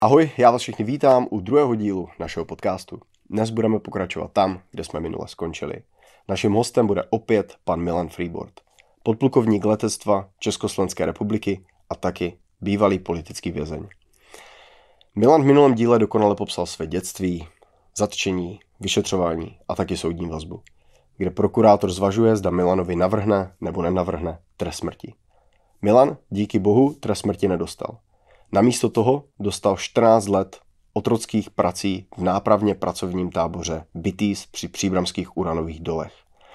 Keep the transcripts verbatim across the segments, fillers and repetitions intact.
Ahoj, já vás všichni vítám u druhého dílu našeho podcastu. Dnes budeme pokračovat tam, kde jsme minule skončili. Naším hostem bude opět pan Milan Freeboard, podplukovník letectva Československé republiky a taky bývalý politický vězeň. Milan v minulém díle dokonale popsal své dětství, zatčení, vyšetřování a taky soudní vazbu, kde prokurátor zvažuje, zda Milanovi navrhne nebo nenavrhne trest smrti. Milan, díky bohu, trest smrti nedostal. Namísto toho dostal čtrnáct let otrockých prací v nápravně pracovním táboře Bitýs při příbramských uranových dolech.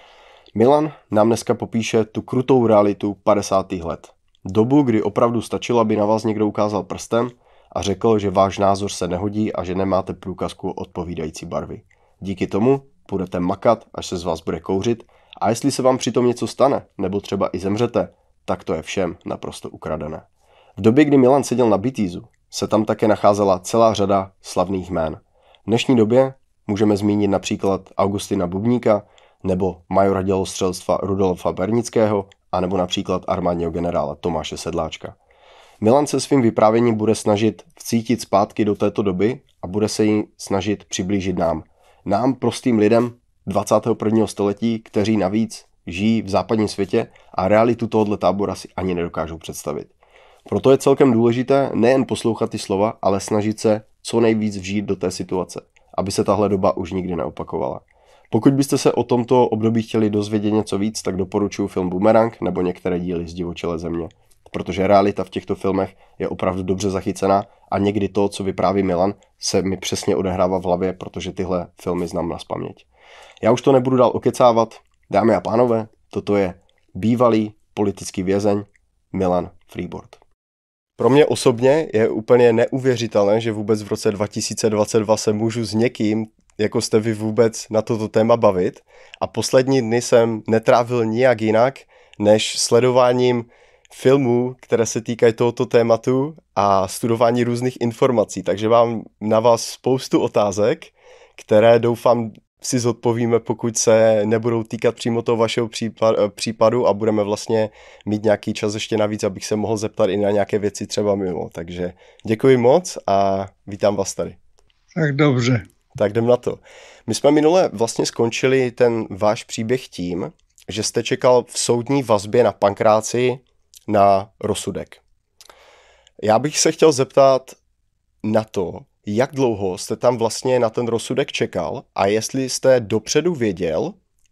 Milan nám dneska popíše tu krutou realitu padesátých let. Dobu, kdy opravdu stačilo, aby na vás někdo ukázal prstem a řekl, že váš názor se nehodí a že nemáte průkazku odpovídající barvy. Díky tomu budete makat, až se z vás bude kouřit, a jestli se vám přitom něco stane, nebo třeba i zemřete, tak to je všem naprosto ukradené. V době, kdy Milan seděl na Bitýsu, se tam také nacházela celá řada slavných jmén. V dnešní době můžeme zmínit například Augustina Bubníka nebo majora dělostřelectva Rudolfa Bernického a nebo například armádního generála Tomáše Sedláčka. Milan se svým vyprávěním bude snažit vcítit zpátky do této doby a bude se jí snažit přiblížit nám. Nám, prostým lidem dvacátého prvního století, kteří navíc žijí v západním světě a realitu tohoto tábora si ani nedokážou představit. Proto je celkem důležité nejen poslouchat ty slova, ale snažit se co nejvíc vžít do té situace, aby se tahle doba už nikdy neopakovala. Pokud byste se o tomto období chtěli dozvědět něco víc, tak doporučuji film Boomerang nebo některé díly z Divočelé země, protože realita v těchto filmech je opravdu dobře zachycená a někdy to, co vypráví Milan, se mi přesně odehrává v hlavě, protože tyhle filmy znám nazpaměť. Já už to nebudu dál okecávat. Dámy a pánové, toto je bývalý politický vězeň Milan Freeboard. Pro mě osobně je úplně neuvěřitelné, že vůbec v roce dva tisíce dvacet dva se můžu s někým, jako jste vy, vůbec na toto téma bavit. A poslední dny jsem netrávil nijak jinak, než sledováním filmů, které se týkají tohoto tématu a studování různých informací. Takže mám na vás spoustu otázek, které doufám si zodpovíme, pokud se nebudou týkat přímo toho vašeho případu a budeme vlastně mít nějaký čas ještě navíc, abych se mohl zeptat i na nějaké věci třeba mimo. Takže děkuji moc a vítám vás tady. Tak dobře. Tak jdem na to. My jsme minule vlastně skončili ten váš příběh tím, že jste čekal v soudní vazbě na Pankráci na rozsudek. Já bych se chtěl zeptat na to, jak dlouho jste tam vlastně na ten rozsudek čekal a jestli jste dopředu věděl,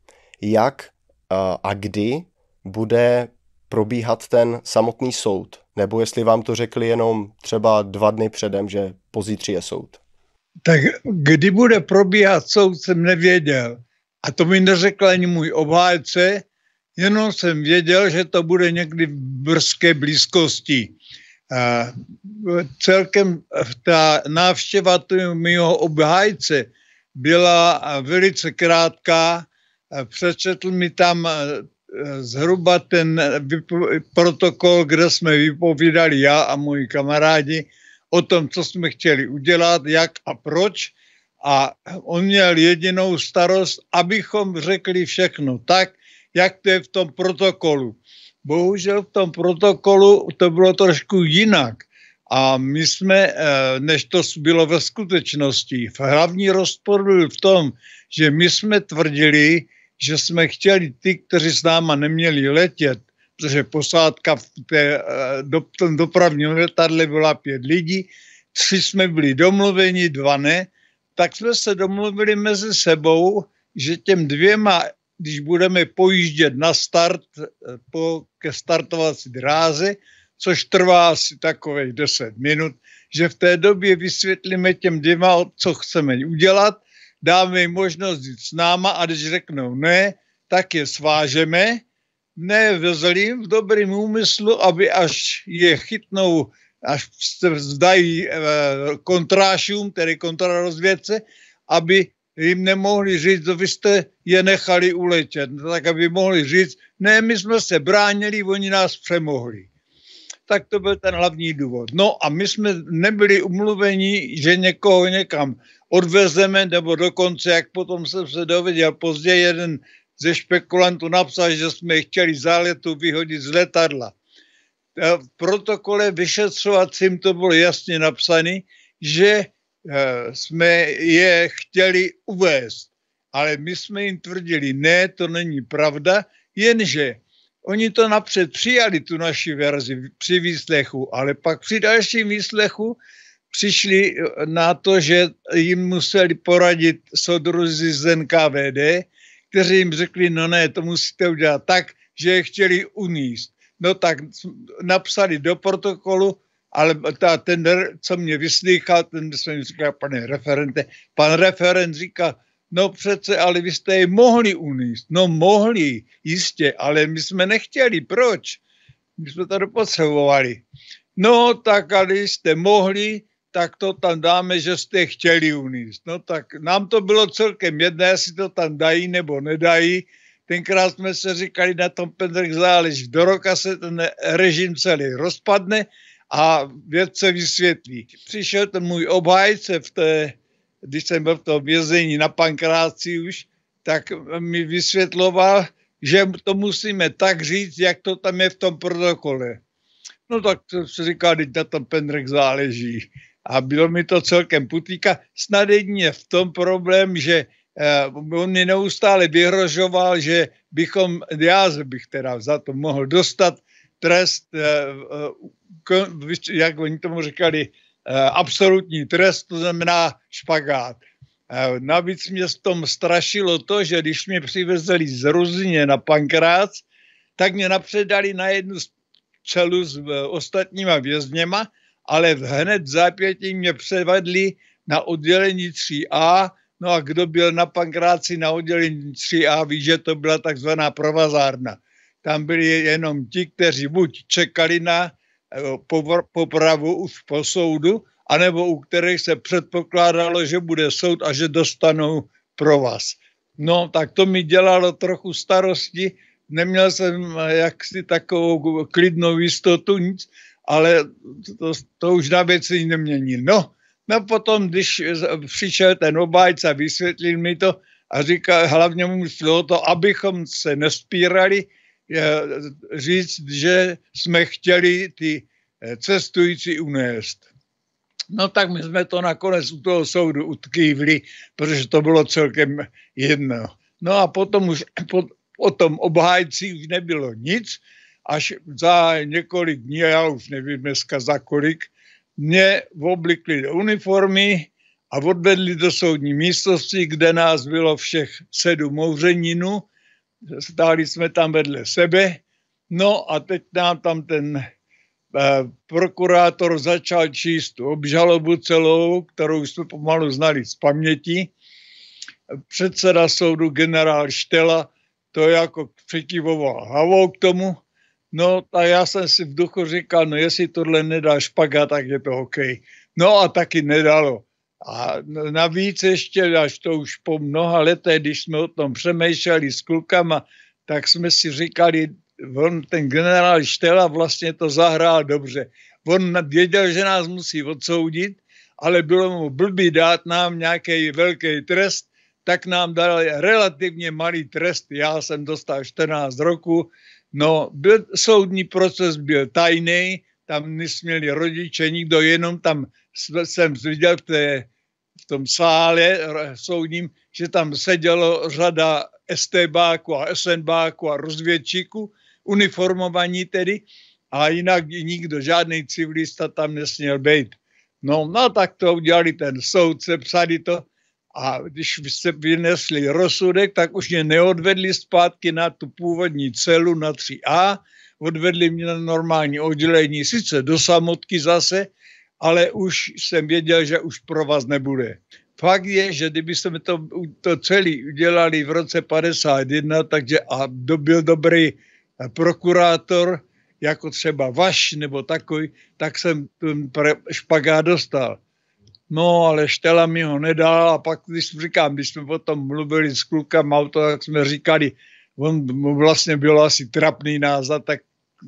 jak a kdy bude probíhat ten samotný soud, nebo jestli vám to řekli jenom třeba dva dny předem, že pozítří je soud. Tak kdy bude probíhat soud, jsem nevěděl. A to mi neřekl ani můj obhájce, jenom jsem věděl, že to bude někdy v brzké blízkosti. A celkem ta návštěva mého obhájce byla velice krátká. Přečetl mi tam zhruba ten protokol, kde jsme vypovídali já a moji kamarádi o tom, co jsme chtěli udělat, jak a proč. A on měl jedinou starost, abychom řekli všechno tak, jak to je v tom protokolu. Bohužel v tom protokolu to bylo trošku jinak. A my jsme, než to bylo ve skutečnosti, hlavní rozpor byl v tom, že my jsme tvrdili, že jsme chtěli ty, kteří s náma neměli letět, protože posádka v té, do, tom dopravním letadle byla pět lidí, tři jsme byli domluveni, dva ne, tak jsme se domluvili mezi sebou, že těm dvěma, když budeme pojíždět na start po, ke startovací dráze, což trvá asi takových deset minut, že v té době vysvětlíme těm dvěma, co chceme udělat, dáme jim možnost jít s náma a když řeknou ne, tak je svážeme, ne vezli v dobrým úmyslu, aby až je chytnou, až se vzdají kontrášům, tedy kontrarozvědce, aby jim nemohli říct, že vy jste je nechali uletět, tak aby mohli říct, ne, my jsme se bránili, oni nás přemohli. Tak to byl ten hlavní důvod. No a my jsme nebyli umluveni, že někoho někam odvezeme, nebo dokonce, jak potom jsem se dověděl později, jeden ze špekulantů napsal, že jsme chtěli záletu vyhodit z letadla. V protokole vyšetřovacím to bylo jasně napsané, že jsme je chtěli uvést. Ale my jsme jim tvrdili, ne, to není pravda, jenže oni to napřed přijali, tu naši verzi při výslechu, ale pak při dalším výslechu přišli na to, že jim museli poradit soudruzi z N K V D, kteří jim řekli, no ne, to musíte udělat tak, že je chtěli uníst. No tak napsali do protokolu, ale ta, ten, co mě vyslýchal, ten jsem říkal, pane referente, pan referent říká, no přece, ale vy jste je mohli uníst. No mohli, jistě, ale my jsme nechtěli. Proč? My jsme to dopotřebovali. No tak, ale jste mohli, tak to tam dáme, že jste chtěli uníst. No tak nám to bylo celkem jedno, jestli to tam dají nebo nedají. Tenkrát jsme se říkali, na tom Pendrek záleží. Do roka se ten režim celý rozpadne a věc se vysvětlí. Přišel ten můj obhájce, v té, když jsem byl v tom vězení na Pankráci už, tak mi vysvětloval, že to musíme tak říct, jak to tam je v tom protokole. No tak se říká, teď na tom Pendrek záleží. A bylo mi to celkem putýka. Snad jedině v tom problém, že eh, on mi neustále vyhrožoval, že bychom, já bych teda za to mohl dostat trest, eh, jak oni tomu říkali, eh, absolutní trest, to znamená špagát. Eh, navíc mě v tom strašilo to, že když mě přivezli z Ruzině na Pankrác, tak mě napředali na jednu celu s eh, ostatníma vězněma, ale hned zápětí mě převedli na oddělení tři A, no a kdo byl na Pankráci na oddělení tři A, ví, že to byla takzvaná provazárna. Tam byli jenom ti, kteří buď čekali na popravu už po soudu, anebo u kterých se předpokládalo, že bude soud a že dostanou provaz. No, tak to mi dělalo trochu starosti, neměl jsem jaksi takovou klidnou jistotu, nic, ale to, to už na věci neměnil. No, no potom, když přišel ten obhájce a vysvětlil mi to a říkal, hlavně mu šlo o to, abychom se nespírali, říct, že jsme chtěli ty cestující unést. No tak my jsme to nakonec u toho soudu utkývli, protože to bylo celkem jedno. No a potom už po, o tom obhájci už nebylo nic, až za několik dní, já už nevím dneska za kolik, mě oblikli do uniformy a odvedli do soudní místnosti, kde nás bylo všech sedm mouřeninů. Stáli jsme tam vedle sebe. No a teď nám tam ten eh, prokurátor začal číst tu obžalobu celou, kterou jsme pomalu znali z paměti. Předseda soudu generál Štela to jako přikyvoval hlavou k tomu. No a já jsem si v duchu říkal, no jestli tohle nedá špagat, tak je to OK. No a taky nedalo. A navíc ještě, až to už po mnoha letech, když jsme o tom přemýšleli s klukama, tak jsme si říkali, on, ten generál Štela vlastně to zahrál dobře. On věděl, že nás musí odsoudit, ale bylo mu blbý dát nám nějaký velký trest, tak nám dal relativně malý trest. Já jsem dostal čtrnáct roků. No, byl, soudní proces byl tajný, tam nesměli rodiče, nikdo, jenom tam jsem viděl v, té, v tom sále soudním, že tam sedělo řada STBáků a SNBáků a rozvědčíků, uniformovaní tedy, a jinak nikdo, žádný civilista tam nesměl být. No, no tak to udělali ten soudce, psali to, a když se vynesli rozsudek, tak už mě neodvedli zpátky na tu původní celu na tři A, odvedli mě na normální oddělení, sice do samotky zase, ale už jsem věděl, že už pro vás nebude. Fakt je, že kdyby jsme to, to celé udělali v roce padesát jedna, takže a byl dobrý prokurátor, jako třeba Vaš nebo takový, tak jsem ten špagát dostal. No, ale Štela mi ho nedal a pak, když říkám, když jsme potom mluvili s klukama, tak jsme říkali, on vlastně bylo asi trapný nás a tak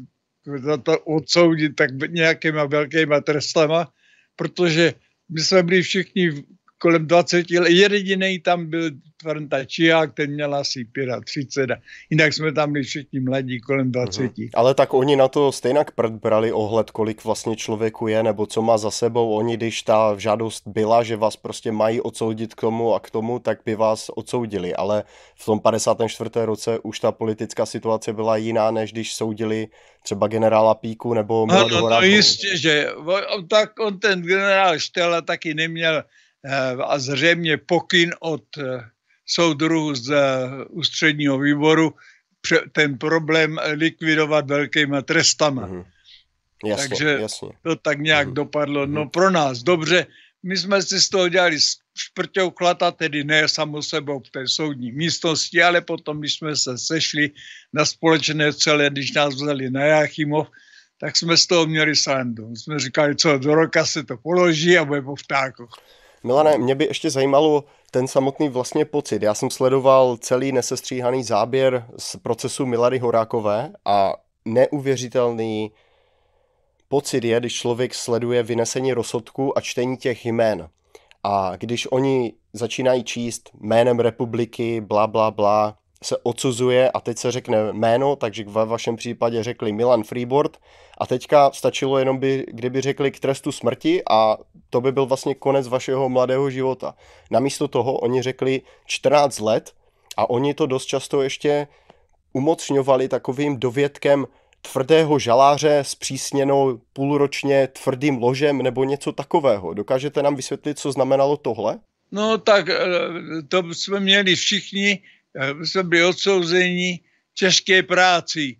za to odsoudit tak nějakýma velkýma trestama, protože my jsme byli všichni kolem dvacet let. Jediný tam byl Franta Čiák, ten měl asi třicet pět. Jinak jsme tam byli všichni mladí kolem dvacet. Mhm. Ale tak oni na to stejnak brali ohled, kolik vlastně člověku je, nebo co má za sebou. Oni, když ta žádost byla, že vás prostě mají odsoudit k tomu a k tomu, tak by vás odsoudili. Ale v tom padesátém čtvrtém roce už ta politická situace byla jiná, než když soudili třeba generála Píku nebo Miladu Ano, Horákovu. no jistě, že on, tak on ten generál Štela taky neměl a zřejmě pokyn od soudruhu z ústředního výboru ten problém likvidovat velkýma trestama. Mm-hmm. Jasně, Takže jasně. to tak nějak mm-hmm. dopadlo. No pro nás dobře, my jsme si z toho dělali šprťou chlata, tedy ne samo sebou v té soudní místnosti, ale potom, když jsme se sešli na společné celé, když nás vzali na Jáchymov, tak jsme z toho měli srandu. Jsme říkali, co do roka se to položí a bude po vtákoch. Milane, mě by ještě zajímalo ten samotný vlastně pocit. Já jsem sledoval celý nesestříhaný záběr z procesu Milady Horákové a neuvěřitelný pocit je, když člověk sleduje vynesení rozsudku a čtení těch jmén. A když oni začínají číst jménem republiky, bla, bla, bla, se odsuzuje a teď se řekne jméno, takže ve vašem případě řekli Milan Freeboard a teďka stačilo jenom, by, kdyby řekli k trestu smrti a to by byl vlastně konec vašeho mladého života. Namísto toho oni řekli čtrnáct let a oni to dost často ještě umocňovali takovým dovětkem tvrdého žaláře zpřísněnou půlročně tvrdým ložem nebo něco takového. Dokážete nám vysvětlit, co znamenalo tohle? No tak to jsme měli všichni, jsme byli odsouzeni těžké práci.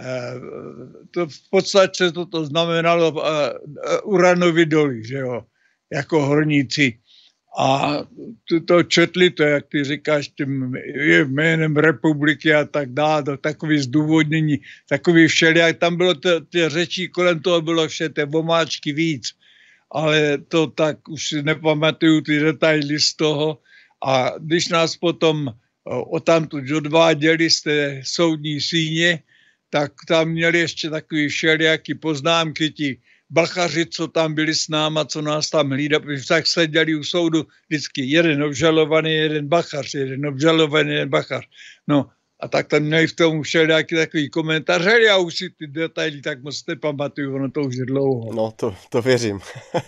To v podstatě toto znamenalo uranovi doly, že jo, jako horníci. A to, to četli, to jak ty říkáš, tím jménem republiky a tak dále, to takový zdůvodnění, takový všelijak, tam bylo to, ty řečí, kolem toho bylo vše, ty vomáčky víc, ale to tak už si nepamatuju ty detaily z toho a když nás potom odtamtud odváděli z té soudní síně, tak tam měli ještě takový všelijaký poznámky, ti bachaři, co tam byli s náma, co nás tam hlídali, tak seděli u soudu vždycky jeden obžalovaný, jeden bachař, jeden obžalovaný, jeden bachař. No a tak tam měli v tom všelijaký takový komentář, ale já už si ty detaily tak moc nepamatuju, ono to už je dlouho. No to, to věřím.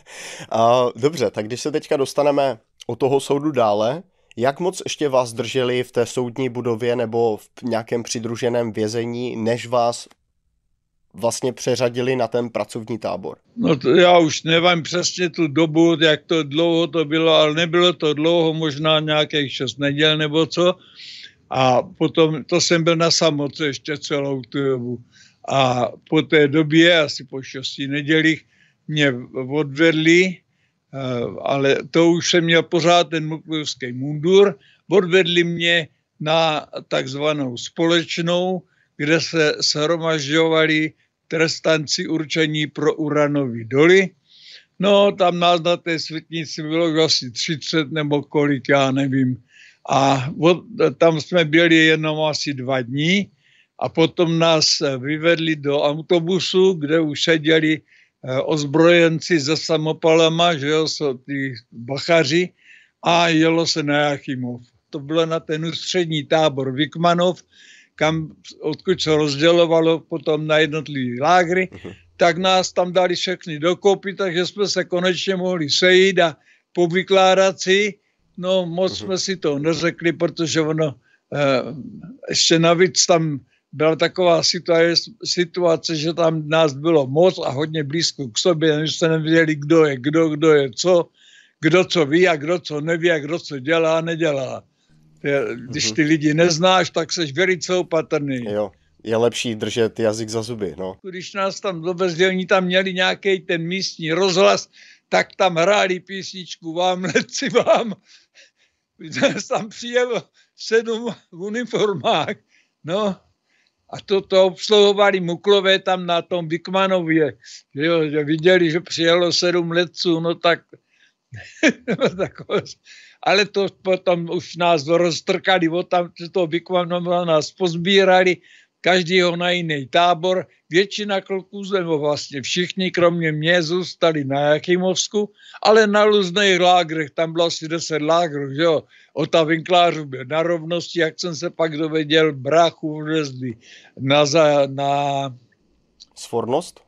A, dobře, tak když se teďka dostaneme od toho soudu dále, jak moc ještě vás drželi v té soudní budově nebo v nějakém přidruženém vězení, než vás vlastně přeřadili na ten pracovní tábor? No to já už nevím přesně tu dobu, jak to dlouho to bylo, ale nebylo to dlouho, možná nějakých šest neděl nebo co. A potom, to jsem byl na samoce ještě celou tu dobu. A po té době, asi po šesti nedělích, mě odvedli, ale to už jsem měl pořád ten muklivský mundur, odvedli mě na takzvanou společnou, kde se shromažďovali trestanci určení pro uranové doly. No, tam nás na té světnici bylo asi třicet nebo kolik, já nevím. A od, tam jsme byli jenom asi dva dní a potom nás vyvedli do autobusu, kde už seděli ozbrojenci se samopalama, že jo, jsou ty bachaři a jelo se na Jáchymov. To bylo na ten ústřední tábor Vikmanov, kam, odkud se rozdělovalo potom na jednotlivý lágry, uh-huh. tak nás tam dali všechny dokopy, takže jsme se konečně mohli sejít a povykládat si. No moc uh-huh. jsme si to neřekli, protože ono eh, ještě navíc tam byla taková situace, situace, že tam nás bylo moc a hodně blízko k sobě, než se nevěděli, kdo je kdo, kdo je co, kdo co ví a kdo co neví a kdo co dělá a nedělá. Když ty lidi neznáš, tak seš velice opatrný. Jo, je lepší držet jazyk za zuby, no. Když nás tam do bezdělní tam měli nějaký ten místní rozhlas, tak tam hráli písničku Vám, letci vám. Tam přijelo sedm v uniformách, no. A to, to obsluhovali muklové tam na tom Vikmanově, že, jo, že viděli, že přijelo sedm letců, no tak... ale to potom už nás roztrkali, tam toho Vikmanova nás pozbírali, každýho na jiný tábor. Většina kluků, nebo vlastně všichni, kromě mě, zůstali na Jachimovsku, ale na různých lágrech, tam bylo asi deset lágrů, že jo. Ota Vinklářů byl na Rovnosti, jak jsem se pak dověděl, bráchu vlezli na, za, na... Svornost?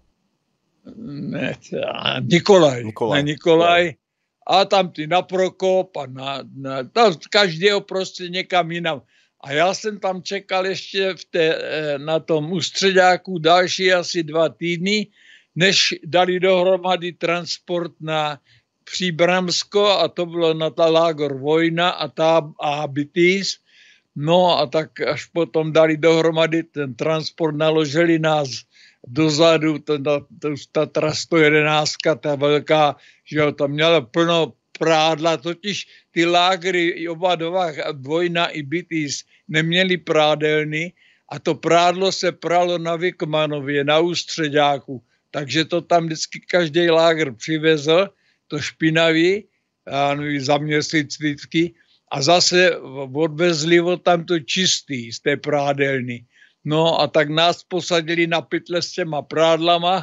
Ne, Nikolaj. Nikolaj. Na Nikolaj. A tam ty na Prokop a na, na tam každého prostě někam jinam. A já jsem tam čekal ještě v té, na tom ústředáku další asi dva týdny, než dali dohromady transport na Příbramsko a to bylo na ta lágor Vojna a ta a Bitýs. No a tak až potom dali dohromady ten transport, naložili nás dozadu, ta, ta, ta sto jedenáct, ta velká, že jo, tam měla plno prádla, totiž ty lágry, oba dva, Vojna i Bitýs, neměli prádelny a to prádlo se pralo na Vikmanově, na ústředáku. Takže to tam vždycky každý lágr přivezl, to špinavý, za měsíc vždycky, a zase odvezli od tam to čistý z té prádelny. No a tak nás posadili na pytle s těma prádlama,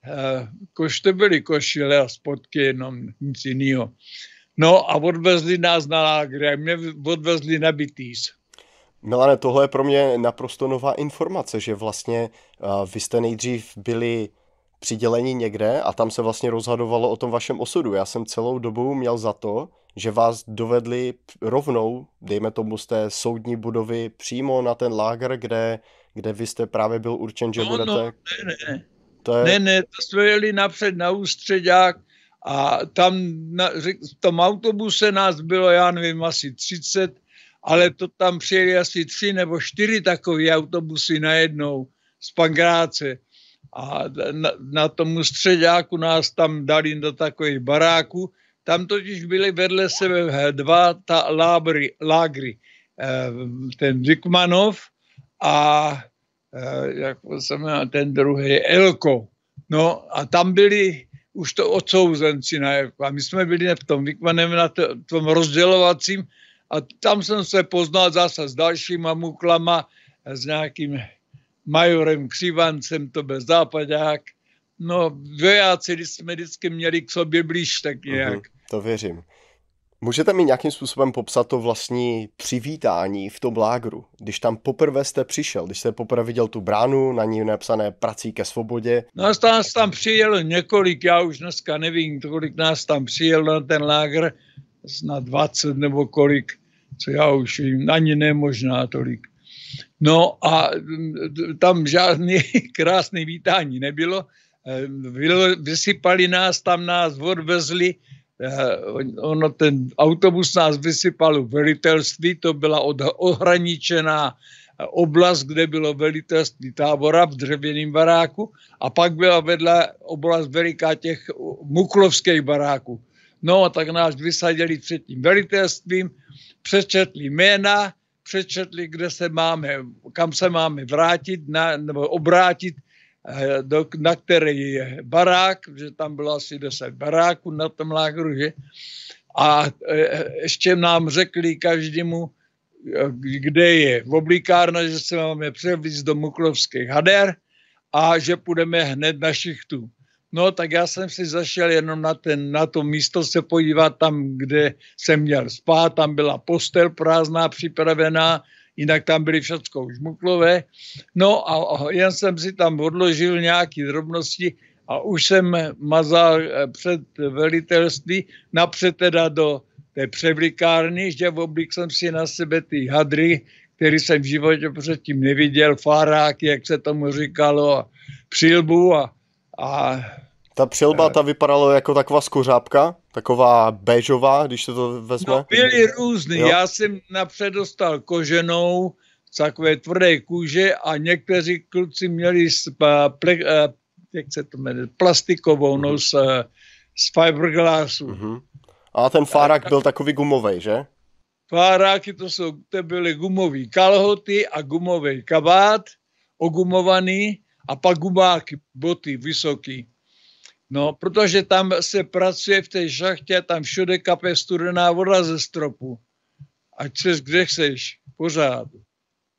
kož to byly košile a spodky, jenom nic jiného. No a odvezli nás na lágry a mě odvezli na Bitýs. Milane, tohle je pro mě naprosto nová informace, že vlastně uh, vy jste nejdřív byli přiděleni někde a tam se vlastně rozhodovalo o tom vašem osudu. Já jsem celou dobu měl za to, že vás dovedli rovnou, dejme tomu z té soudní budovy, přímo na ten lágr, kde, kde vy jste právě byl určen, že no, budete... No, ne, ne. To je... ne, ne, to jsme jeli napřed na ústředák a tam na, v tom autobuse nás bylo, já nevím, asi třicet, ale to tam přijeli asi tři nebo čtyři takové autobusy najednou z Pankráce. A na, na tom ústředáku nás tam dali do takových baráků. Tam totiž byly vedle sebe dva ta lábry, lágry. Ten Vikmanov a jak se jmenuje, ten druhý Elko. No a tam byli už to odsouzenci na Elko. A my jsme byli v tom Vikmanem na to, tom rozdělovacím a tam jsem se poznal zase s dalšíma muklama, s nějakým majorem Křivancem, to byl západák. No, vojáci jsme vždycky měli k sobě blíž, tak nějak. Uhum, to věřím. Můžete mi nějakým způsobem popsat to vlastní přivítání v tom lágru? Když tam poprvé jste přišel, když jste poprvé viděl tu bránu, na ní napsané prací ke svobodě. Nás tam, nás tam přijelo několik, já už dneska nevím, kolik nás tam přijelo na ten lágr, snad dvacet nebo kolik, co já už vím, ani nemožná tolik. No a tam žádný krásný vítání nebylo. Vysypali nás, tam nás odvezli, ono, ten autobus nás vysypal v velitelství, to byla ohraničená oblast, kde bylo velitelství tábora v dřevěném baráku a pak byla vedle oblast veliká těch muklovských baráků. No a tak nás vysadili před tím velitelstvím, přečetli jména, přečetli, kde se máme, kam se máme vrátit, na, nebo obrátit, do, na který je barák, že tam bylo asi deset baráků na tom lágru, že? A ještě nám řekli každému, kde je oblíkárna, že se máme převlíct do Muklovských hader a že půjdeme hned na šichtu. No, tak já jsem si zašel jenom na, ten, na to místo se podívat tam, kde jsem měl spát, tam byla postel prázdná, připravená, jinak tam byly všecko už muklové. No a jen jsem si tam odložil nějaké drobnosti a už jsem mazal před velitelství, napřed teda do té převlikárny, že oblík jsem si na sebe ty hadry, který jsem v životě předtím neviděl, fáráky, jak se tomu říkalo, a přilbu a A, ta přilba, ta vypadala jako taková skořápka, taková béžová, když se to vezme. No, byly různý. Jo? Já jsem napřed dostal koženou, z takové tvrdé kůže a někteří kluci měli z, ple, jak se to jmenuje, plastikovou, uh-huh. no z, z fiberglassu. Uh-huh. A ten fárák byl takový gumový, že? Fáráky to jsou, to byly gumový kalhoty a gumový kabát, ogumovaný, a pak gumáky, boty vysoký. No, protože tam se pracuje v té šachtě, tam všude kape studená voda ze stropu. Ať ses kde chceš, pořád.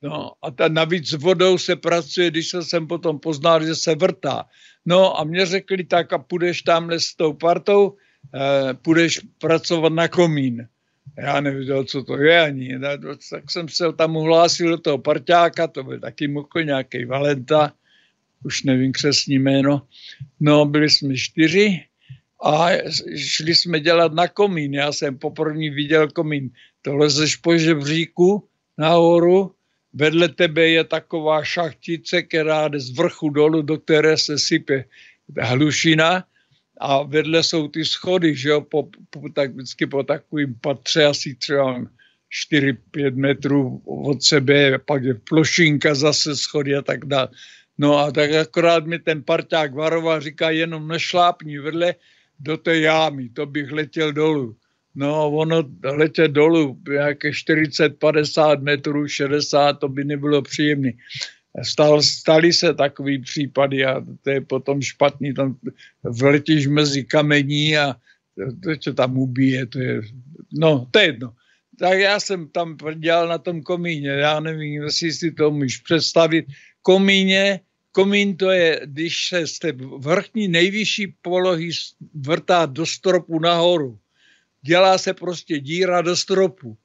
No a ta, navíc s vodou se pracuje, když jsem potom poznal, že se vrtá. No a mě řekli, tak a půjdeš tamhle s tou partou, eh, půjdeš pracovat na komín. Já nevěděl, co to je ani. Tak jsem se tam uhlásil do toho parťáka, to byl taky mukl, nějaký Valenta, už nevím křestní jméno. No, byli jsme čtyři a šli jsme dělat na komín. Já jsem poprvé viděl komín. To lezeš po žebříku nahoru, vedle tebe je taková šachtice, která jde z vrchu dolů, do které se sype hlušina a vedle jsou ty schody, že jo, po, po, tak vždycky po takovým patře asi třeba čtyři pět metrů od sebe, pak je plošinka, zase schody a tak dále. No a tak akorát mi ten parťák varoval, říká, jenom nešlápni vedle do té jámy, to bych letěl dolů. No ono letět dolů nějaké čtyřicet padesát metrů, šedesát, to by nebylo příjemné. Stal, staly se takový případy a to je potom špatný, tam vletíš mezi kamení a to tě tam ubije, to je, no to je jedno. Tak já jsem tam dělal na tom komíně, já nevím, jestli si to můžeš představit. Komíně, komín to je, když se z té vrchní nejvyšší polohy vrtá do stropu nahoru. Dělá se prostě díra do stropu.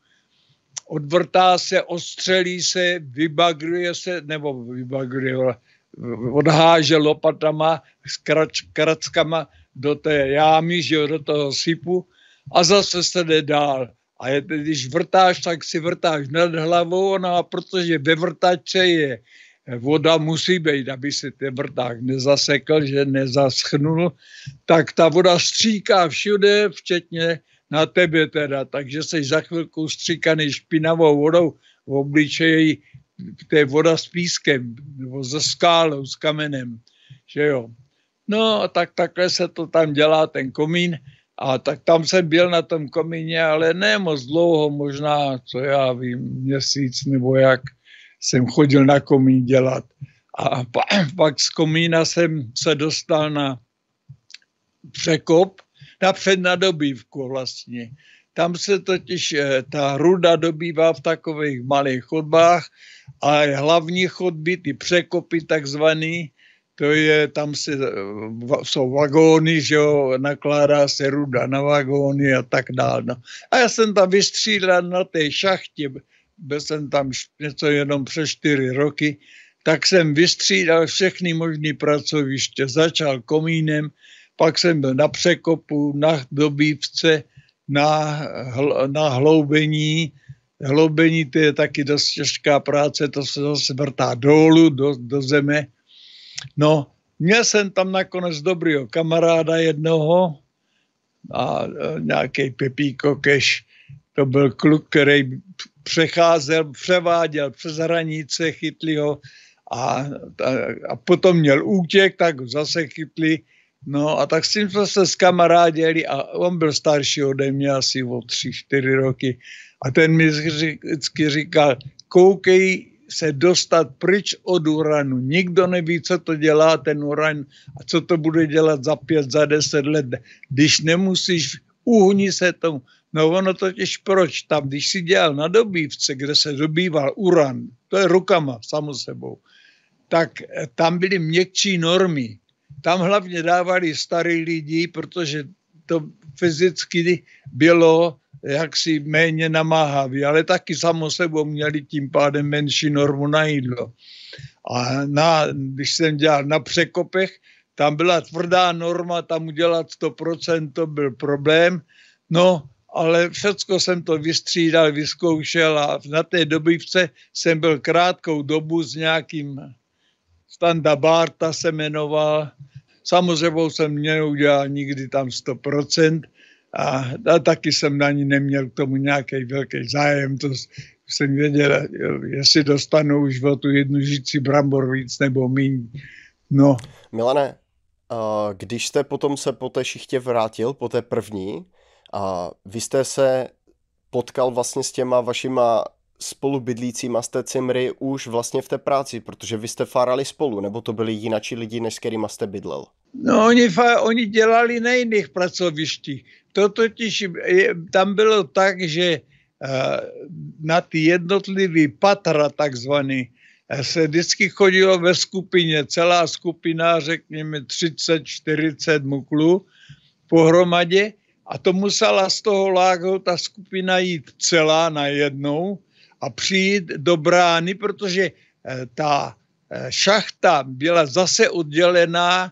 Odvrtá se, ostřelí se, vybagruje se, nebo vybagruje, odháže lopatama s krač, krackama do té jámy, že jo, do toho sypu a zase se jde dál. A je, když vrtáš, tak si vrtáš nad hlavou, no a protože ve vrtače je voda musí být, aby se ten vrták nezasekl, že nezaschnul, tak ta voda stříká všude, včetně na tebe teda, takže jsi za chvilku stříkaný špinavou vodou v obličeji, to je voda s pískem, nebo se skálou, s kamenem, že jo. No a tak takhle se to tam dělá, ten komín, a tak tam jsem byl na tom komíně, ale ne moc dlouho, možná, co já vím, měsíc nebo jak jsem chodil na komín dělat. A pak z komína jsem se dostal na překop, napřed na dobývku vlastně. Tam se totiž ta ruda dobývá v takových malých chodbách a hlavní chodby, ty překopy takzvaný, to je, tam se, jsou vagóny, že jo, nakládá se ruda na vagóny a tak dále. No. A já jsem tam vystřídal na té šachtě, byl jsem tam něco jenom přes čtyři roky, tak jsem vystřídal všechny možné pracoviště. Začal komínem, pak jsem byl na překopu, na dobývce, na, na hloubení. Hloubení to je taky dost těžká práce, to se zase vrtá dolů do, do zeme. No, měl jsem tam nakonec dobrýho kamaráda jednoho a nějaký Pepíko Keš. To byl kluk, který přecházel, převáděl přes hranice, chytli ho a, a potom měl útěk, tak ho zase chytli. No a tak s tím jsme se zkamarádili a on byl starší ode mě asi o tři, čtyři roky. A ten mi vždycky říkal, koukej se dostat pryč od uranu. Nikdo neví, co to dělá ten uran a co to bude dělat za pět, za deset let. Když nemusíš, uhni se tomu. No ono totiž proč? Tam, když si dělal na dobývce, kde se dobýval uran, to je rukama, samo sebou, tak tam byly měkčí normy. Tam hlavně dávali starý lidi, protože to fyzicky bylo jaksi méně namáhavý, ale taky samo sebou měli tím pádem menší normu na jídlo. A na, když jsem dělal na překopech, tam byla tvrdá norma, tam udělat sto procent to byl problém, no, ale všecko jsem to vystřídal, vyzkoušel a na té dobývce jsem byl krátkou dobu s nějakým Standa Barta se jmenoval. Samozřejmě jsem neudělal nikdy tam sto procent a, a taky jsem na ní neměl k tomu nějaký velký zájem. To jsem věděl, jestli dostanu už o tu jednu žíci brambor víc nebo míň. No. Milane, když jste potom se po té šichtě vrátil, po té první, a vy jste se potkal vlastně s těma vašima spolubydlícíma z té cimry už vlastně v té práci, protože vy jste fárali spolu, nebo to byli jinačí lidi, než s kterýma jste bydlel? No, oni, oni dělali na jiných pracovištích. To totiž, tam bylo tak, že na ty jednotlivý patra takzvaný se vždycky chodilo ve skupině, celá skupina, řekněme třicet čtyřicet muklů pohromadě a to musela z toho lágru ta skupina jít celá najednou a přijít do brány, protože ta šachta byla zase oddělená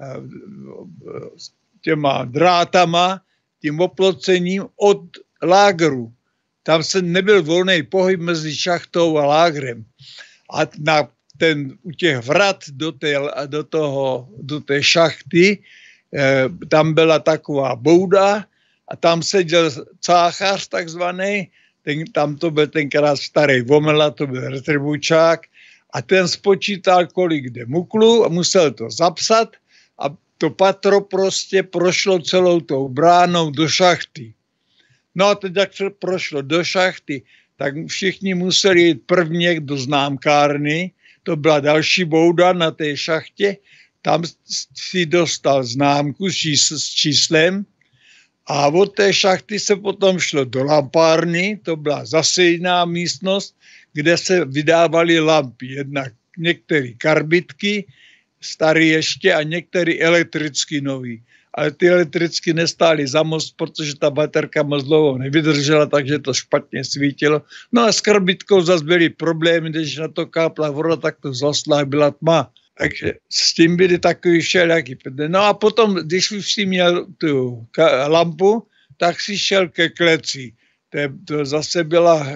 těma drátama, tím oplocením od lágru. Tam se nebyl volný pohyb mezi šachtou a lágrem. A na ten, u těch vrat do té, do toho, do té šachty eh, tam byla taková bouda a tam seděl cáchař takzvaný, ten, tam to byl tenkrát starý Vomela, to byl retribučák a ten spočítal, kolik jde muklu a musel to zapsat a to patro prostě prošlo celou tou bránou do šachty. No a teď, jak se prošlo do šachty, tak všichni museli jít prvně do známkárny, to byla další bouda na té šachtě, tam si dostal známku s, čís, s číslem a od té šachty se potom šlo do lampárny, to byla zase jiná místnost, kde se vydávaly lampy, jednak některé karbitky, staré ještě a některé elektricky nový. Ale ty elektricky nestály za most, protože ta baterka moc dlouho nevydržela, takže to špatně svítilo. No a s karbitkou zase byly problémy, když na to kápla voda, tak to zasla, byla tma. Takže s tím byly takový všelijaký. No a potom, když už si měl tu lampu, tak si šel ke kleci. To, to zase byla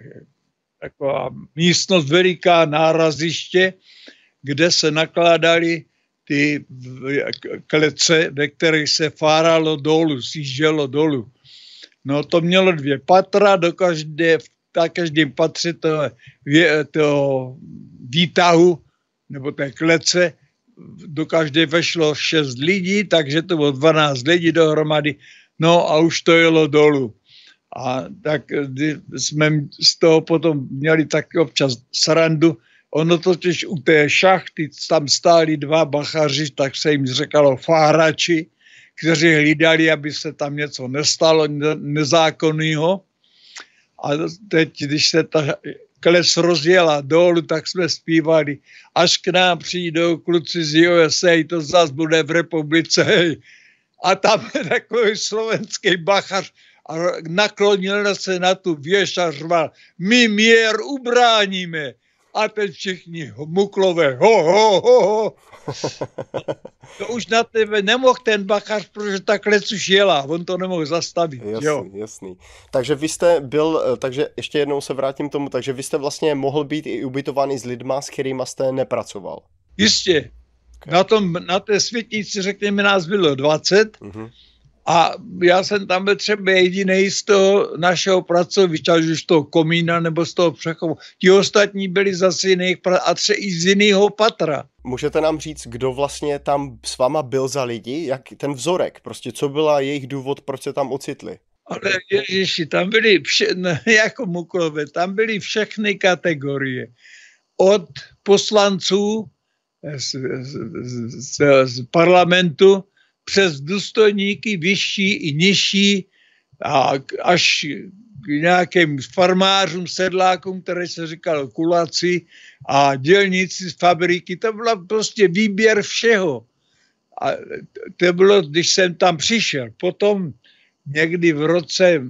taková místnost veliká náraziště, kde se nakládaly ty klece, ve kterých se fáralo dolů, sjíždělo dolů. No to mělo dvě patra, do každé, na každém patře toho, toho výtahu, nebo té klece, do každé vešlo šest lidí, takže to bylo dvanáct lidí dohromady, no a už to jelo dolů. A tak jsme z toho potom měli taky občas srandu. Ono totiž u té šachty tam stáli dva bachaři, tak se jim říkalo fárači, kteří hlídali, aby se tam něco nestalo nezákonného. A teď, když se ta kles rozjela dolů, tak jsme zpívali, až k nám přijdou kluci z U S A, to zase bude v republice. Hej. A tam je takový slovenský bachař a naklonil se na tu věž a řval, my mír ubráníme. A teď všichni muklové, ho, ho, ho, ho. To už na tebe nemohl ten bachař, protože ta klec už jela, on to nemohl zastavit. Jasný, jo. jasný. Takže vy jste byl, takže ještě jednou se vrátím tomu, takže vy jste vlastně mohl být i ubytovaný s lidma, s kterýma jste nepracoval. Jistě. Okay. Na, tom, na té světnici, řekněme, nás bylo dvacet, uh-huh. A já jsem tam byl třeba jedinej z toho našeho pracoviště, ať už z toho komína nebo z toho přechovu. Ti ostatní byli zase jiných a třeba i z jiného patra. Můžete nám říct, kdo vlastně tam s váma byl za lidi? Jak ten vzorek? Prostě co byla jejich důvod, proč se tam ocitli? Ale ježiši, tam byly vše, ne, jako muklové, tam byly všechny kategorie. Od poslanců z, z, z, z parlamentu přes důstojníky vyšší i nižší a až k nějakým farmářům, sedlákům, které se říkalo kulaci a dělníci z fabriky. To byl prostě výběr všeho. A to bylo, když jsem tam přišel. Potom někdy v roce,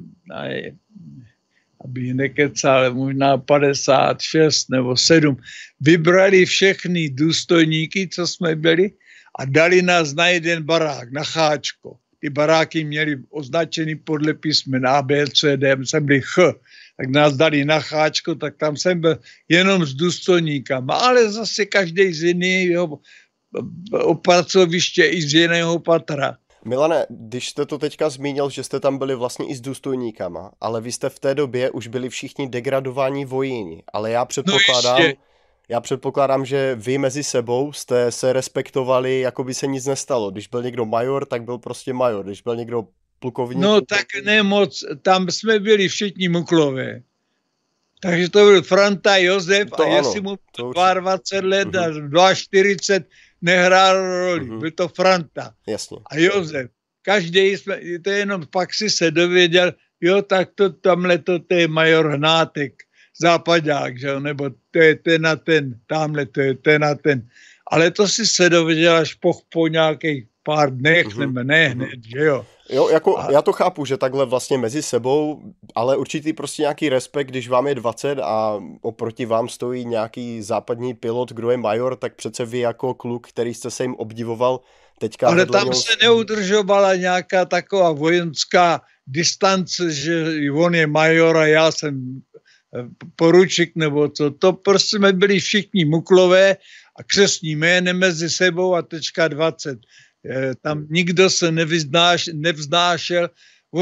aby nekecal, možná padesát šest nebo sedm, vybrali všechny důstojníky, co jsme byli, a dali nás na jeden barák, na cháčko. Ty baráky měly označený podle písmen A, B, C, D, jsem byl Ch. Tak nás dali na cháčko, tak tam jsem byl jenom s důstojníkama, ale zase každý z jiného pracoviště i z jiného patra. Milane, když jste to teďka zmínil, že jste tam byli vlastně i s důstojníkama, ale vy jste v té době už byli všichni degradovaní vojíni, ale já předpokládám... No Já předpokládám, že vy mezi sebou jste se respektovali, jako by se nic nestalo. Když byl někdo major, tak byl prostě major. Když byl někdo plukovník... No tak ne moc. Tam jsme byli všichni muklové. Takže to byl Franta Josef to a ano, jestli mu dvacet dva let uh-huh. a čtyřicet dva nehrál roli. Uh-huh. Byl to Franta Jasně. a Josef. Každý jsme, to jenom pak si se dověděl, jo, tak to tamhle to, to je major Hnátek, západák, že jo, nebo to je ten a ten, tamhle to je ten a ten. Ale to si se dověděl až po, po nějakých pár dnech, mm-hmm. nebo ne hned, že jo. Jo, jako a... já to chápu, že takhle vlastně mezi sebou, ale určitý prostě nějaký respekt, když vám je dvacet a oproti vám stojí nějaký západní pilot, kdo je major, tak přece vy jako kluk, který jste se jim obdivoval, teďka... Ale tam něho... se neudržovala nějaká taková vojenská distance, že on je major a já jsem poručík nebo co. To prostě jsme byli všichni muklové a křestní jmény mezi sebou a tečka dvacet. Tam nikdo se nevyznáš, nevznášel.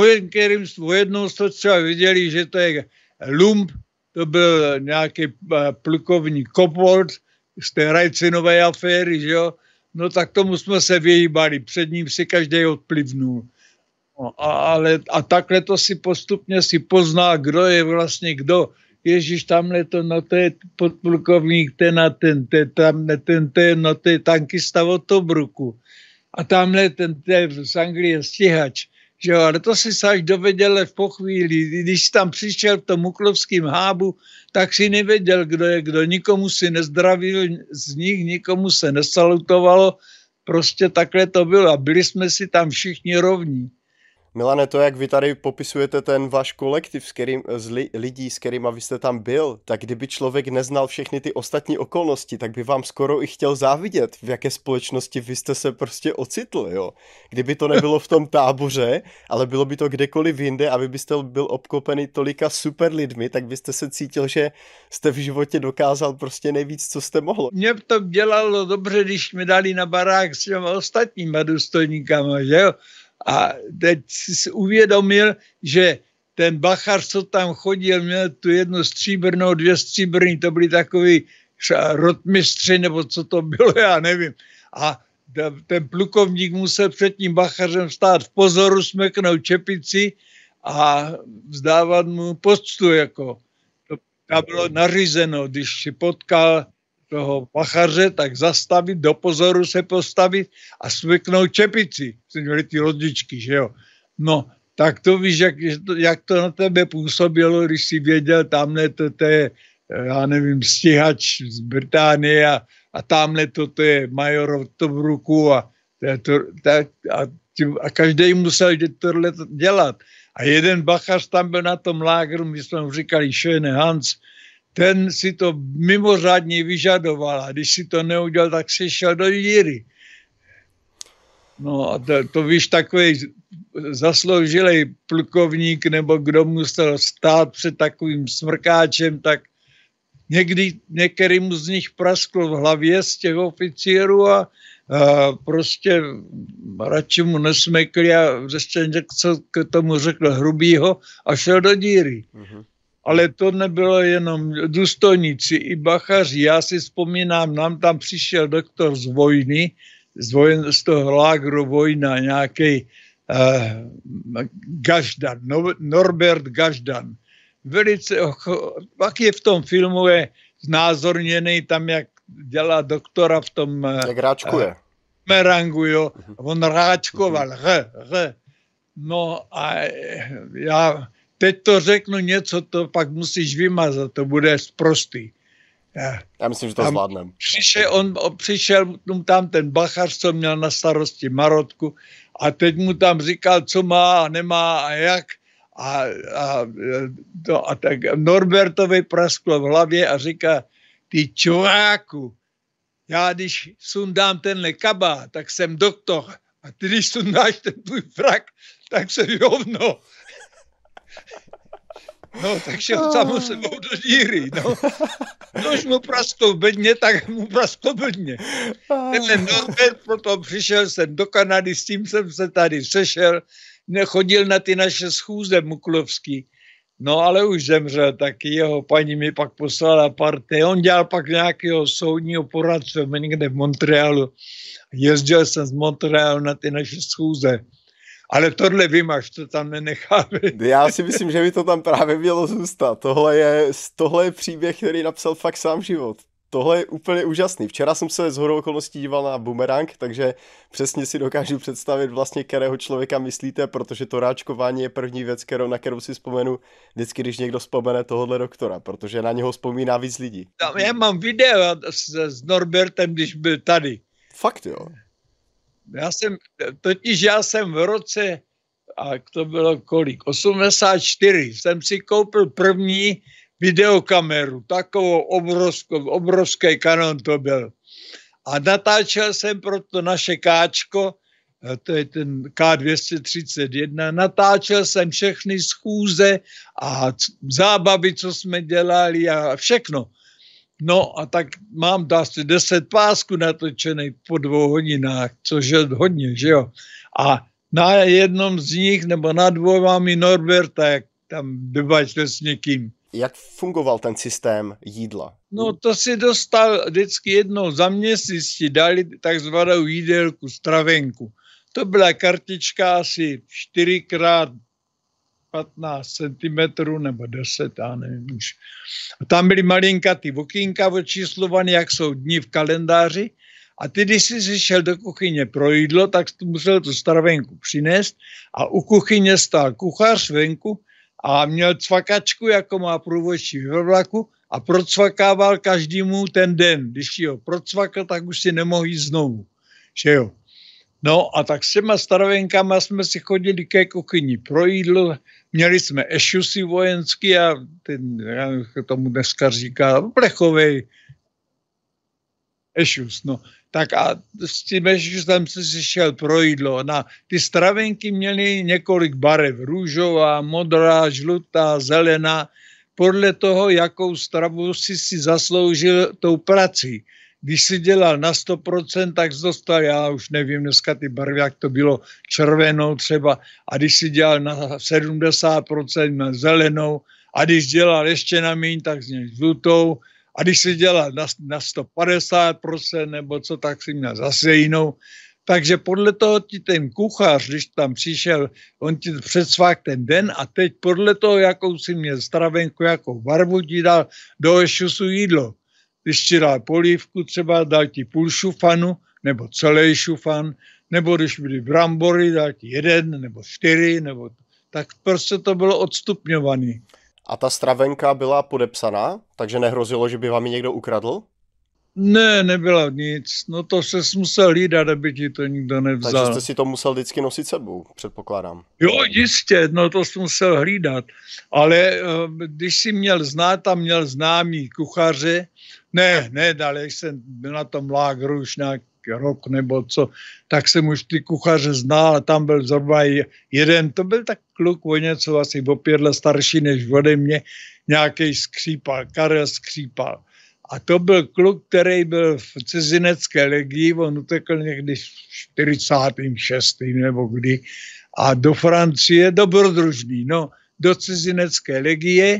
Jednou jste třeba viděli, že to je lump, to byl nějaký plukovník Kopold z té Rajcinové aféry, že jo? No tak tomu jsme se vyhýbali, před ním si každý odplivnul. No, a, ale, a takhle to si postupně si pozná, kdo je vlastně kdo. Ježíš, tamhle to, no to je podplukovník, ten a ten, ten, tamhle ten, ten, no to je tankista od Tobruku. A tamhle ten, ten z Anglie stíhač. Že jo, ale to si se až dověděl v po chvíli. Když jsi tam přišel v tom muklovském hábu, tak si nevěděl, kdo je kdo. Nikomu si nezdravil z nich, nikomu se nesalutovalo. Prostě takhle to bylo a byli jsme si tam všichni rovní. Milane, to, jak vy tady popisujete ten váš kolektiv s kterým, z li, lidí, s kterýma vy jste tam byl, tak kdyby člověk neznal všechny ty ostatní okolnosti, tak by vám skoro i chtěl závidět, v jaké společnosti vy jste se prostě ocitl, jo. Kdyby to nebylo v tom táboře, ale bylo by to kdekoliv jinde a vy byste byl obklopený tolika super lidmi, tak byste se cítil, že jste v životě dokázal prostě nejvíc, co jste mohl. Mě to dělalo dobře, když mi dali na barák s těma ostatníma důstojníkama, že jo. A teď si uvědomil, že ten bachař, co tam chodil, měl tu jednu stříbrnou, dvě stříbrný, to byly takový rotmistři, nebo co to bylo, já nevím. A ten plukovník musel před tím bachařem stát v pozoru, smeknout čepici a vzdávat mu poctu, jako. To bylo nařízeno, když si potkal toho bachaře, tak zastavit, do pozoru se postavit a smeknout čepici. Jsme měli ty lodičky, že jo. No, tak to víš, jak, jak to na tebe působilo, když jsi věděl, tamhle to, to je, já nevím, stíhač z Británie a, a tamhle to, to je major to v ruku a, to, tak, a, a každý musel tohle dělat. A jeden bachař tam byl na tom lágru, my jsme mu říkali Schöne Hans, ten si to mimořádně vyžadoval a když si to neudělal, tak si šel do díry. No a to, to víš, takový zasloužilý plukovník nebo kdo musel stát před takovým smrkáčem, tak někdy některýmu z nich prasklo v hlavě z těch oficírů a, a prostě radši mu nesmekli a ještě něco k tomu řekl hrubýho a šel do díry. Mm-hmm. Ale to nebylo jenom důstojníci, i bachaři. Já si vzpomínám, nám tam přišel doktor z vojny, z, vojen, z toho lágru vojna, nějaký uh, Gaždan, no, Norbert Gaždan. Velice, pak je v tom filmu je znázorněný tam, jak dělá doktora v tom... Jak ráčkuje. Uh, merangu, jo. On ráčkoval, re, re. No a já... Teď to řeknu něco, to pak musíš vymazat, to bude sprostý. Já myslím, že to zvládnem. Přišel, on, přišel tam ten bachař, co měl na starosti Marotku a teď mu tam říkal, co má a nemá a jak. A, a, to, a tak Norbertovi prasklo v hlavě a říká, ty čuráku, já když sundám tenhle kabát, tak jsem doktor. A ty když sundáš ten tvůj frak, tak jsem hovno. No, tak šel sám sebou do díry, no. Nož mu prasklo v bedně, tak mu prasklo v bedně. Tenhle Norbert potom přišel jsem do Kanady, s tím jsem se tady sešel, chodil na ty naše schůze muklovský. No, ale už zemřel, tak jeho paní mi pak poslala party. On dělal pak nějakého soudního poradce někde v Montrealu. Jezdil jsem z Montrealu na ty naše schůze. Ale tohle vymaž, to tam nenecháme. Já si myslím, že by to tam právě mělo zůstat. Tohle je, tohle je příběh, který napsal fakt sám život. Tohle je úplně úžasný. Včera jsem se shodou okolností díval na Boomerang, takže přesně si dokážu představit vlastně, kterého člověka myslíte, protože to ráčkování je první věc, kterou, na kterou si vzpomenu vždycky, když někdo vzpomene tohohle doktora, protože na něho vzpomíná víc lidí. Já mám video s, s Norbertem, když byl tady. Fakt jo? Já jsem, totiž já jsem v roce, a to bylo kolik, osmdesát čtyři, jsem si koupil první videokameru, takovou obrovskou, obrovský kanon to byl. A natáčel jsem pro to naše káčko, to je ten K dvě stě třicet jedna, natáčel jsem všechny schůze a zábavy, co jsme dělali a všechno. No a tak mám asi deset pásků natočených po dvou hodinách, což je hodně, že jo. A na jednom z nich, nebo na dvou mám i Norberta, jak tam debatil s někým. Jak fungoval ten systém jídla? No to si dostal vždycky jednou za měsíc, ti dali takzvanou jídelku, stravenku. To byla kartička asi čtyři krát patnáct centimetrů nebo deset, já nevím už. A tam byly malinkatý okýnka očíslované, jak jsou dní v kalendáři. A ty, když jsi šel do kuchyně pro jídlo, tak jsi musel tu stravenku přinést a u kuchyně stál kuchař venku a měl cvakačku, jako má průvodčí ve vlaku a procvakával každému ten den. Když si ho procvakal, tak už si nemohl jít znovu. Že jo? No a tak s těma stravenkama jsme si chodili ke kuchyni pro jídlo, měli jsme ešusy vojenský a ten, já tomu dneska říká, plechovej ešus, no. Tak a s tím ešusem se si šel pro jídlo. Na ty stravenky měly několik barev, růžová, modrá, žlutá, zelená, podle toho, jakou stravu si si zasloužil tou prací. Když si dělal na sto procent, tak jsi dostal, já už nevím dneska ty barvy, jak to bylo, červenou třeba, a když si dělal na sedmdesát procent na zelenou, a když dělal ještě na míň, tak z něj žlutou, a když si dělal na, na sto padesát procent nebo co, tak si měl zase jinou. Takže podle toho ti ten kuchař, když tam přišel, on ti předsvák ten den a teď podle toho, jakou si měl stravenku, jakou barvu ti dal do ešusu jídlo. Když ti dal polívku, třeba dal ti půl šufanu, nebo celý šufan, nebo když byly brambory, dal ti jeden, nebo čtyři, nebo tak prostě to bylo odstupňovaný. A ta stravenka byla podepsaná, takže nehrozilo, že by vám ji někdo ukradl? Ne, nebyla nic. No to se musel hlídat, aby ti to nikdo nevzal. Takže jste si to musel vždycky nosit sebou, předpokládám. Jo, jistě, no to jsem musel hlídat. Ale když si měl znát, tam měl známý kuchaře, ne, ne, dále jsem byl na tom lágru už nějaký rok nebo co, tak jsem už ty kuchaře znal a tam byl zhruba jeden, to byl tak kluk o něco asi o pět let starší než ode mě, nějaký Skřípal, Karel Skřípal. A to byl kluk, který byl v cizinecké legii, on utekl někdy v čtyřicátém šestém nebo kdy, a do Francie dobrodružný, no, do cizinecké legie.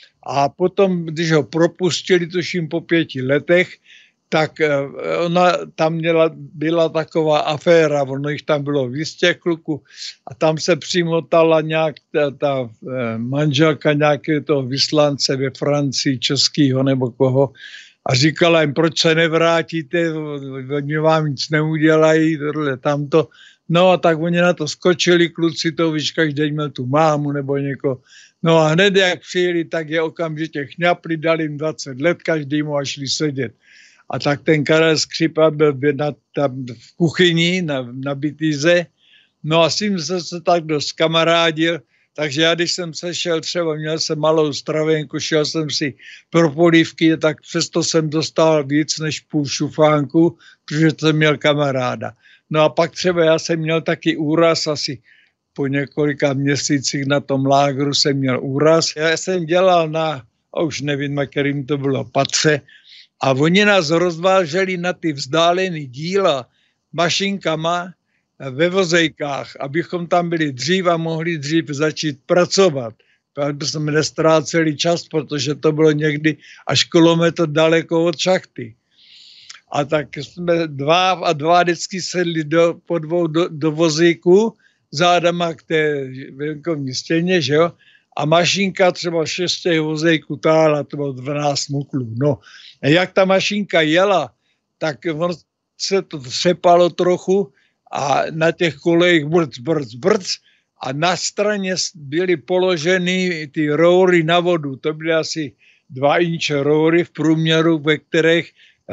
A potom, když ho propustili, tuším po pěti letech, tak ona tam měla, byla taková aféra, ono jich tam bylo víc těch kluků a tam se přimotala nějak ta, ta manželka nějakého toho vyslance ve Francii, českýho nebo koho, a říkala jim, proč se nevrátíte, oni vám nic neudělají, tohle, tamto. No a tak oni na to skočili, kluci to, víš, každý měl tu mámu nebo někoho. No a hned jak přijeli, tak je okamžitě chňapli, dali jim dvacet let každému a šli sedět. A tak ten Karel Skřípal byl na, tam v kuchyni na, na Bitýze. No a s tím jsem se tak dost kamarádil, takže já, když jsem se šel třeba, měl jsem malou stravenku, šel jsem si pro polívky, tak přesto jsem dostal víc než půl šufánku, protože jsem měl kamaráda. No a pak třeba já jsem měl taky úraz, asi po několika měsících na tom lágru jsem měl úraz. Já jsem dělal na, a už nevím, na kterým to bylo, patře, a oni nás rozváželi na ty vzdálený díla mašinkama ve vozejkách, abychom tam byli dřív a mohli dřív začít pracovat. Pak jsme nestráceli čas, protože to bylo někdy až kilometr daleko od šachty. A tak jsme dva a dva vždycky sedli do, po dvou do, do vozíku zádama k té venkovní stěně, že jo? a mašinka třeba šest těch vozejků táhla, to bylo dvanáct muklů. No, a jak ta mašinka jela, tak on se to třepalo trochu a na těch kolejích brc, brc, brc a na straně byly položeny ty roury na vodu. To byly asi dva inče roury v průměru, ve kterých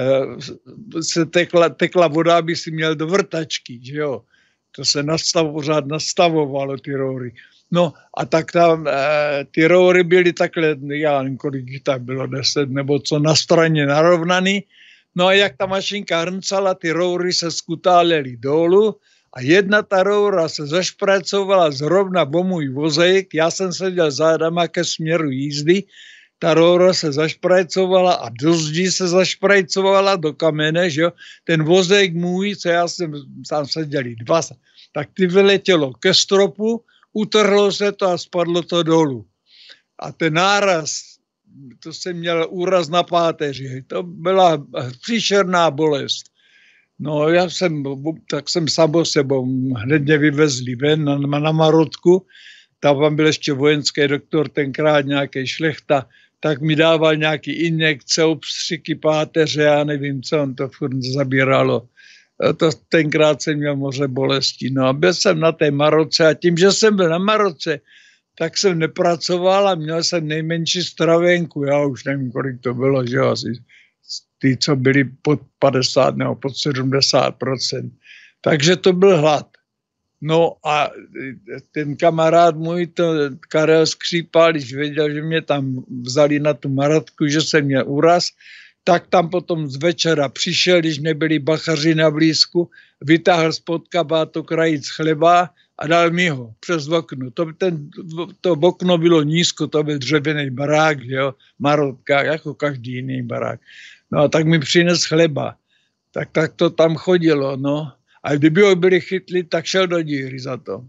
uh, se tekla, tekla voda, aby si měl do vrtačky, že jo. To se nastav, pořád nastavovalo, ty roury. No a tak tam uh, ty roury byly takhle, já nevím, kolik jich tam bylo, deset nebo co, na straně narovnaný. No a jak ta mašinka hrncala, ty roury se skutálely dolů a jedna ta roura se zašpracovala zrovna o můj vozejk, já jsem seděl zádama ke směru jízdy, ta roura se zašprajcovala a do zdi se zašprajcovala do kamene, že jo. Ten vozejk můj, co já jsem, tam seděli dva, tak ty vyletělo ke stropu, utrhlo se to a spadlo to dolů. A ten náraz, to jsem měl úraz na páteři, to byla příšerná bolest. No já jsem, tak jsem sám sebou, hned mě vyvezli ven na, na Marotku, tam byl ještě vojenský doktor, tenkrát nějaký šlechta, tak mi dával nějaký injekce, obstřiky páteře, já nevím, co on to furt zabíralo. To tenkrát jsem měl moře bolesti. No a byl jsem na té Maroce a tím, že jsem byl na Maroce, tak jsem nepracoval a měl jsem nejmenší stravenku. Já už nevím, kolik to bylo, že asi ty, co byli pod padesát nebo pod sedmdesát procent. Takže to byl hlad. No a ten kamarád můj, to Karel Skřípal, když věděl, že mě tam vzali na tu Marotku, že jsem měl úraz, tak tam potom z večera přišel, když nebyli bachaři na blízku, vytáhl spod kabátu krajíc chleba a dal mi ho přes okno. To, ten, to okno bylo nízko, to byl dřevěný barák, jo, Marotka, jako každý jiný barák. No a tak mi přines chleba. Tak, tak to tam chodilo, no. A kdyby ho byli chytli, tak šel do díry za to.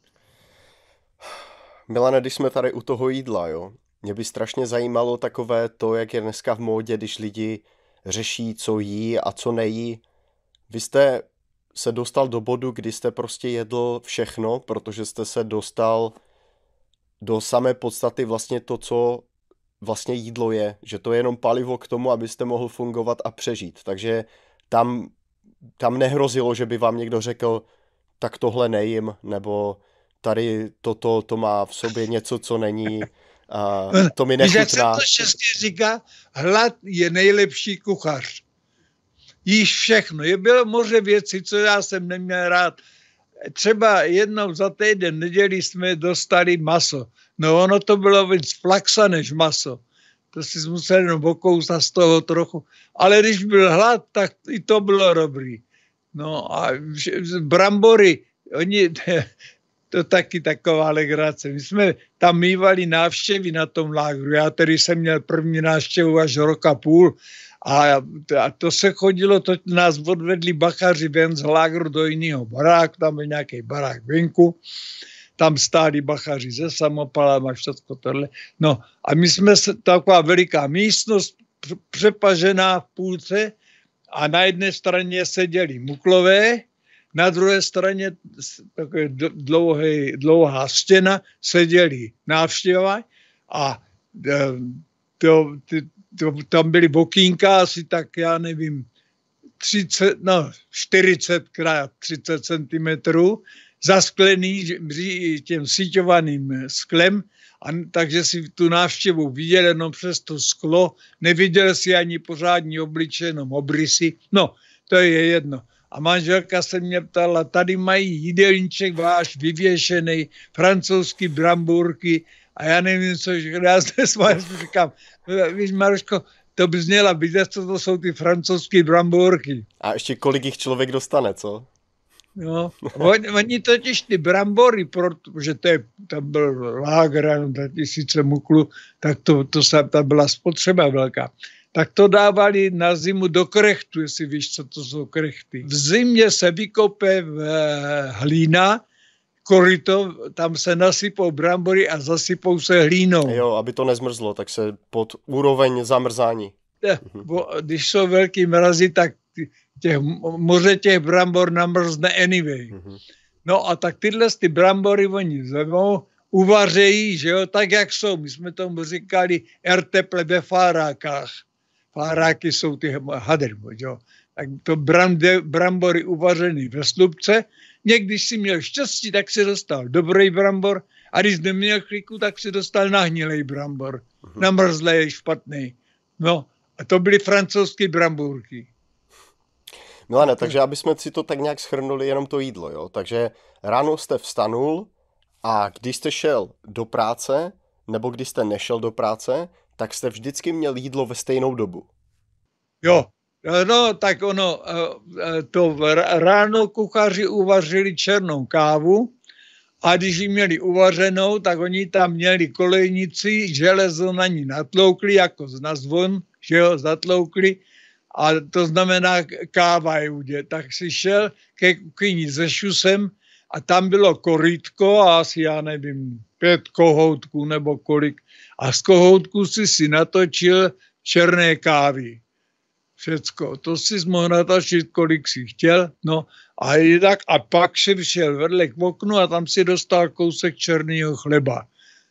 Milane, když jsme tady u toho jídla, jo, mě by strašně zajímalo takové to, jak je dneska v módě, když lidi řeší, co jí a co nejí. Vy jste se dostal do bodu, kdy jste prostě jedl všechno, protože jste se dostal do samé podstaty vlastně to, co vlastně jídlo je, že to je jenom palivo k tomu, abyste mohl fungovat a přežít. Takže tam, tam nehrozilo, že by vám někdo řekl, tak tohle nejím, nebo tady toto to má v sobě něco, co není, a to mi nechutná. Jak se to česky říká, hlad je nejlepší kuchař. Jíš všechno. Je bylo moře věcí, co já jsem neměl rád. Třeba jednou za týden neděli jsme dostali maso. No ono to bylo víc flaxa než maso. To si musel jenom okousat z toho trochu. Ale když byl hlad, tak i to bylo dobrý. No a brambory, oni, to taky taková legrace. My jsme tam mívali návštěvy na tom lágru. Já tedy jsem měl první návštěvu až rok a půl. A, a to se chodilo, to nás odvedli bachaři ven z lágru do jiného baráku, tam byl nějaký barák venku, tam stáli bachaři se samopalama, všechno tohle. No a my jsme, taková veliká místnost, přepažená v půlce a na jedné straně seděli muklové, na druhé straně dlouhý, dlouhá stěna seděli návštěva a to, ty, to, tam byly okýnka asi tak, já nevím, třicet, no, čtyřicet krát třicet centimetrů, zasklený tím síťovaným sklem, a, takže si tu návštěvu viděl jenom přes to sklo, neviděl si ani pořádní obličej, jenom obrysy, no, to je jedno. A manželka se mě ptala, tady mají jídelníček váš vyvěšený, francouzský bramburky, a já nevím, co, já se s vámi říkám, víš, Maruško, to bys měla vidět, co to jsou ty francouzské bramborky. A ještě kolik jich člověk dostane, co? No, oni, oni totiž ty brambory, protože to je, tam byl lágr, tisíce muklu, tak to, to se, tam byla spotřeba velká. Tak to dávali na zimu do krechtu, jestli víš, co to jsou krechty. V zimě se vykope v, hlína, koryto, tam se nasypou brambory a zasypou se hlínou. Jo, aby to nezmrzlo, tak se pod úroveň zamrzání. Ne, bo, když jsou velký mrazy, tak těch, moře těch brambor namrzne anyway. Mm-hmm. No a tak tyhle ty brambory oni zemou, uvařejí, že jo, tak jak jsou. My jsme tomu říkali erteple ve fárákách. Fáráky jsou ty hadrbo, jo. Tak to brande, brambory uvařený ve slupce. Někdy si měl štěstí, tak si dostal dobrý brambor, a když neměl kliku, tak si dostal nahnilej brambor. Uh-huh. Namrzlej, špatný. No, a to byly francouzské bramburky. Milane, takže aby jsme si to tak nějak shrnuli, jenom to jídlo, jo. Takže ráno jste vstanul a když jste šel do práce, nebo když jste nešel do práce, tak jste vždycky měl jídlo ve stejnou dobu. Jo, no tak ono, to ráno kuchaři uvařili černou kávu a když ji měli uvařenou, tak oni tam měli kolejnici, železo na ní natloukli, jako na zvon, že jo, zatloukli. A to znamená káva je udě. Tak si šel ke kuchyni se šusem a tam bylo korítko a asi, já nevím, pět kohoutků nebo kolik. A z kohoutků si si natočil černé kávy. Všecko. To si mohl natočit, kolik si chtěl. No a i tak. A pak si šel vedle k oknu a tam si dostal kousek černého chleba.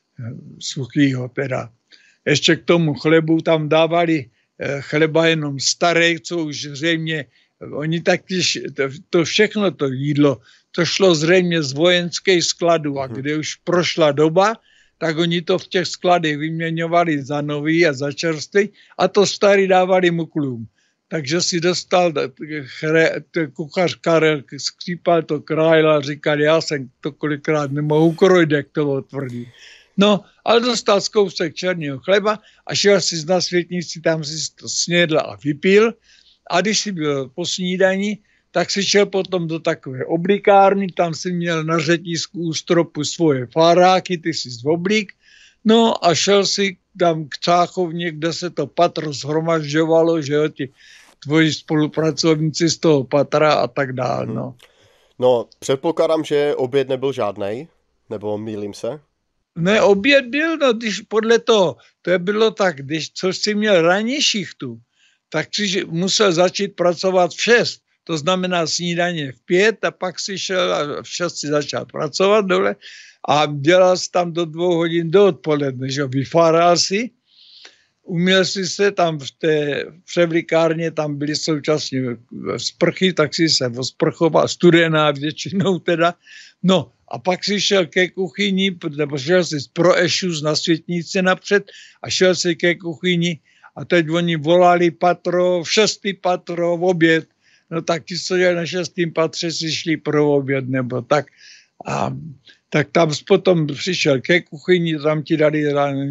Suchýho teda. Ještě k tomu chlebu tam dávali chleba jenom starý, co už zřejmě, oni taky, to, to všechno to jídlo, to šlo zřejmě z vojenských skladů a kde už prošla doba, tak oni to v těch skladech vyměňovali za nový a za čerstvý a to starý dávali muklům. Takže si dostal, chre, kuchař Karel skřípal to krájel a říkal, já jsem to kolikrát nemohu krojit, jak to bylo tvrdý. No, ale dostal z kousek černého chleba a šel si na světnici, tam si to snědl a vypil. A když si byl po snídani, tak si šel potom do takové oblikárny, tam si měl na řetízku u stropu svoje faráky, ty si oblík. No a šel si tam k cáchovně, kde se to patro shromažďovalo, že jo, ti tvoji spolupracovníci z toho patra a tak dále, no. No, předpokládám, že oběd nebyl žádnej, nebo mýlím se? Ne, oběd byl, no, když podle toho, to bylo tak, když což si měl ranní šichtu, tak si musel začít pracovat v šest. To znamená snídaně v pět a pak si šel a v šest si začal pracovat dole a dělal si tam do dvou hodin do odpoledne, že vyfáral si, uměl si se tam v té převlikárně, tam byly současně sprchy, tak si se osprchoval, studená většinou teda, no, a pak si šel ke kuchyni, nebo šel si pro ešus na světnici napřed a šel si ke kuchyni a teď oni volali patro, v šestý patro, v oběd. No tak ti, co jeli na šestým patře, si šli pro oběd, nebo tak. A tak tam potom přišel ke kuchyni, tam ti dali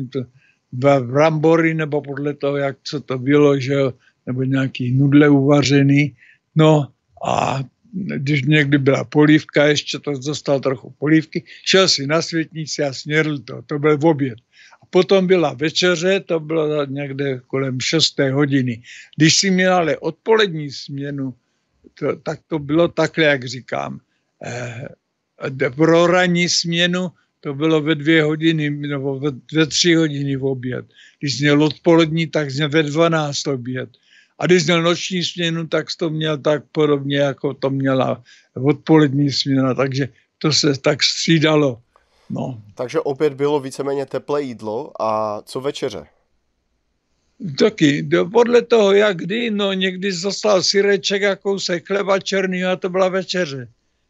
brambory, nebo podle toho, jak co to bylo, že nebo nějaký nudle uvařený. No a když někdy byla polívka, ještě to dostal trochu polívky, šel si na světnici a snědl to, to byl v oběd. A potom byla večeře, to bylo někde kolem šesté hodiny. Když si měl ale odpolední směnu, to, tak to bylo takhle, jak říkám. Eh, pro ranní směnu to bylo ve dvě hodiny, nebo ve, ve tři hodiny v oběd. Když měl odpolední, tak měl ve dvanáct oběd. A když měl noční směnu, tak to měl tak podobně, jako to měla odpolední směna, takže to se tak střídalo. No. Takže oběd bylo víceméně teplé jídlo a co večeře? Taky, podle toho, jak kdy, no někdy dostal syreček a kousek chleba černý a to byla večeře.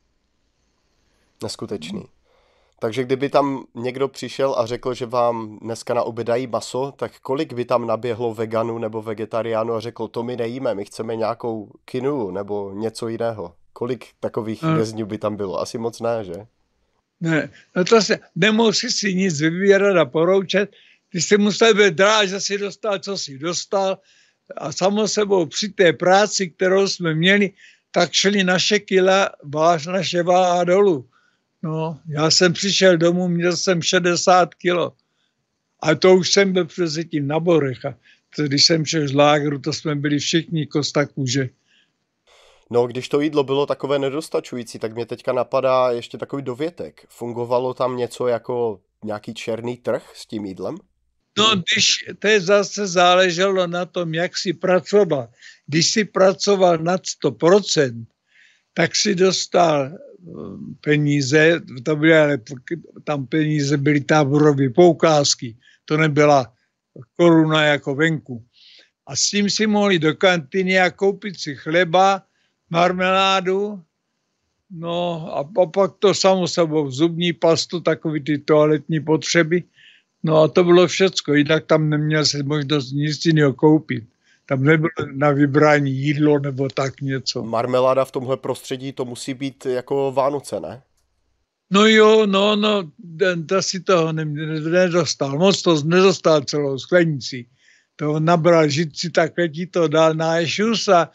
Neskutečný. Takže kdyby tam někdo přišel a řekl, že vám dneska na oběd dají maso, tak kolik by tam naběhlo veganů nebo vegetariánů a řekl, to my nejíme, my chceme nějakou kinu nebo něco jiného. Kolik takových no. vězňů by tam bylo? Asi moc ne, že? Ne, no to se, nemohl si si nic vybírat a poroučet. Ty jsi musel být rád, že jsi dostal, co jsi dostal. A samo sebou při té práci, kterou jsme měli, tak šli naše kila, váž naše váha dolů. No, já jsem přišel domů, měl jsem šedesát kilo. A to už jsem byl přeze tím na Borech. A to, když jsem šel z lágru, to jsme byli všichni kosta kůže. No, když to jídlo bylo takové nedostačující, tak mě teďka napadá ještě takový dovětek. Fungovalo tam něco jako nějaký černý trh s tím jídlem? No, když to je zase záleželo na tom, jak si pracoval. Když si pracoval nad sto procent, tak si dostal peníze, to byly, ale tam peníze byly táborové poukázky, to nebyla koruna jako venku. A s tím si mohli do kantýny a koupit si chleba, marmeládu, no a pak to samo sebou zubní pastu, takový ty toaletní potřeby. No a to bylo všecko, jinak tam neměl se možnost nic jiného koupit. Tam nebylo na vybrání jídlo nebo tak něco. Marmeláda v tomhle prostředí to musí být jako Vánoce, ne? No jo, no, no, to si toho nedostal. Moc to nedostal celou sklenici. To nabral židci, takhle ti to dal na ešus a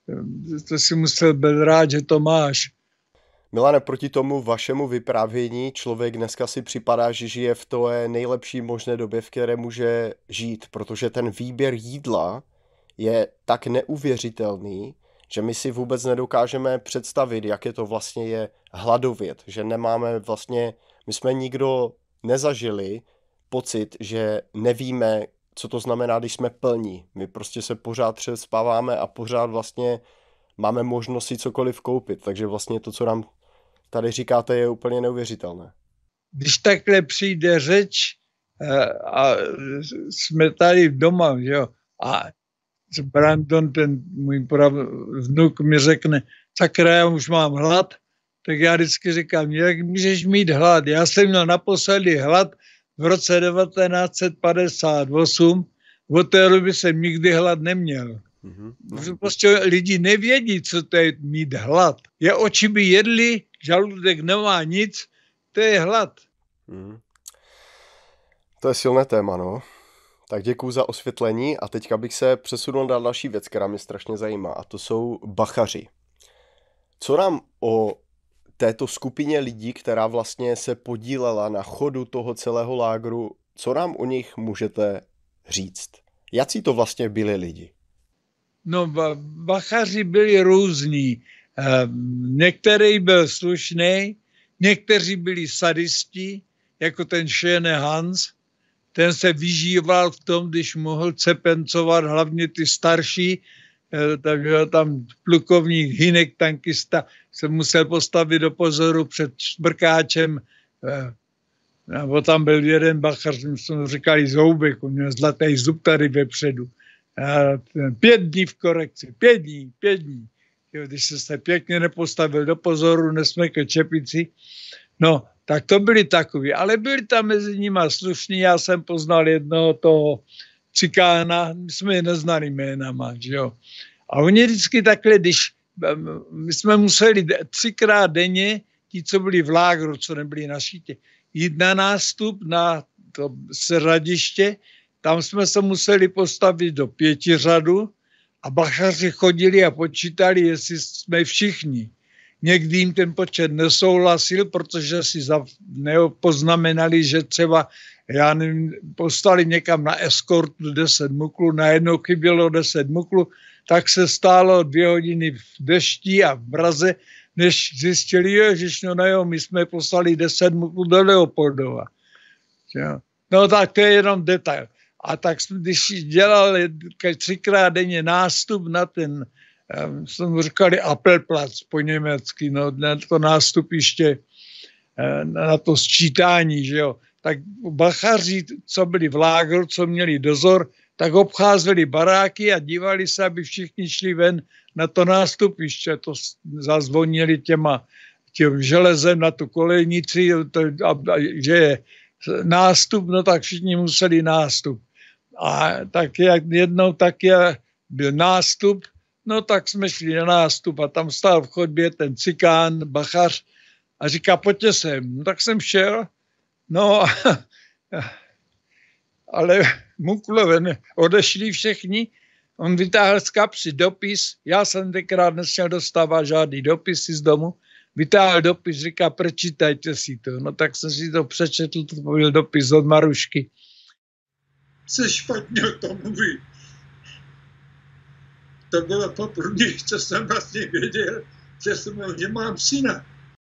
to si musel být rád, že to máš. Milane, proti tomu vašemu vyprávění člověk dneska si připadá, že žije v té nejlepší možné době, v které může žít, protože ten výběr jídla je tak neuvěřitelný, že my si vůbec nedokážeme představit, jaké to vlastně je hladovět, že nemáme vlastně, my jsme nikdo nezažili pocit, že nevíme, co to znamená, když jsme plní. My prostě se pořád přespáváme a pořád vlastně máme možnost si cokoliv koupit, takže vlastně to, co nám tady říkáte, je úplně neuvěřitelné. Když takhle přijde řeč a jsme tady doma, jo, a Brandon, ten můj prav, vnuk, mi řekne, sakra, já už mám hlad, tak já vždycky říkám, jak můžeš mít hlad? Já jsem měl naposledy hlad v roce devatenáct set padesát osm, od té doby jsem nikdy hlad neměl. Mm-hmm. Prostě lidi nevědí, co to je mít hlad. Je oči by jedli, žaludek nemá nic, to je hlad. Mm. To je silné téma, no. Tak děkuju za osvětlení a teďka bych se přesunul na další věc, která mě strašně zajímá, a to jsou bachaři. Co nám o této skupině lidí, která vlastně se podílela na chodu toho celého lágru, co nám o nich můžete říct? Jací to vlastně byli lidi? No, bachaři byli různí. Některý byl slušný, někteří byli sadisti, jako ten Šéne Hans. Ten se vyžíval v tom, když mohl cepencovat hlavně ty starší, takže tam plukovník Hynek, tankista, se musel postavit do pozoru před šbrkáčem. Nebo tam byl jeden bachař, jsme říkali Zoubek, on měl zlatý zub tady vepředu. Pět dní v korekci, pět dní, pět dní. Když se se pěkně nepostavil do pozoru, nesmekl čepici. No, tak to byli takový, ale byli tam mezi nimi slušní, já jsem poznal jednoho toho cikána, my jsme je neznali jménama, že jo. A oni vždycky takhle, když my jsme museli třikrát denně, ti, co byli v lágru, co nebyli na šítě, jít na nástup na to Radiště, tam jsme se museli postavit do pěti řadu a bachaři chodili a počítali, jestli jsme všichni. Někdy jim ten počet nesouhlasil, protože si nepoznamenali, že třeba, já nevím, postali někam na eskortu deset muklů, najednou chybělo deset muklů, tak se stálo dvě hodiny v dešti a v mraze, než zjistili, ježiš, no, no jo, my jsme poslali deset muklů do Leopoldova. No tak to je jenom detail. A tak když dělal třikrát denně nástup na ten, jsme říkali Appelplatz po německy, no, na to nástupiště, na to sčítání, že jo. Tak bachaři, co byli v lágru, co měli dozor, tak obcházeli baráky a dívali se, aby všichni šli ven na to nástupiště. To zazvonili těma, těm železem na tu kolejnici, to, a, a, že je nástup, no tak všichni museli nástup. A tak jak jednou tak je, byl nástup, no tak jsme šli na nástup a tam stál v chodbě ten cikán, bachař a říká, pojďte sem. No tak jsem šel, no ale Muklové odešli všichni, on vytáhl z kapsy dopis, já jsem tenkrát nesměl dostávat žádný dopisy z domu, vytáhl dopis, říká, prečítajte si to. No tak jsem si to přečetl, to byl dopis od Marušky. Se špatně o tom mluví. To bylo poprvé, co jsem vlastně věděl, že, jsem, že mám syna.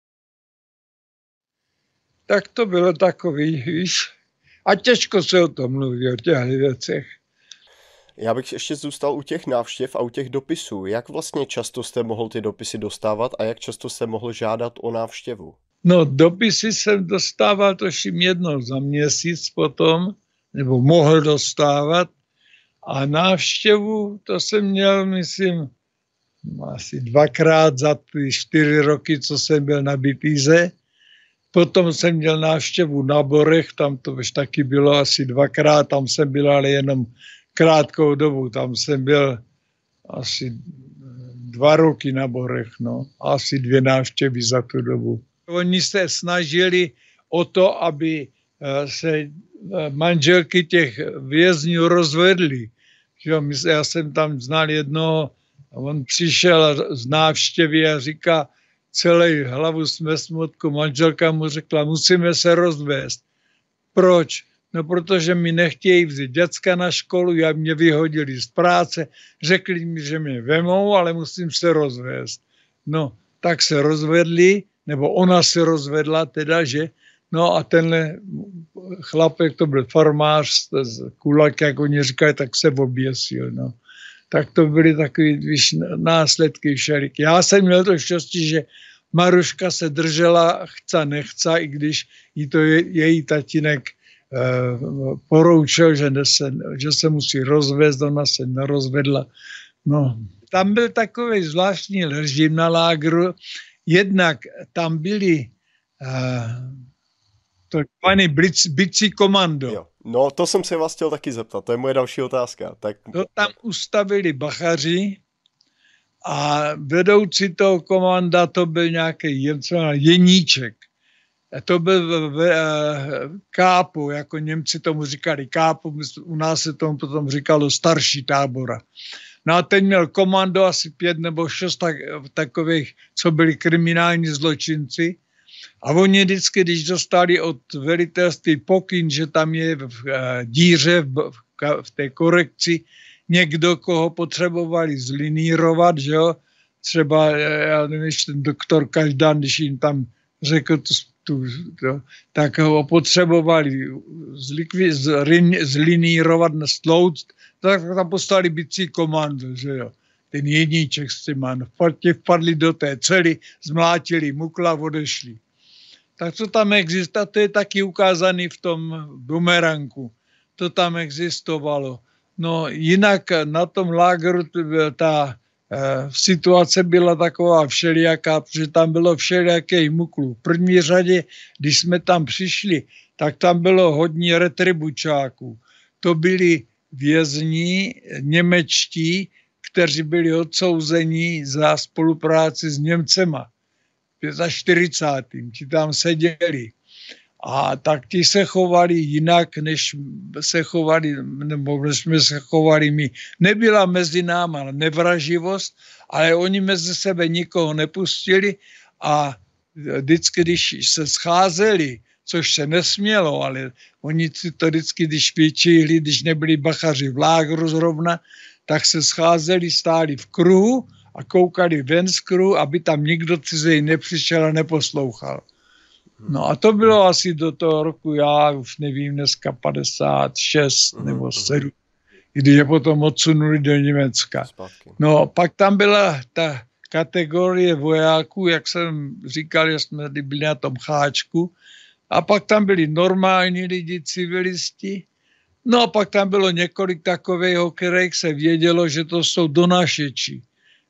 Tak to bylo takový, víš. A těžko se o tom mluví, o těch věcech. Já bych ještě zůstal u těch návštěv a u těch dopisů. Jak vlastně často jste mohl ty dopisy dostávat a jak často jste mohl žádat o návštěvu? No, dopisy jsem dostával toším jednou za měsíc potom, nebo mohl dostávat. A návštěvu to jsem měl, myslím, asi dvakrát za ty čtyři roky, co jsem byl na Bitýze. Potom jsem měl návštěvu na Borech, tam to už taky bylo asi dvakrát, tam jsem byl ale jenom krátkou dobu, tam jsem byl asi dva roky na Borech, no, asi dvě návštěvy za tu dobu. Oni se snažili o to, aby se manželky těch vězňů rozvedly. Já jsem tam znal jednoho, on přišel z návštěvy a říká, celý hlavu jsme smutku, manželka mu řekla, musíme se rozvést. Proč? No, protože mi nechtějí vzít děcka na školu, já mě vyhodili z práce, řekli mi, že mě vemou, ale musím se rozvést. No, tak se rozvedli, nebo ona se rozvedla teda, že? No a tenhle chlapek, to byl farmář, kulak, jak oni říkají, tak se oběsil, no. Tak to byly takové následky všeliky. Já jsem měl to štěstí, že Maruška se držela chce nechce, i když jí to je, její tatínek eh, poroučil, že se, že se musí rozvést, ona se nerozvedla. No, tam byl takový zvláštní režim na lágru. Jednak tam byli eh, to takzvaný bicí komando. Jo. No, to jsem se vás chtěl taky zeptat, to je moje další otázka. Tak... To tam ustavili bachaři a vedoucí toho komanda to byl nějaký Jeníček. A to byl v, v, kápu, jako Němci tomu říkali kápu, u nás se tomu potom říkalo starší tábora. No a ten měl komando asi pět nebo šest tak, takových, co byli kriminální zločinci. A oni vždycky, když dostali od velitelství pokyn, že tam je v díře, v, v té korekci, někdo, koho potřebovali zlinírovat, že jo, třeba, já nevím, ten doktor Každán, když jim tam řekl tu, tu, to, tak ho potřebovali zlikvi, zrin, zlinírovat, stlouct, tak tam poslali bicí komando, že jo. Ten Jeníček s těma, no, vpadli do té cely, zmlátili mukla, odešli. Tak to tam existuje, to je taky ukázaný v tom bumerangu. To tam existovalo. No jinak na tom lágru ta e, situace byla taková všelijaká, protože tam bylo všelijaké muklu. V první řadě, když jsme tam přišli, tak tam bylo hodně retribučáků. To byli vězni němečtí, kteří byli odsouzeni za spolupráci s Němcema. čtyřicátým Ti tam seděli. A tak ti se chovali jinak, než se chovali, nebo než jsme se chovali my. Nebyla mezi náma nevraživost, ale oni mezi sebe nikoho nepustili a vždycky, když se scházeli, což se nesmělo, ale oni si to vždycky, když vyčíhli, když nebyli bachaři v lágru zrovna, tak se scházeli, stáli v kruhu a koukali ven z kruhu, aby tam nikdo cizej nepřišel a neposlouchal. No a to bylo asi do toho roku, já už nevím, dneska padesát šest nebo sedm, když je potom odsunuli do Německa. No pak tam byla ta kategorie vojáků, jak jsem říkal, že jsme byli na tom cháčku, a pak tam byli normální lidi, civilisti. No a pak tam bylo několik takových, o kterých se vědělo, že to jsou donašeči,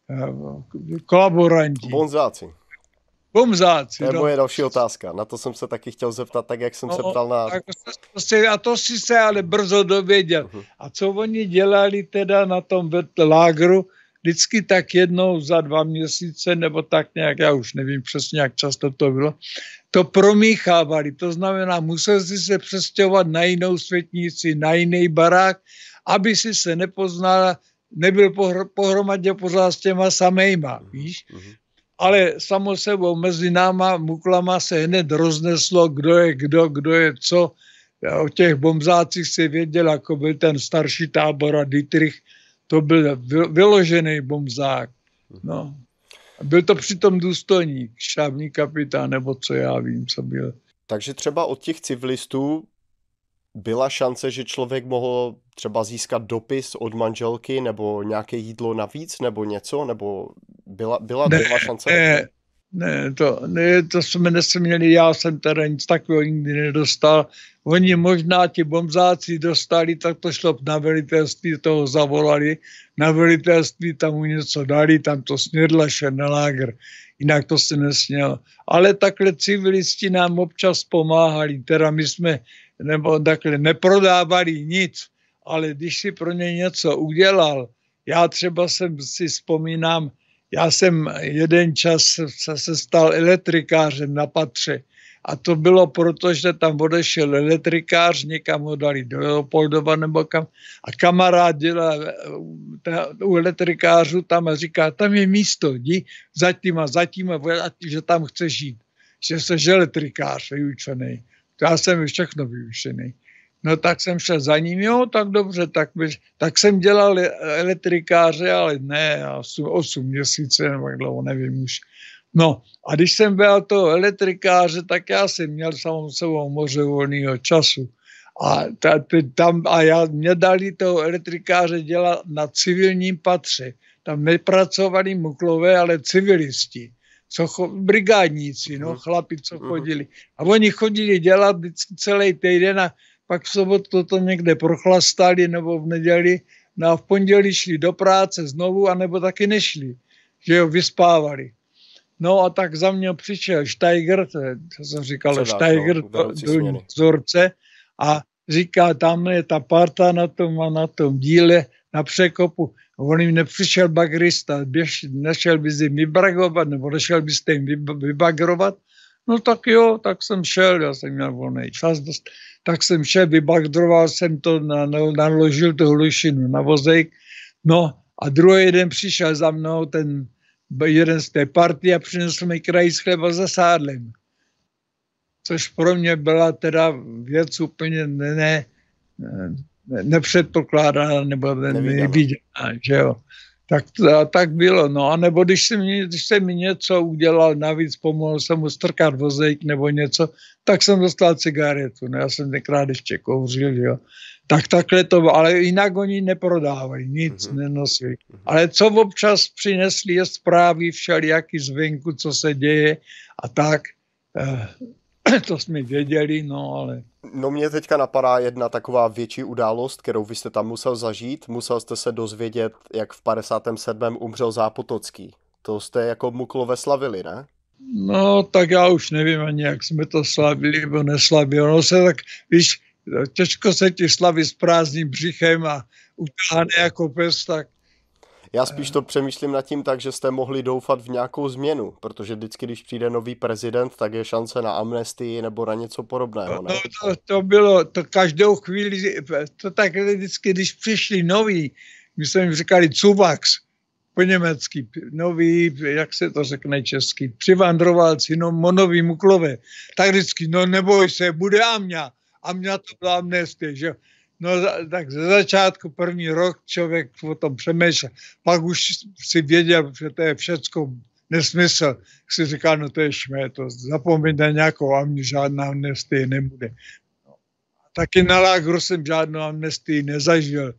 kolaboranti. Bonzáci. Bomzáci. To je no. moje další otázka. Na to jsem se taky chtěl zeptat, tak jak jsem no, se ptal na... Tak se, a to si se ale brzo dověděl. Uh-huh. A co oni dělali teda na tom lágru, vždycky tak jednou za dva měsíce, nebo tak nějak, já už nevím přesně, jak často to bylo, to promíchávali. To znamená, museli si se přestěhovat na jinou světnici, na jiný barák, aby si se nepoznala, nebyl pohromadě pořád s těma samejma, víš? Uh-huh. Ale samo sebou mezi náma muklama se hned rozneslo, kdo je kdo, kdo je co. O těch bomzácích se věděl, jako byl ten starší tábor a Dietrich, to byl vyložený bomzák. No. Byl to přitom důstojník, štábní kapitán, nebo co já vím, co byl. Takže třeba od těch civilistů Byla šance, že člověk mohl třeba získat dopis od manželky nebo nějaké jídlo navíc nebo něco? Nebo byla, byla ne, taková šance? Ne, ne, to, ne, to jsme nesměli, já jsem teda nic takového nikdy nedostal. Oni možná ti bombzáci dostali, tak to šlo na velitelství, toho zavolali. Na velitelství tam mu něco dali, tam to snědla, šel na lágr. Jinak to se nesmělo. Ale takhle civilisti nám občas pomáhali, teda my jsme nebo takhle neprodávali nic, ale když si pro ně něco udělal, já třeba jsem si vzpomínám, já jsem jeden čas se, se stal elektrikářem na patře a to bylo proto, že tam odešel elektrikář, někam ho dali do Leopoldova nebo kam a kamarád dělal u elektrikářů tam a říká, tam je místo, jdi zatím a zatím a že tam chce žít, že jsi elektrikář vyučený. Já jsem všechno vyučený. No tak jsem šel za ním, jo, tak dobře, tak, byš, tak jsem dělal elektrikáře, ale ne, osm měsíce, nebo dlouho, nevím už. No a když jsem byl toho elektrikáře, tak já jsem měl samou sebou moře volného času. A, ta, tam, a já, mě dali toho elektrikáře dělat na civilním patře. Tam nepracovali muklové, ale civilisti. Co cho, brigádníci, no, chlapi, co chodili. A oni chodili dělat vždycky celý týden a pak v sobotu to někde prochlastali nebo v neděli, no a v pondělí šli do práce znovu, anebo taky nešli, že jo, vyspávali. No a tak za mě přišel Steiger, to, je, to jsem říkal, Steiger, no, do, do vzorce a říká, tam je ta parta na tom a na tom díle, na překopu. On jim nepřišel bagrista, běž, nešel bys jim vybragovat, nebo nešel byste jim vybagrovat. No tak jo, tak jsem šel, já jsem měl volný čas dost, tak jsem šel, vybagroval jsem to, na, na, naložil tu hlušinu na vozejk. No a druhý den přišel za mnou ten jeden z té party a přinesl mi krajíc chleba za sádlem. Což pro mě byla teda věc úplně ne, ne, nepředpokládaná nebo neviděná, že jo. Tak, tak bylo, no a nebo když jsem, když jsem mi něco udělal navíc, pomohl jsem mu strkat vozejk nebo něco, tak jsem dostal cigaretu, no já jsem tenkrát ještě kouřil, jo. Tak takhle to bylo, ale jinak oni neprodávali, nic mm-hmm. nenosili. Ale co občas přinesli je zprávy všelijaký zvenku, co se děje a tak, eh, to jsme věděli, no ale... No mě teďka napadá jedna taková větší událost, kterou vy jste tam musel zažít. Musel jste se dozvědět, jak v padesátém sedmém umřel Zápotocký. To jste jako Muklové slavili, ne? No tak já už nevím ani, jak jsme to slavili, nebo neslavili. No se tak, víš, těžko se ti slaví s prázdným břichem a utáhne jako pes, tak... Já spíš to přemýšlím nad tím tak, že jste mohli doufat v nějakou změnu, protože vždycky, když přijde nový prezident, tak je šance na amnestii nebo na něco podobného, ne? No to, to bylo, to každou chvíli, to tak vždycky, když přišli noví, my jsme jim říkali Cuvax, po německy, nový, jak se to řekne česky, přivandrovalci, no monoví Muklové, tak vždycky, no neboj se, bude Amňa, Amňa to byla amnestie, že no tak ze začátku první rok člověk o tom přemýšlel, pak už si věděl, že to je všecko nesmysl. Si říkal, no to je šméto, zapomeň na nějakou amni, žádná amnestie nebude. No. Taky na lágru jsem žádnou amnestii nezažil.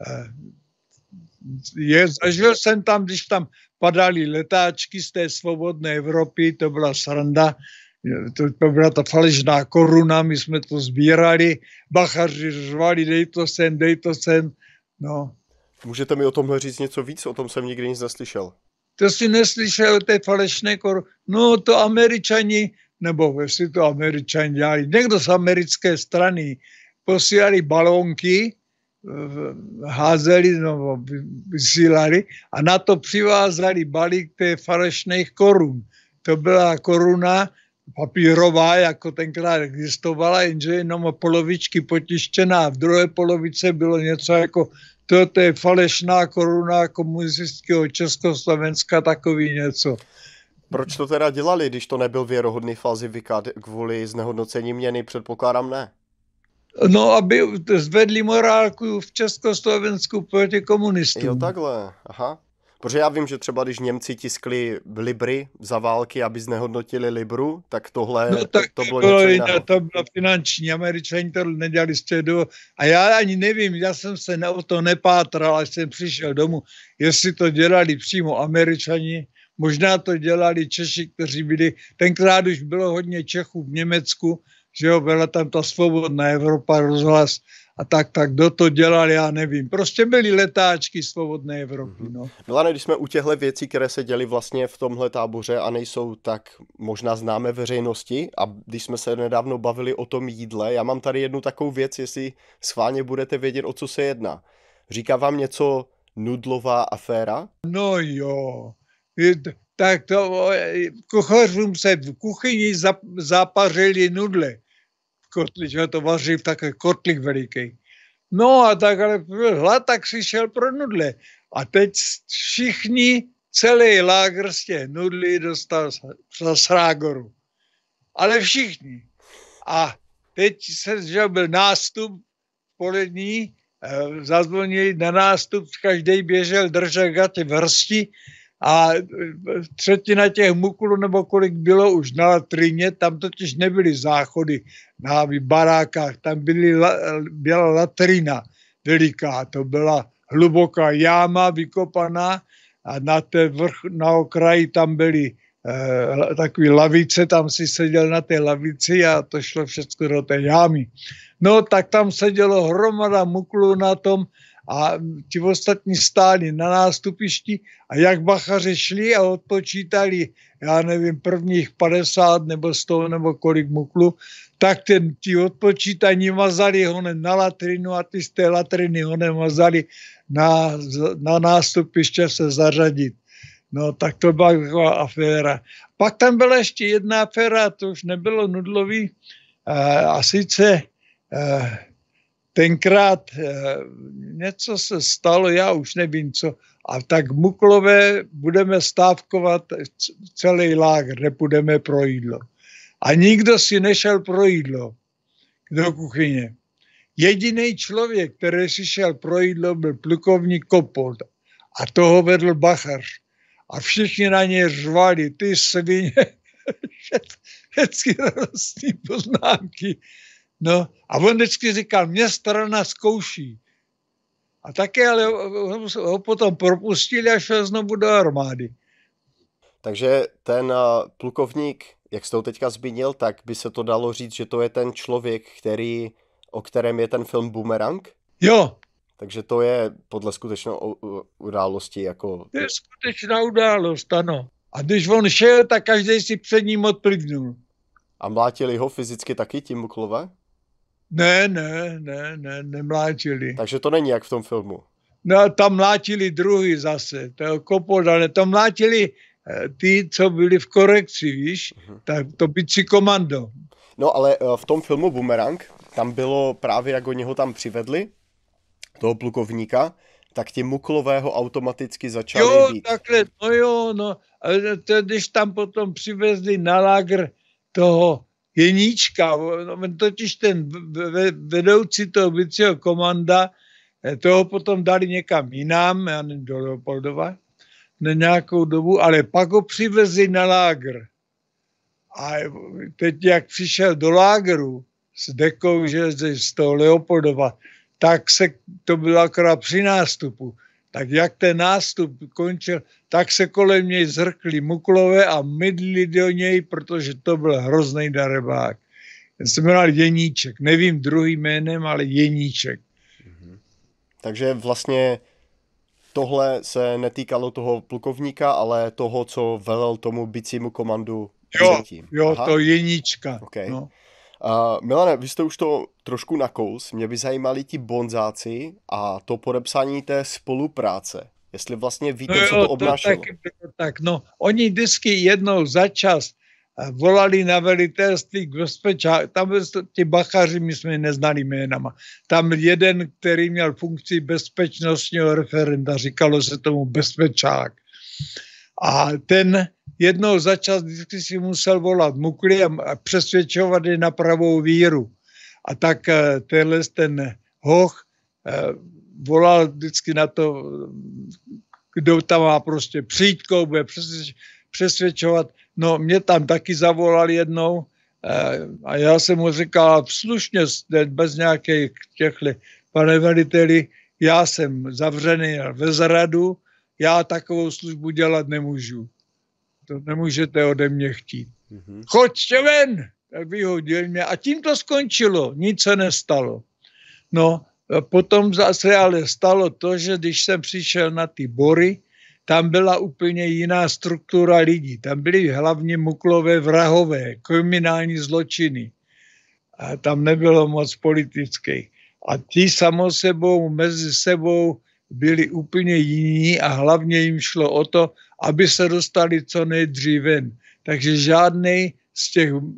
Je, zažil jsem tam, když tam padaly letáčky z té svobodné Evropy, to byla sranda, to, to byla ta falešná koruna, my jsme to sbírali, bachaři řvali, dej to sem, dej to sem, no. Můžete mi o tomhle říct něco víc? O tom jsem nikdy nic neslyšel. To si neslyšel o té falešné koruny? No to Američani, nebo jestli to Američani dělali, někdo z americké strany posílali balónky, házeli, no, vysílali a na to přivázali balík té falešných korun. To byla koruna papírová, jako tenkrát existovala, jenže jenom polovičky potištěná. V druhé polovice bylo něco jako, to je falešná koruna komunistického Československa, takový něco. Proč to teda dělali, když to nebyl věrohodný falzifikát kvůli znehodnocení měny, předpokládám ne? No, aby zvedli morálku v Československu proti komunistům. Jo, takhle, aha. Protože já vím, že třeba když Němci tiskli libry za války, aby znehodnotili libru, tak tohle no, tak to, to bylo bylo něco jiné, jiného. to bylo finanční, Američani to nedělali středu. A já ani nevím, já jsem se o to nepátral, až jsem přišel domů, jestli to dělali přímo Američani, možná to dělali Češi, kteří byli, tenkrát už bylo hodně Čechů v Německu, že jo, byla tam ta Svobodná Evropa, rozhlas a tak, tak kdo to dělal, já nevím. Prostě byly letáčky Svobodné Evropy, no. Milane, když jsme u těchto věcí, které se děly vlastně v tomhle táboře a nejsou tak možná známé veřejnosti, a když jsme se nedávno bavili o tom jídle, já mám tady jednu takovou věc, jestli schválně budete vědět, o co se jedná. Říká vám něco nudlová aféra? No jo, tak to kuchařům se v kuchyni zapařili nudle. Kotli, že to vaří v takový kotlik veliký. No a tak, ale byl hlad, tak si šel pro nudle. A teď všichni, celý lágr z těch nudlí dostal za srágoru. Ale všichni. A teď se, že byl nástup polední, zazvonili na nástup, každý běžel, držel gaty v hrsti a třetina těch muklů, nebo kolik bylo už na latrině, tam totiž nebyly záchody na barákách, tam byly, byla latrina veliká, to byla hluboká jáma vykopaná a na té vrch, na okraji tam byly eh, takové lavice, tam si seděl na té lavici a to šlo všechno do té jámy. No tak tam sedělo hromada muklů na tom a ti ostatní stáli na nástupišti a jak bachaři šli a odpočítali, já nevím, prvních padesát nebo sto nebo kolik muklu, tak ten, ti odpočítaní mazali ho na latrinu a ty z té latriny ho nemazali na, na nástupiště se zařadit. No tak to byla taková aféra. Pak tam byla ještě jedna aféra, to už nebylo nudlový, a sice tenkrát něco se stalo, já už nevím co, a tak Muklové budeme stávkovat celý lágr, nepůjdeme pro jídlo. A nikdo si nešel pro jídlo do kuchyně. Jediný člověk, který si šel pro jídlo, byl plukovník Kopold. A toho vedl bachař. A všichni na něj řvali, ty svině, všechny radostní poznámky. No a on vždycky říkal, mě strana zkouší. A také ale ho potom propustili a šel znovu do armády. Takže ten plukovník, jak jste ho teďka zmínil, tak by se to dalo říct, že to je ten člověk, který, o kterém je ten film Boomerang? Jo. Takže to je podle skutečné události jako... To je skutečná událost, ano. A když on šel, tak každý si před ním odplivnul. A mlátili ho fyzicky taky ti Muklové? Ne, ne, ne, ne, nemlátili. Takže to není jak v tom filmu. No, tam mlátili druhý zase, to Kopolda, to mlátili ty, co byli v korekci, víš, uh-huh. Tak to bicí komando. No, ale v tom filmu Boomerang, tam bylo právě, jak oni ho tam přivedli, toho plukovníka, tak ti Muklové ho automaticky začali jo, být. Jo, takhle, no jo, no, to, když tam potom přivezli na lágr toho Jeníčka, no, totiž ten vedoucí toho bicího komanda, toho potom dali někam jinam, já nevím, do Leopoldova, na nějakou dobu, ale pak ho přivezli na lágr. A teď, jak přišel do lágru s dekou, že z toho Leopoldova, tak se to bylo akorát při nástupu. Tak jak ten nástup končil, tak se kolem něj zrkli Muklové a mydli do něj, protože to byl hrozný darebák. Já jsem jmenoval Jeníček, nevím druhým jménem, ale Jeníček. Mhm. Takže vlastně tohle se netýkalo toho plukovníka, ale toho, co velel tomu bicímu komandu předtím. Jo, jo, to Jeníčka. Okay. No. Uh, Milane, vy jste už to trošku nakous, mě by zajímali ti bonzáci a to podepsání té spolupráce. Jestli vlastně víte, no jo, co to obnášelo. To tak, tak, no, oni vždycky jednou za čas volali na velitelství k bezpečáku, tam ti bachaři, my jsme neznali jménama, tam jeden, který měl funkci bezpečnostního referenta, říkalo se tomu bezpečák. A ten jednou za čas vždycky si musel volat Mukli a přesvědčovat je na pravou víru. A tak tenhle ten hoch volal vždycky na to kdo tam má prostě přijít, bude přesvědčovat. No, mě tam taky zavolal jednou a já jsem mu říkal slušně, bez nějakých těchto, pane veliteli, já jsem zavřený ve zradu, já takovou službu dělat nemůžu. To nemůžete ode mě chtít. Mm-hmm. Choďte ven! Tak vyhodil mě a tím to skončilo. Nic se nestalo. No, potom zase ale stalo to, že když jsem přišel na ty bory, tam byla úplně jiná struktura lidí. Tam byli hlavně muklové vrahové, kriminální zločiny. A tam nebylo moc politických. A ti samo sebou, mezi sebou byli úplně jiní a hlavně jim šlo o to, aby se dostali co nejdřív ven. Takže žádnej z těch, uh,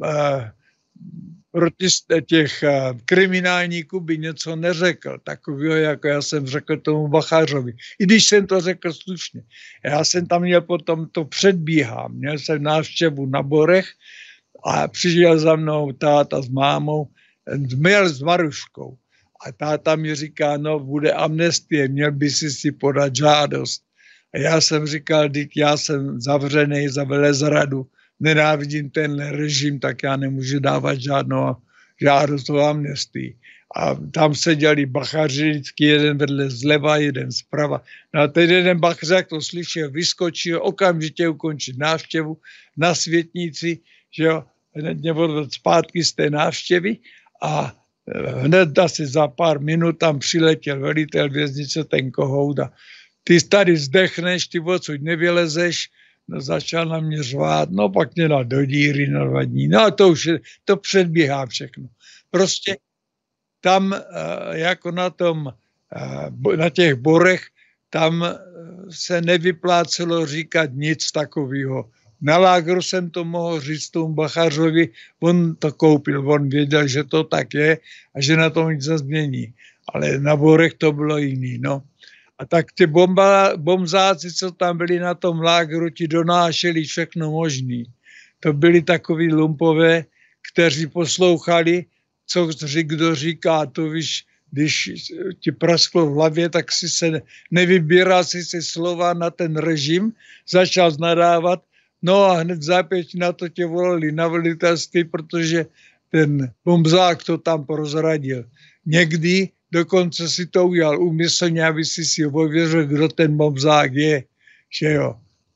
proti těch uh, kriminálníků by něco neřekl, takového, jako já jsem řekl tomu Bachářovi. I když jsem to řekl slušně. Já jsem tam měl potom, to předbíhám, měl jsem návštěvu na Borech a přišel za mnou táta s mámou, měl s Maruškou. A táta mi říká, no bude amnestie, měl by si si podat žádost. A já jsem říkal, teď já jsem zavřený za velezradu, nenávidím ten režim, tak já nemůžu dávat žádnou žádost o amnestii. A tam seděli bachaři, vždycky jeden vedle zleva, jeden zprava. No a ten jeden bachař, jak to slyšel, vyskočil, okamžitě ukončit návštěvu na Světnici, že jo, hned mě odvedl zpátky z té návštěvy a hned asi za pár minut tam přiletěl velitel věznice ten Kohout a ty tady zdechneš, ty odsud nevylezeš, no začal na mě řvát, no pak mě dal do díry na dva dní, no a to už je, to předbíhá všechno. Prostě tam jako na tom, na těch borech, tam se nevyplácelo říkat nic takového. Na lágru jsem to mohl říct tomu Bachářovi, on to koupil, on věděl, že to tak je a že na tom nic nezmění. Ale na borech to bylo jiný, no. A tak ty bomba, bomzáci, co tam byli na tom lágru, ti donášeli všechno možný. To byli takový lumpové, kteří poslouchali, co kdo říká, to víš, když ti prasklo v hlavě, tak si se nevybíral si si slova na ten režim, začal nadávat, no a hned zápět na to tě volali na velitelství, protože ten bombzák to tam prozradil. Někdy dokonce si to udělal úmyslně, aby si si ověřil, kdo ten bombzák je. Že jo.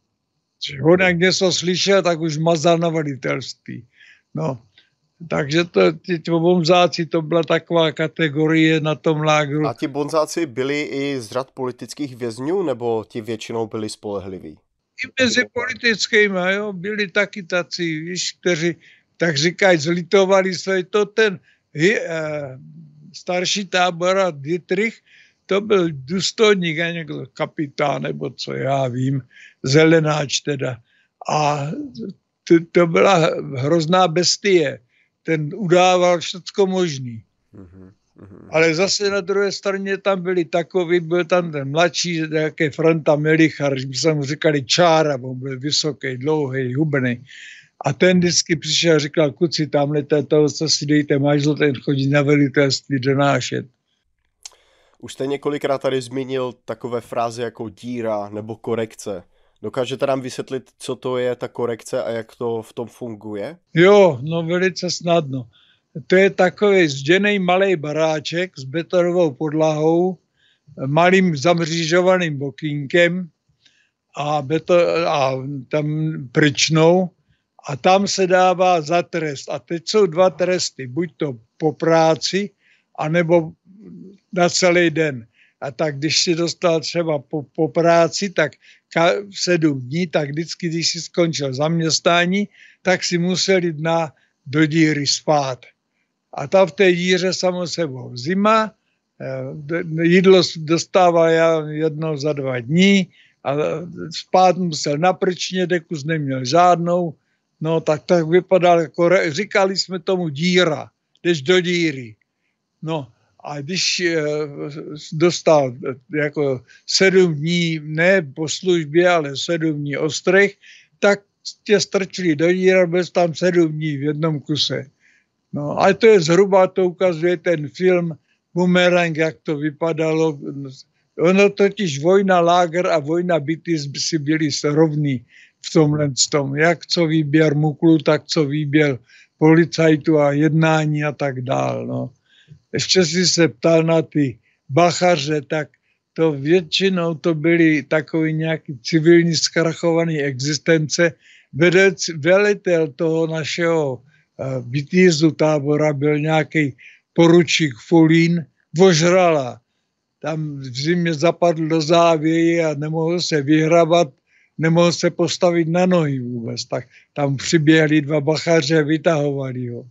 Že on jak něco slyšel, tak už mazal na velitelství. No. Takže to, ti bombzáci, to byla taková kategorie na tom lágru. A ti bombzáci byli i z řad politických vězňů, nebo ti většinou byli spolehliví? I mezi politickými, jo, byli taky tací, víš, kteří, tak říkají, zlitovali se, to ten hi, eh, starší tábora Dietrich, to byl důstojník a někdo kapitán, nebo co já vím, zelenáč teda. A to, to byla hrozná bestie. Ten udával všecko možný. Mm-hmm. Ale zase na druhé straně tam byli takový, byl tam ten mladší, nějaký Franta Melichar, že jsme mu říkali Čára, on byl vysoký, dlouhý, hubený. A ten vždycky přišel a říkal, kuci, tamhle to, co si dejte, mážlo, ten chodí na velitelství donášet. Už jste několikrát tady zmínil takové fráze jako díra nebo korekce. Dokážete nám vysvětlit, co to je ta korekce a jak to v tom funguje? Jo, no velice snadno. To je takový zděnej malej baráček s betonovou podlahou, malým zamřížovaným bokínkem a, beto, a tam pryčnou a tam se dává za trest. A teď jsou dva tresty, buď to po práci, anebo na celý den. A tak když si dostal třeba po, po práci, tak ka, sedm dní, tak vždycky, když si skončil zaměstnání, tak si musel jít na, do díry spát. A tam v té díře samo sebou zima, jídlo dostával já jednou za dva dní a spát musel na pryčně, dekus neměl žádnou, no tak tak vypadal, jako, říkali jsme tomu díra, jdeš do díry. No a když dostal jako sedm dní, ne po službě, ale sedm dní ostrých, tak tě strčili do díra, byl tam sedm dní v jednom kuse. No, ale to je zhruba, to ukazuje ten film Bumerang, jak to vypadalo Ono totiž vojna láger a vojna byty si byli rovní v tomhle tom. Jak co výběr muklu, tak co výběr policajtu a jednání a tak dál. No. Ještě si se ptal na ty bachaře, tak to většinou to byly takový nějaký civilní zkrachovaný existence. Vedec, velitel toho našeho bytýzu tábora byl nějaký poručík Fulín, vožrala. Tam v zimě zapadl do závěje a nemohl se vyhrabat, nemohl se postavit na nohy vůbec. Tak tam přiběhli dva bachaře a vytahovali ho.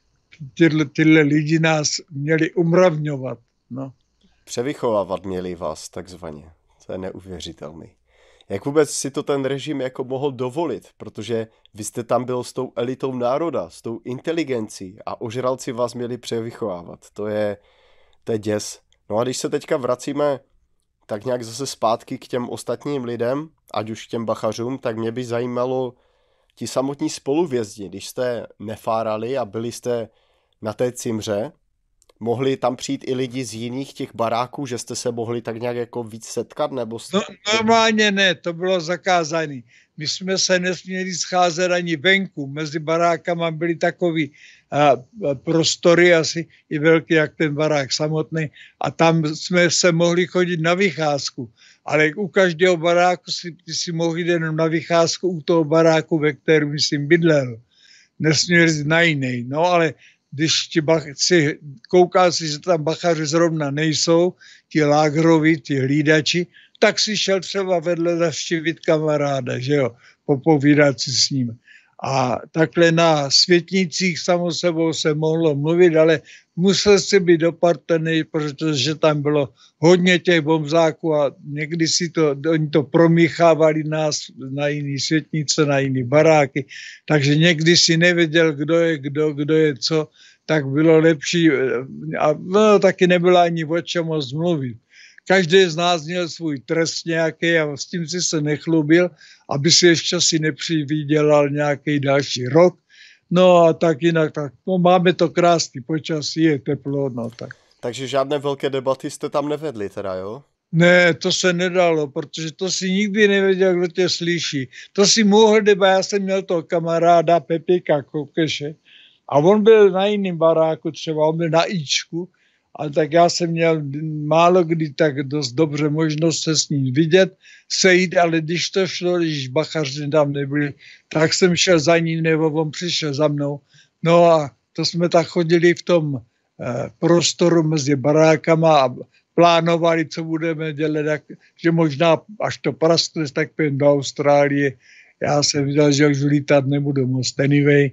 Tyhle, tyhle lidi nás měli umravňovat. No. Převychovávat měli vás takzvaně. To je neuvěřitelný. Jak vůbec si to ten režim jako mohl dovolit? Protože vy jste tam byl s tou elitou národa, s tou inteligencí a ožralci vás měli převychovávat. To je, to je děs. No a když se teďka vracíme tak nějak zase zpátky k těm ostatním lidem, ať už k těm bachařům, tak mě by zajímalo ti samotní spoluvězni, když jste nefárali a byli jste na té cimře, mohli tam přijít i lidi z jiných těch baráků, že jste se mohli tak nějak jako víc setkat? Nebo jste... No, normálně ne, to bylo zakázané. My jsme se nesměli scházet ani venku. Mezi barákama byly takový a, a prostory asi i velký, jak ten barák samotný. A tam jsme se mohli chodit na vycházku. Ale u každého baráku si, si mohli jít jenom na vycházku u toho baráku, ve kterém jsem bydlel. Nesměli jít na jiný. No ale když ti bach, si koukal si, že tam bachaři zrovna nejsou, ti lágroví, ti hlídači, tak si šel třeba vedle navštívit kamaráda, že jo, popovídat si s ním. A takhle na světnicích samo sebou se mohlo mluvit, ale musel si být dopatrný, protože tam bylo hodně těch bombzáků a někdy si to, oni to promíchávali nás na jiný světnice, na jiný baráky, takže někdy si nevěděl, kdo je kdo, kdo je co, tak bylo lepší a no, taky nebylo ani o čem moc mluvit. Každý z nás měl svůj trest nějaký a s tím si se nechlubil, aby si ještě si nepřivydělal nějaký další rok. No a tak jinak, tak no, máme to krásný počasí, je teplo, no tak. Takže žádné velké debaty jste tam nevedli teda, jo? Ne, to se nedalo, protože to si nikdy nevěděl, kdo tě slyší. To si mohl debat, já jsem měl toho kamaráda Pepika Kokeše a on byl na jiném baráku, třeba on byl na Ičku, ale tak já jsem měl málo kdy tak dost dobře možnost se s ním vidět, sejít, ale když to šlo, když bachaři tam nebyli, tak jsem šel za ním, nebo on přišel za mnou. No a to jsme tak chodili v tom eh, prostoru mezi barákama a plánovali, co budeme dělat, tak, že možná, až to praskne, tak půjdeme do Austrálie. Já jsem viděl, že už lítat nebudu moc anyway.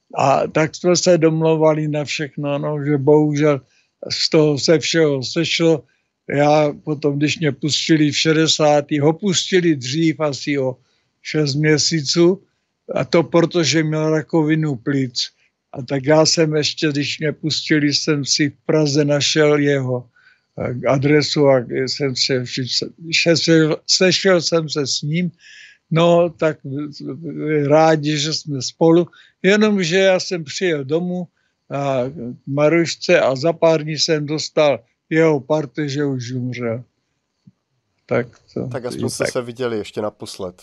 A tak jsme se domlouvali na všechno, no, že bohužel z toho se všeho sešlo. Já potom, když mě pustili v šedesátých ho pustili dřív asi o šest měsíců a to protože měl rakovinu plic. A tak já jsem ještě, když mě pustili, jsem si v Praze našel jeho adresu a jsem se, sešel, sešel jsem se s ním. No, tak rádi, že jsme spolu. Jenomže já jsem přijel domů a Marušce a za pár dní jsem dostal jeho parte, že už umřel. Tak, to, tak aspoň jste tak. se viděli ještě naposled.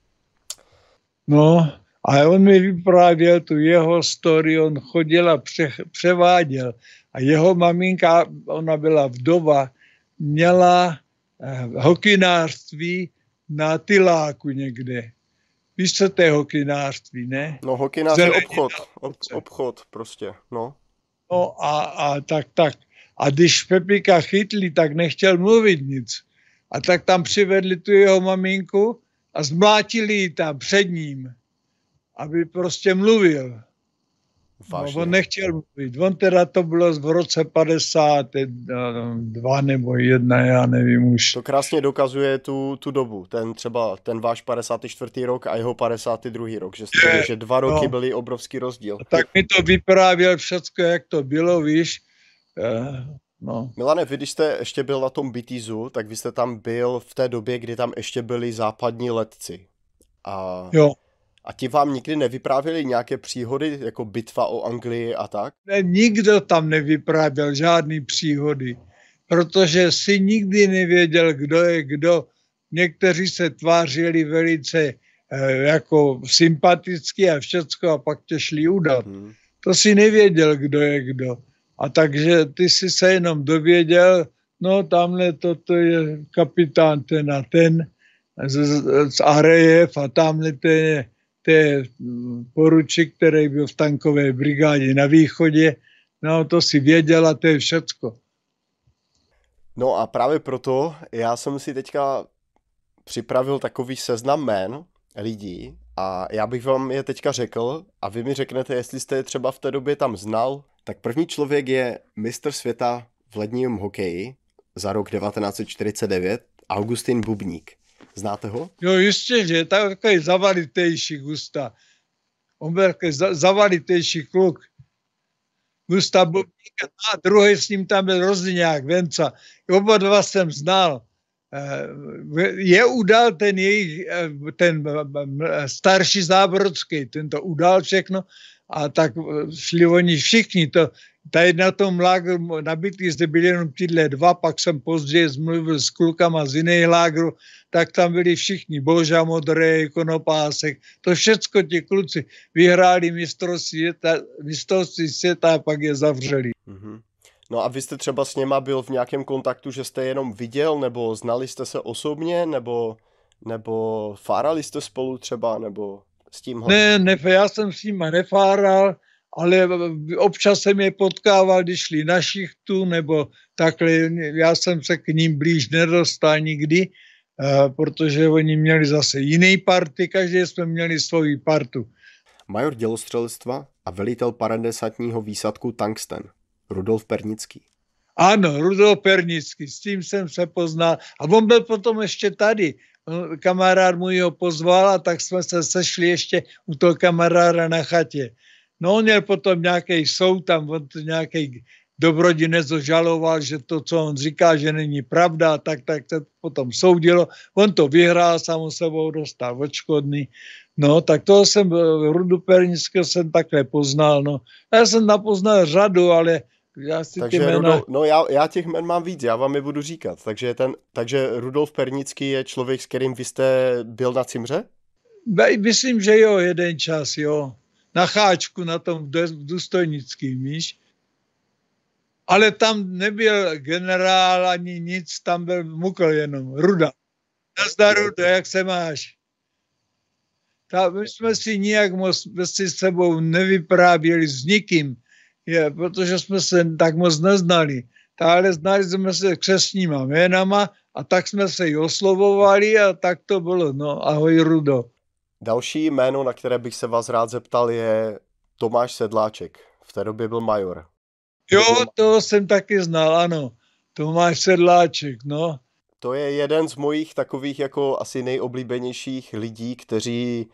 No, a on mi vyprávěl tu jeho story, on chodil a pře, převáděl. A jeho maminka, ona byla vdova, měla eh, hokynářství na Tyláku někde. Víš, co to je hokynářství, ne? No hokynář je obchod, ob, obchod prostě, no. No a, a tak, tak. A když Pepika chytli, tak nechtěl mluvit nic. A tak tam přivedli tu jeho maminku a zmlátili ji tam před ním, aby prostě mluvil. No, on nechtěl mluvit. On teda to bylo v roce padesát dva nebo jedna, já nevím už. To krásně dokazuje tu, tu dobu. Ten třeba ten váš padesátý čtvrtý rok a jeho padesátý druhý rok. Že, jste, je, že dva roky no. byly obrovský rozdíl. A tak mi to vyprávěl všecko, jak to bylo, víš. No. Milane, vy když jste ještě byl na tom Bitizu, tak vy jste tam byl v té době, kdy tam ještě byli západní letci. A... Jo. A ti vám nikdy nevyprávěli nějaké příhody, jako bitva o Anglii a tak? Ne, nikdo tam nevyprávěl žádný příhody. protože si nikdy nevěděl, kdo je kdo. Někteří se tvářili velice eh, jako sympaticky a všecko a pak tě šli udat. Hmm. To si nevěděl, kdo je kdo. A takže ty si se jenom dověděl, no tamhle toto je kapitán ten a ten z, z Arejev a tamhle ten je, ten je poručík, který byl v tankové brigádě na východě. No to si věděl a to je všecko. No a právě proto já jsem si teďka připravil takový seznam jmén lidí a já bych vám je teďka řekl a vy mi řeknete, jestli jste je třeba v té době tam znal. Tak první člověk je mistr světa v ledním hokeji za rok devatenáct set čtyřicet devět, Augustin Bubník. Znáte ho? Jo, jistě, že je takový zavalitejší Gusta. On byl takový zavalitejší kluk. Gusta Bubník a druhý s ním tam byl Rozděňák, Venca. Oba dva jsem znal. Je udal ten jejich, ten starší Zábrodský, ten to udal všechno a tak šli oni všichni. To, tady na tom lágru nabitý zde byli jenom tyhle dva, pak jsem později zmluvil s klukama z jiných lágru, tak tam byli všichni, Boža Modrý, Konopásek, to všecko ti kluci vyhráli mistrovství světa, mistrovství světa a pak je zavřeli. Mm-hmm. No a vy jste třeba s něma byl v nějakém kontaktu, že jste jenom viděl, nebo znali jste se osobně, nebo, nebo fárali jste spolu třeba, nebo s tímhle? Ne, ne, já jsem s nima nefáral, ale občas jsem je potkával, když šli na šichtu, nebo takhle, já jsem se k ním blíž nedostal nikdy, protože oni měli zase jiný party, každý jsme měli svoji partu. Major dělostřelectva a velitel paradesátního výsadku Tungsten, Rudolf Pernický. Ano, Rudolf Pernický, s tím jsem se poznal. A on byl potom ještě tady. Kamarád můj ho pozval a tak jsme se sešli ještě u toho kamaráda na chatě. No on měl potom nějaký soud tam, on to nějaký dobrodinec ho žaloval, že to, co on říká, že není pravda, tak, tak se potom soudilo. On to vyhrál, samo sebou dostal odškodný. No, tak toho jsem, Rudu Pernického jsem takhle poznal, no. Já jsem napoznal řadu, ale já si takže ty jména... Rudolf, no já, já těch jmen mám víc, já vám je budu říkat. Takže, ten, takže Rudolf Pernický je člověk, s kterým vy jste byl na Cimře? Myslím, že jo, jeden čas, jo. Na Cháčku, na tom důstojnickým, víš. Ale tam nebyl generál ani nic, tam byl Mukl jenom, Ruda. Nazdar, Rudo, jak se máš? Ta, my jsme si nijak moc si s sebou nevyprávěli s nikým, je, protože jsme se tak moc neznali. Ale znali jsme se křestníma jménama a tak jsme se i oslovovali a tak to bylo. No, ahoj Rudo. Další jméno, na které bych se vás rád zeptal, je Tomáš Sedláček. V té době byl major. Jo, toho jsem taky znal, ano. Tomáš Sedláček, no. To je jeden z mojich takových jako asi nejoblíbenějších lidí, kteří,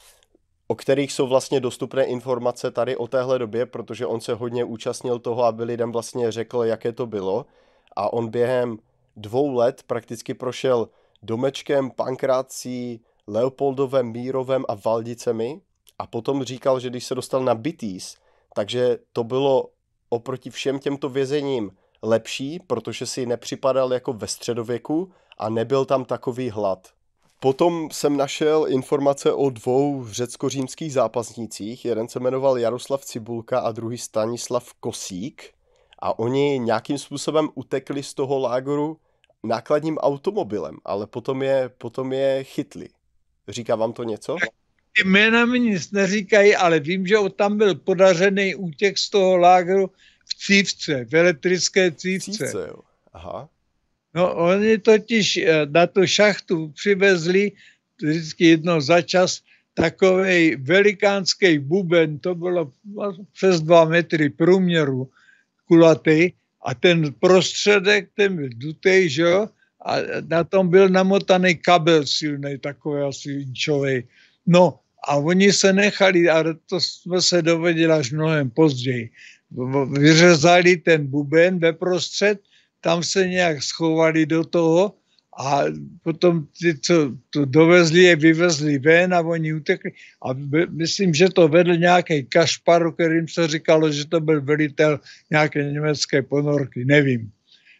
o kterých jsou vlastně dostupné informace tady o téhle době, protože on se hodně účastnil toho, aby lidem vlastně řekl, jaké to bylo. A on během dvou let prakticky prošel Domečkem, Pankrácí, Leopoldovem, Mírovem a Valdicemi a potom říkal, že když se dostal na Bitýs, takže to bylo oproti všem těmto vězením lepší, protože si nepřipadal jako ve středověku a nebyl tam takový hlad. Potom jsem našel informace o dvou řecko-římských zápasnících. Jeden se jmenoval Jaroslav Cibulka a druhý Stanislav Kosík. A oni nějakým způsobem utekli z toho lágru nákladním automobilem, ale potom je, potom je chytli. Říká vám to něco? Ty jména mi nic neříkají, ale vím, že tam byl podařený útěk z toho lágru v Cívce, v elektrické Cívce. Cívce, jo. Aha. No, oni totiž na tu šachtu přivezli vždycky jednou za čas takovej velikánský buben, to bylo přes dva metry průměru kulatý a ten prostředek, ten byl dutej, že jo, a na tom byl namotaný kabel silný, takový asi inčovej. No a oni se nechali, ale to jsme se dověděli až mnohem později. Vyřezali ten buben ve prostřed, tam se nějak schovali do toho a potom ty, co to dovezli, je vyvezli ven a oni utekli. A myslím, že to vedl nějaký Kašpar, kterým se říkalo, že to byl velitel nějaké německé ponorky, nevím.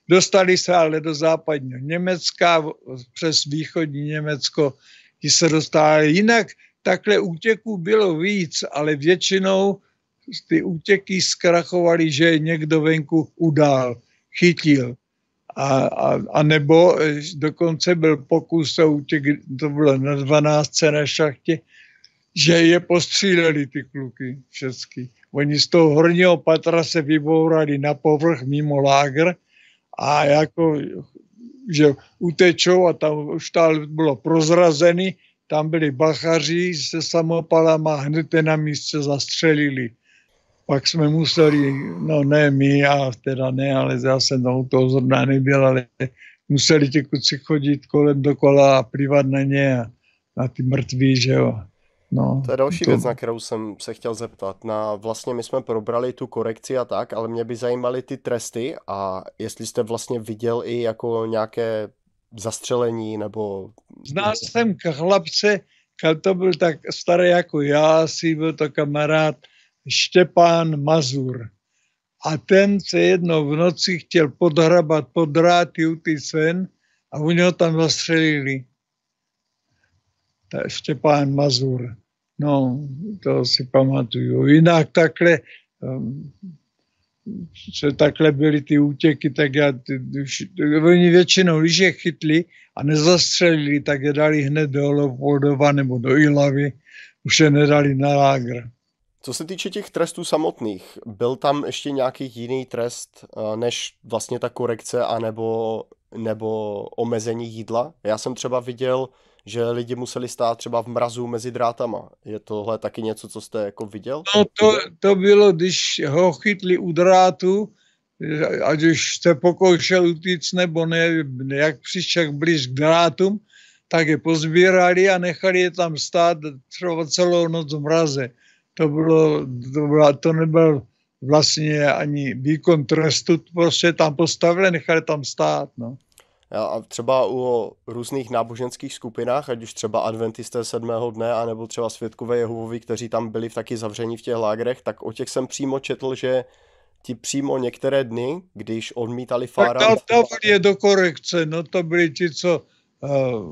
Dostali se ale do západního Německa, přes východní Německo, ti se dostali. Jinak takhle útěků bylo víc, ale většinou ty útěky zkrachovaly, že někdo venku udál, chytil. A, a, a nebo dokonce byl pokus o útěk, to bylo na dvanáctce na šachtě, že je postříleli ty kluky všechny. Oni z toho horního patra se vybourali na povrch mimo lágr a jako, že utečou a tam už tam bylo prozrazený, tam byli bachaři se samopalama, hned na místě zastřelili. Pak jsme museli, no ne my, já teda ne, ale já jsem tam u toho zrovna nebyl, ale museli ti kluci chodit kolem dokola a plivat na ně a na ty mrtví, že jo. No, to je další to... věc, na kterou jsem se chtěl zeptat. Na, vlastně my jsme probrali tu korekci a tak, ale mě by zajímaly ty tresty a jestli jste vlastně viděl i jako nějaké zastřelení nebo... Znal jsem chlapce, to byl tak starý jako já, asi byl to kamarád Štěpán Mazur. A ten se jednou v noci chtěl podhrabat pod dráty u ty sen a u něho tam zastřelili. Štěpán Mazur. No, to si pamatuju. Jinak takhle, um, že takhle byly ty útěky, tak já, ty, oni většinou, když je chytli a nezastřelili, tak je dali hned do Leopoldova nebo do Ilavy, už je nedali na lágr. Co se týče těch trestů samotných, byl tam ještě nějaký jiný trest, než vlastně ta korekce anebo, nebo omezení jídla? Já jsem třeba viděl, že lidi museli stát třeba v mrazu mezi drátama. Je tohle taky něco, co jste jako viděl? No to, to bylo, když ho chytli u drátu, ať už se pokoušel utíct nebo ne, jak přišel blíž k drátům, tak je pozbírali a nechali je tam stát třeba celou noc v mraze. To bylo, to, bylo, to nebyl vlastně ani výkon trestu, prostě tam postavili, nechali tam stát, no. A třeba u různých náboženských skupinách, ať už třeba adventisté sedmého dne, anebo třeba svědkové Jehovovi, kteří tam byli v taky zavření v těch lágrech, tak o těch jsem přímo četl, že ti přímo některé dny, když odmítali fárat... Tak dávali je do korekce, no to byli ti, co uh,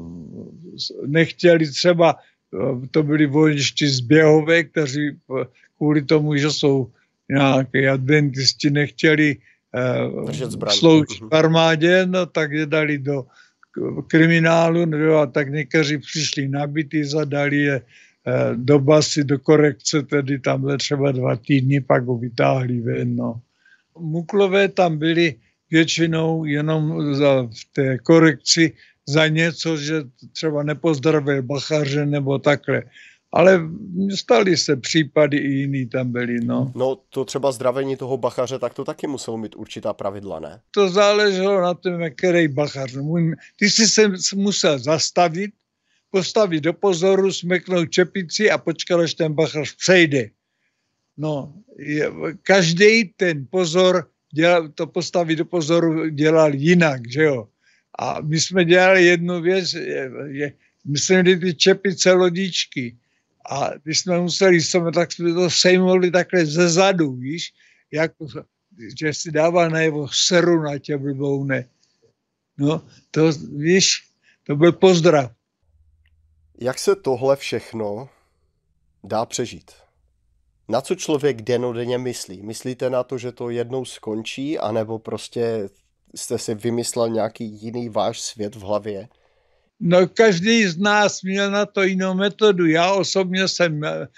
nechtěli třeba, uh, to byli vojenští zběhové, kteří uh, kvůli tomu, že jsou nějaké adventisti, nechtěli sloužit v armádě, no tak je dali do kriminálu, no, a tak někteří přišli nabitý, zadali je do basy, do korekce, tedy tam byly třeba dva týdny, pak ho vytáhli ven, no. Muklové tam byli většinou jenom za, v té korekci za něco, že třeba nepozdravil bachaře nebo takhle. Ale staly se případy i jiný tam byli, no. No to třeba zdravení toho bachaře, tak to taky muselo mít určitá pravidla, ne? To záleželo na tom, který bachař. Ty jsi se musel zastavit, postavit do pozoru, smeknout čepici a počkat, až ten bachař přejde. No, každý ten pozor, dělal, to postavit do pozoru dělal jinak, že jo. A my jsme dělali jednu věc, je, je, my jsme měli ty čepice lodičky. A když jsme museli, tak jsme to sejmuli takhle ze zadu, víš, jako, že si dával najevo seru na tě blboune. No, to, víš, to byl pozdrav. Jak se tohle všechno dá přežít? Na co člověk dennodenně myslí? Myslíte na to, že to jednou skončí, anebo prostě jste si vymyslel nějaký jiný váš svět v hlavě? No, každý z nás měl na to jinou metodu. Já osobně jsem eh,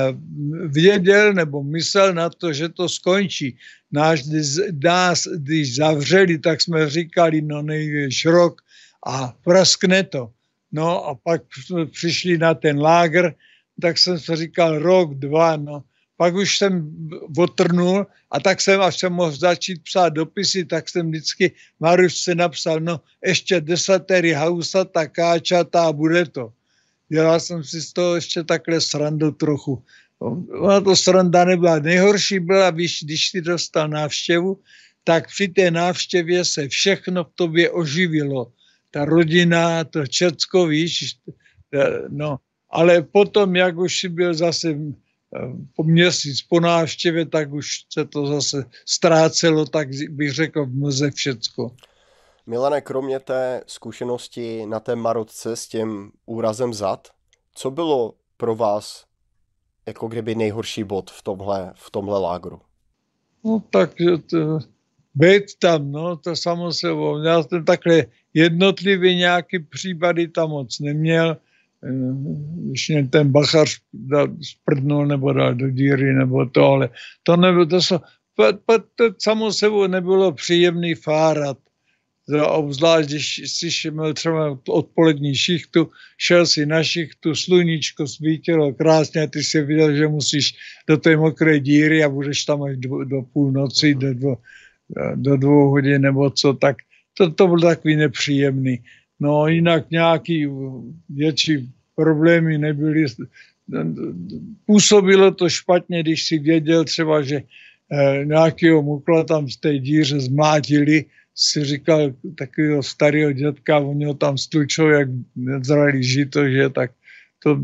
věděl nebo myslel na to, že to skončí. Náš, nás, když zavřeli, tak jsme říkali, no nejvíš rok a praskne to. No a pak jsme přišli na ten lágr, tak jsem si říkal rok, dva, no. Pak už jsem otrnul a tak jsem, až jsem mohl začít psát dopisy, tak jsem vždycky Marušce napsal, no ještě desatery hausata, káčata a bude to. Dělal jsem si z toho ještě takhle srandu trochu. Ona to sranda nebyla. Nejhorší byla, víš, když si dostal návštěvu, tak při té návštěvě se všechno v tobě oživilo. Ta rodina, to všecko, víš, no. Ale potom, jak už si byl zase po měsíc po návštěvě, tak už se to zase ztrácelo, tak bych řekl v mlze všecko. Milane, kromě té zkušenosti na té Marotce s tím úrazem zad, co bylo pro vás jako kdyby nejhorší bod v tomhle, v tomhle lágru? No tak to, být tam, no, to samo sebou. Já jsem takhle jednotlivě nějaký případy tam moc neměl. Když mě ten bachař sprdnul nebo dal do díry nebo to, ale to nebylo, to, so, to, to samo sebou nebylo příjemný fárat. Obzvlášť, když jsi měl třeba odpolední šichtu, šel si na šichtu, sluníčko svítilo krásně a ty si viděl, že musíš do té mokré díry a budeš tam až do, do půlnoci, do, dvo, do dvou hodin nebo co, tak to, to bylo takový nepříjemný. No jinak nějaký větší problémy nebyly. Působilo to špatně, když si věděl třeba, že eh, nějakého mukla tam z té díře zmlátili, si říkal takového starého dětka, oni ho tam stlučou, jak nezralý žito, že tak to,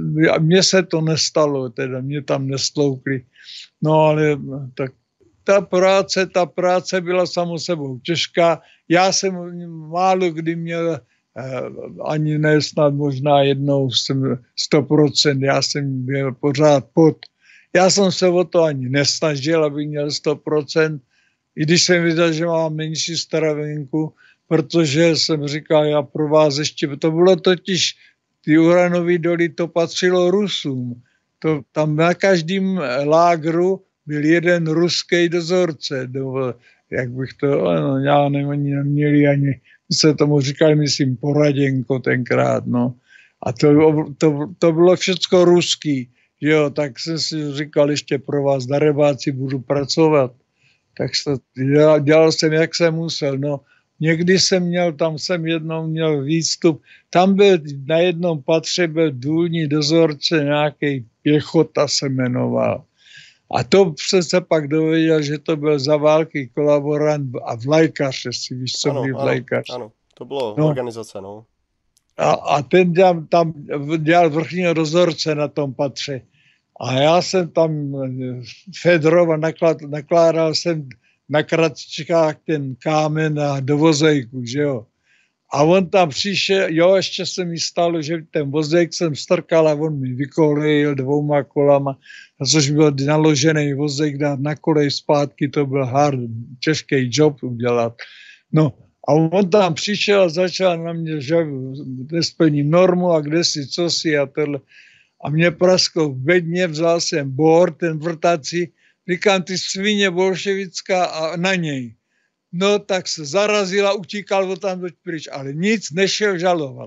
mně se to nestalo, teda mě tam nestloukli. No ale tak ta práce, ta práce byla samo sebou těžká. Já jsem málo kdy měl, eh, ani ne snad možná jednou jsem sto procent, já jsem byl pořád pod. Já jsem se o to ani nesnažil, abych měl sto procent, i když jsem viděl, že mám menší staravinku, protože jsem říkal, já pro vás ještě, to bylo totiž, ty uranové doly, to patřilo Rusům. To, tam na každém lágru byl jeden ruský dozorce, do, jak bych to, no, já nevím, oni neměli ani, my se tomu říkali, myslím, Poraděnko tenkrát, no. A to, to, to bylo všecko ruský, jo, tak jsem si říkal, ještě pro vás, darebáci, budu pracovat. Tak dělal, dělal jsem, jak jsem musel. No, někdy jsem měl, tam jsem jednou měl výstup, tam byl na jednom patře byl důlní dozorce, nějaký Pěchota se jmenoval. A to jsem se pak dověděl, že to byl za války kolaborant a vlajkař, jestli víš, co byl vlajkař. Ano, ano, to bylo no. Organizace, no. A, a ten dělal, tam dělal vrchního dozorce na tom patře. A já jsem tam Fedorova naklad, nakládal jsem na kratčkách ten kámen a do vozejku, že jo. A on tam přišel, jo, ještě se mi stalo, že ten vozejk jsem strkal a on mi vykolejil dvouma kolama, a což byl naložený vozejk dát na kolej zpátky, to byl hard, těžký job udělat. No a on tam přišel a začal na mě, že nesplním normu a kde si, co si a tohle. A mě prasklo v bedně, vzal jsem bor, ten vrtací, říkám, ty svině bolševická a na něj. No tak se zarazila, utíkal ho tam doť pryč, ale nic, nešel žalovat.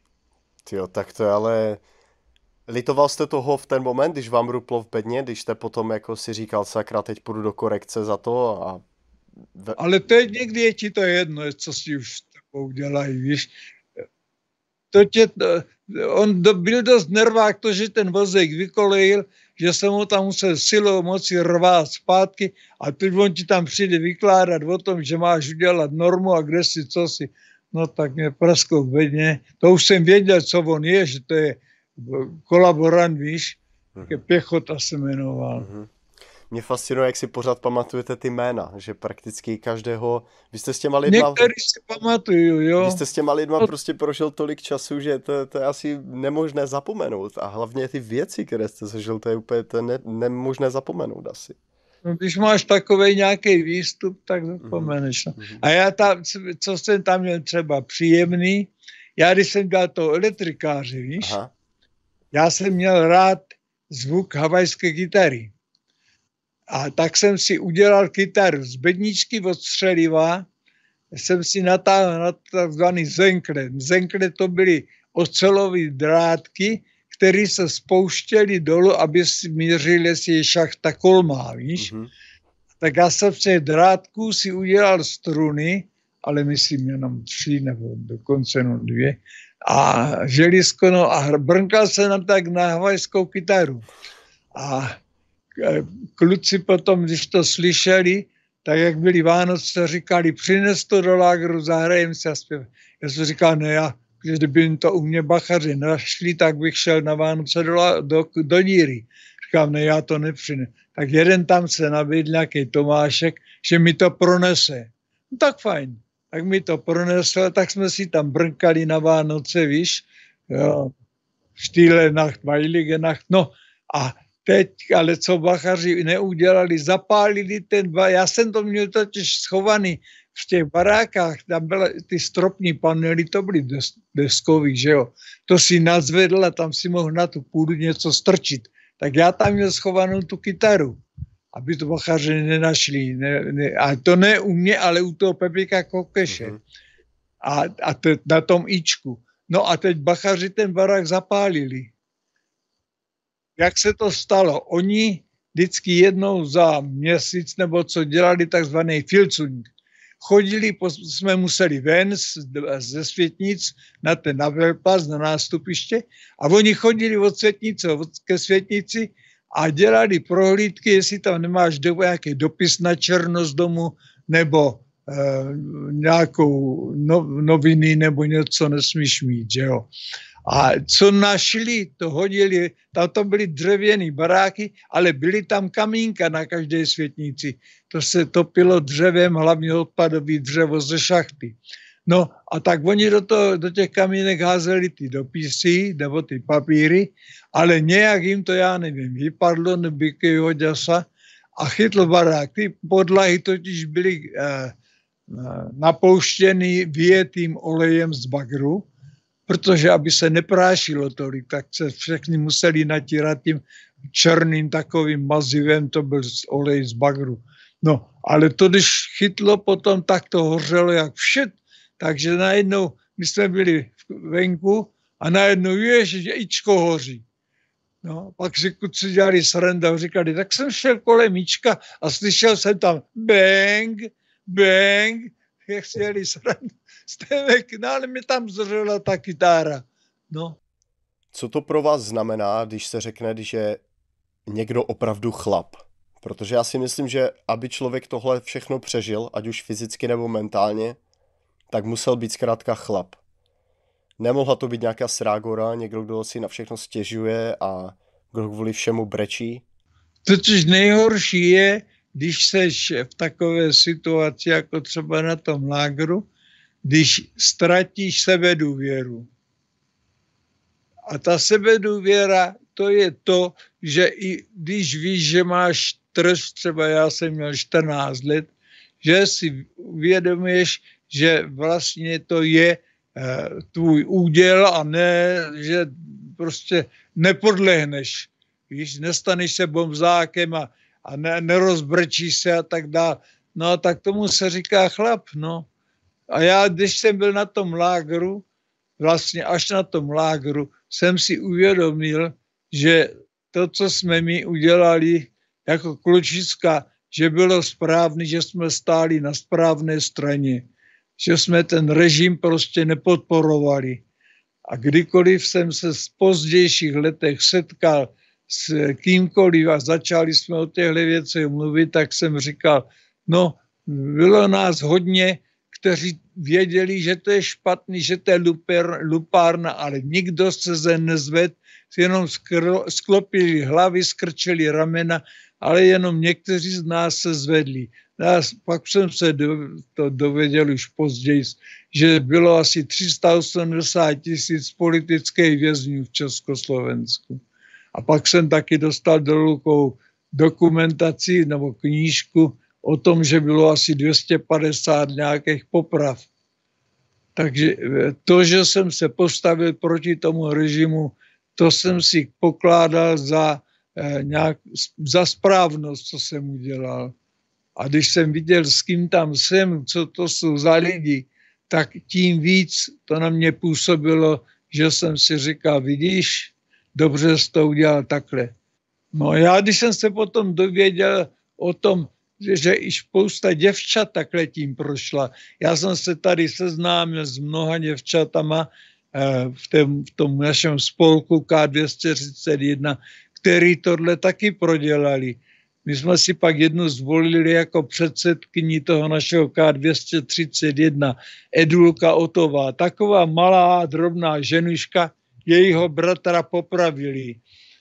Tyjo, tak to je ale... Litoval jste toho v ten moment, když vám ruplo v bedně, když jste potom jako si říkal, sakra, teď půjdu do korekce za to a... Ale teď někdy je ti to jedno, co si už s tebou dělají, víš. To tě... On byl dost nervák to, že ten vozejk vykolejil, že jsem ho tam musel silou moci rvát zpátky a teď on ti tam přijde vykládat o tom, že máš udělat normu a kde si, co si. No tak mě prasklo v bedně. To už jsem věděl, co on je, že to je kolaborant, víš, uh-huh. Pěchota se jmenoval. Uh-huh. Mě fascinuje, jak si pořád pamatujete ty jména, že prakticky každého, vy jste s těma lidma... Některý si pamatuju, jo. Vy jste s těma lidma prostě prošel tolik času, že to, to je asi nemožné zapomenout a hlavně ty věci, které jste zažil, to je úplně to je ne, nemožné zapomenout asi. No, když máš takovej nějaký výstup, tak zapomeneš. Mm-hmm. A já tam, co jsem tam měl třeba příjemný, já když jsem dělal toho elektrikáře, víš, aha. Já jsem měl rád zvuk havajské kytary. A tak jsem si udělal kytaru z bedničky od střeliva, jsem si natáhl na takzvaný zenkle. Zenkle to byly ocelové drátky, které se spouštěly dolů, aby si měřili, jestli je šachta kolmá, víš. Mm-hmm. Tak já jsem v těch drátků si udělal struny, ale myslím jenom tři nebo dokonce no dvě. A želisko, no a brnkal se na tak na havajskou kytaru. A kluci potom, když to slyšeli, tak jak byli Vánoce, říkali, přines to do lágru, zahrajem se a zpěv. Já jsem říkal, ne, já, kdyby jim to u mě bachaři našli, tak bych šel na Vánoce do, do, do díry. Říkám, ne, já to nepřines. Tak jeden tam se nabídl nějaký Tomášek, že mi to pronese. No tak fajn. tak mi to pronesl, tak jsme si tam brnkali na Vánoce, víš, jo, Stille Nacht, Heilige Nacht, no a teď, ale co bachaři neudělali, zapálili ten, já jsem to měl totiž schovaný v těch barákách, tam byly ty stropní panely, to byly des, deskový, že jo, to si nazvedl a tam si mohl na tu půdu něco strčit, tak já tam měl schovanou tu kytaru, aby to bachaři nenašli, ne, ne, a to ne u mě, ale u toho Pepíka Kokeše mm-hmm. a, a te, na tom ičku. No a teď bachaři ten barák zapálili. Jak se to stalo? Oni vždycky jednou za měsíc nebo co dělali takzvaný filcung. Chodili, jsme museli ven ze Světnic na ten Navelplatz, na nástupiště a oni chodili od Světnice ke Světnici a dělali prohlídky, jestli tam nemáš do, nějaký dopis na černo z domu nebo e, nějakou no, noviny nebo něco nesmíš mít, že jo. A co našli, to hodili, tam to byly dřevěný baráky, ale byly tam kamínka na každé světnici. To se topilo dřevem, hlavně odpadový dřevo ze šachty. No a tak oni do, toho, do těch kamínek házeli ty dopisy nebo ty papíry, ale nějak jim to, já nevím, vypadlo nebo hoďasa a chytl barák. Ty podlahy totiž byly eh, napouštěny vyjetým olejem z bagru, protože aby se neprášilo tolik, tak se všechny museli natírat tím černým takovým mazivem, to byl olej z bagru. No, ale to, když chytlo potom, tak to hořelo jak všet, takže najednou my jsme byli venku a najednou ježiš, že ičko hoří. No, pak si kluci dělali sranda, říkali, tak jsem šel kolem ička a slyšel jsem tam bang, bang, jak si jeli srandu. Stévek, no ale mi tam zřela ta kytára. No. Co to pro vás znamená, když se řekne, když je někdo opravdu chlap? Protože já si myslím, že aby člověk tohle všechno přežil, ať už fyzicky nebo mentálně, tak musel být zkrátka chlap. Nemohla to být nějaká srágora, někdo, kdo si na všechno stěžuje a kdo kvůli všemu brečí? Totiž nejhorší je, když seš v takové situaci, jako třeba na tom lágru, když ztratíš sebedůvěru. A ta sebedůvěra, to je to, že i když víš, že máš trest, třeba já jsem měl čtrnáct let, že si uvědomíš, že vlastně to je eh, tvůj úděl a ne, že prostě nepodlehneš. Víš, nestaneš se bomzákem a, a ne, nerozbrčíš se a tak dále. No tak tomu se říká chlap, no. A já, když jsem byl na tom lágru, vlastně až na tom lágru, jsem si uvědomil, že to, co jsme mi udělali jako klučiska, že bylo správné, že jsme stáli na správné straně, že jsme ten režim prostě nepodporovali. A kdykoliv jsem se v pozdějších letech setkal s kýmkoliv a začali jsme o těchto věcech mluvit, tak jsem říkal, no, bylo nás hodně, kteří věděli, že to je špatný, že to je luper, lupárna, ale nikdo se ze nezved, jenom skro, sklopili hlavy, skrčili ramena, ale jenom někteří z nás se zvedli. Já, pak jsem se do, to dověděl už později, že bylo asi tři sta osmdesát tisíc politických vězňů v Československu. A pak jsem taky dostal do rukou dokumentaci nebo knížku o tom, že bylo asi dvě stě padesát nějakých poprav. Takže to, že jsem se postavil proti tomu režimu, to jsem si pokládal za, eh, nějak, za správnost, co jsem udělal. A když jsem viděl, s kým tam jsem, co to jsou za lidi, tak tím víc to na mě působilo, že jsem si říkal, vidíš, dobře jsi to udělal takhle. No já, když jsem se potom dověděl o tom, že i spousta děvčat takhle tím prošla. Já jsem se tady seznámil s mnoha děvčatama v tom, v tom našem spolku K dvě stě třicet jedna, který tohle taky prodělali. My jsme si pak jednu zvolili jako předsedkyni toho našeho K dvě stě třicet jedna, Edulka Otová. Taková malá, drobná ženuška, jejího bratra popravili.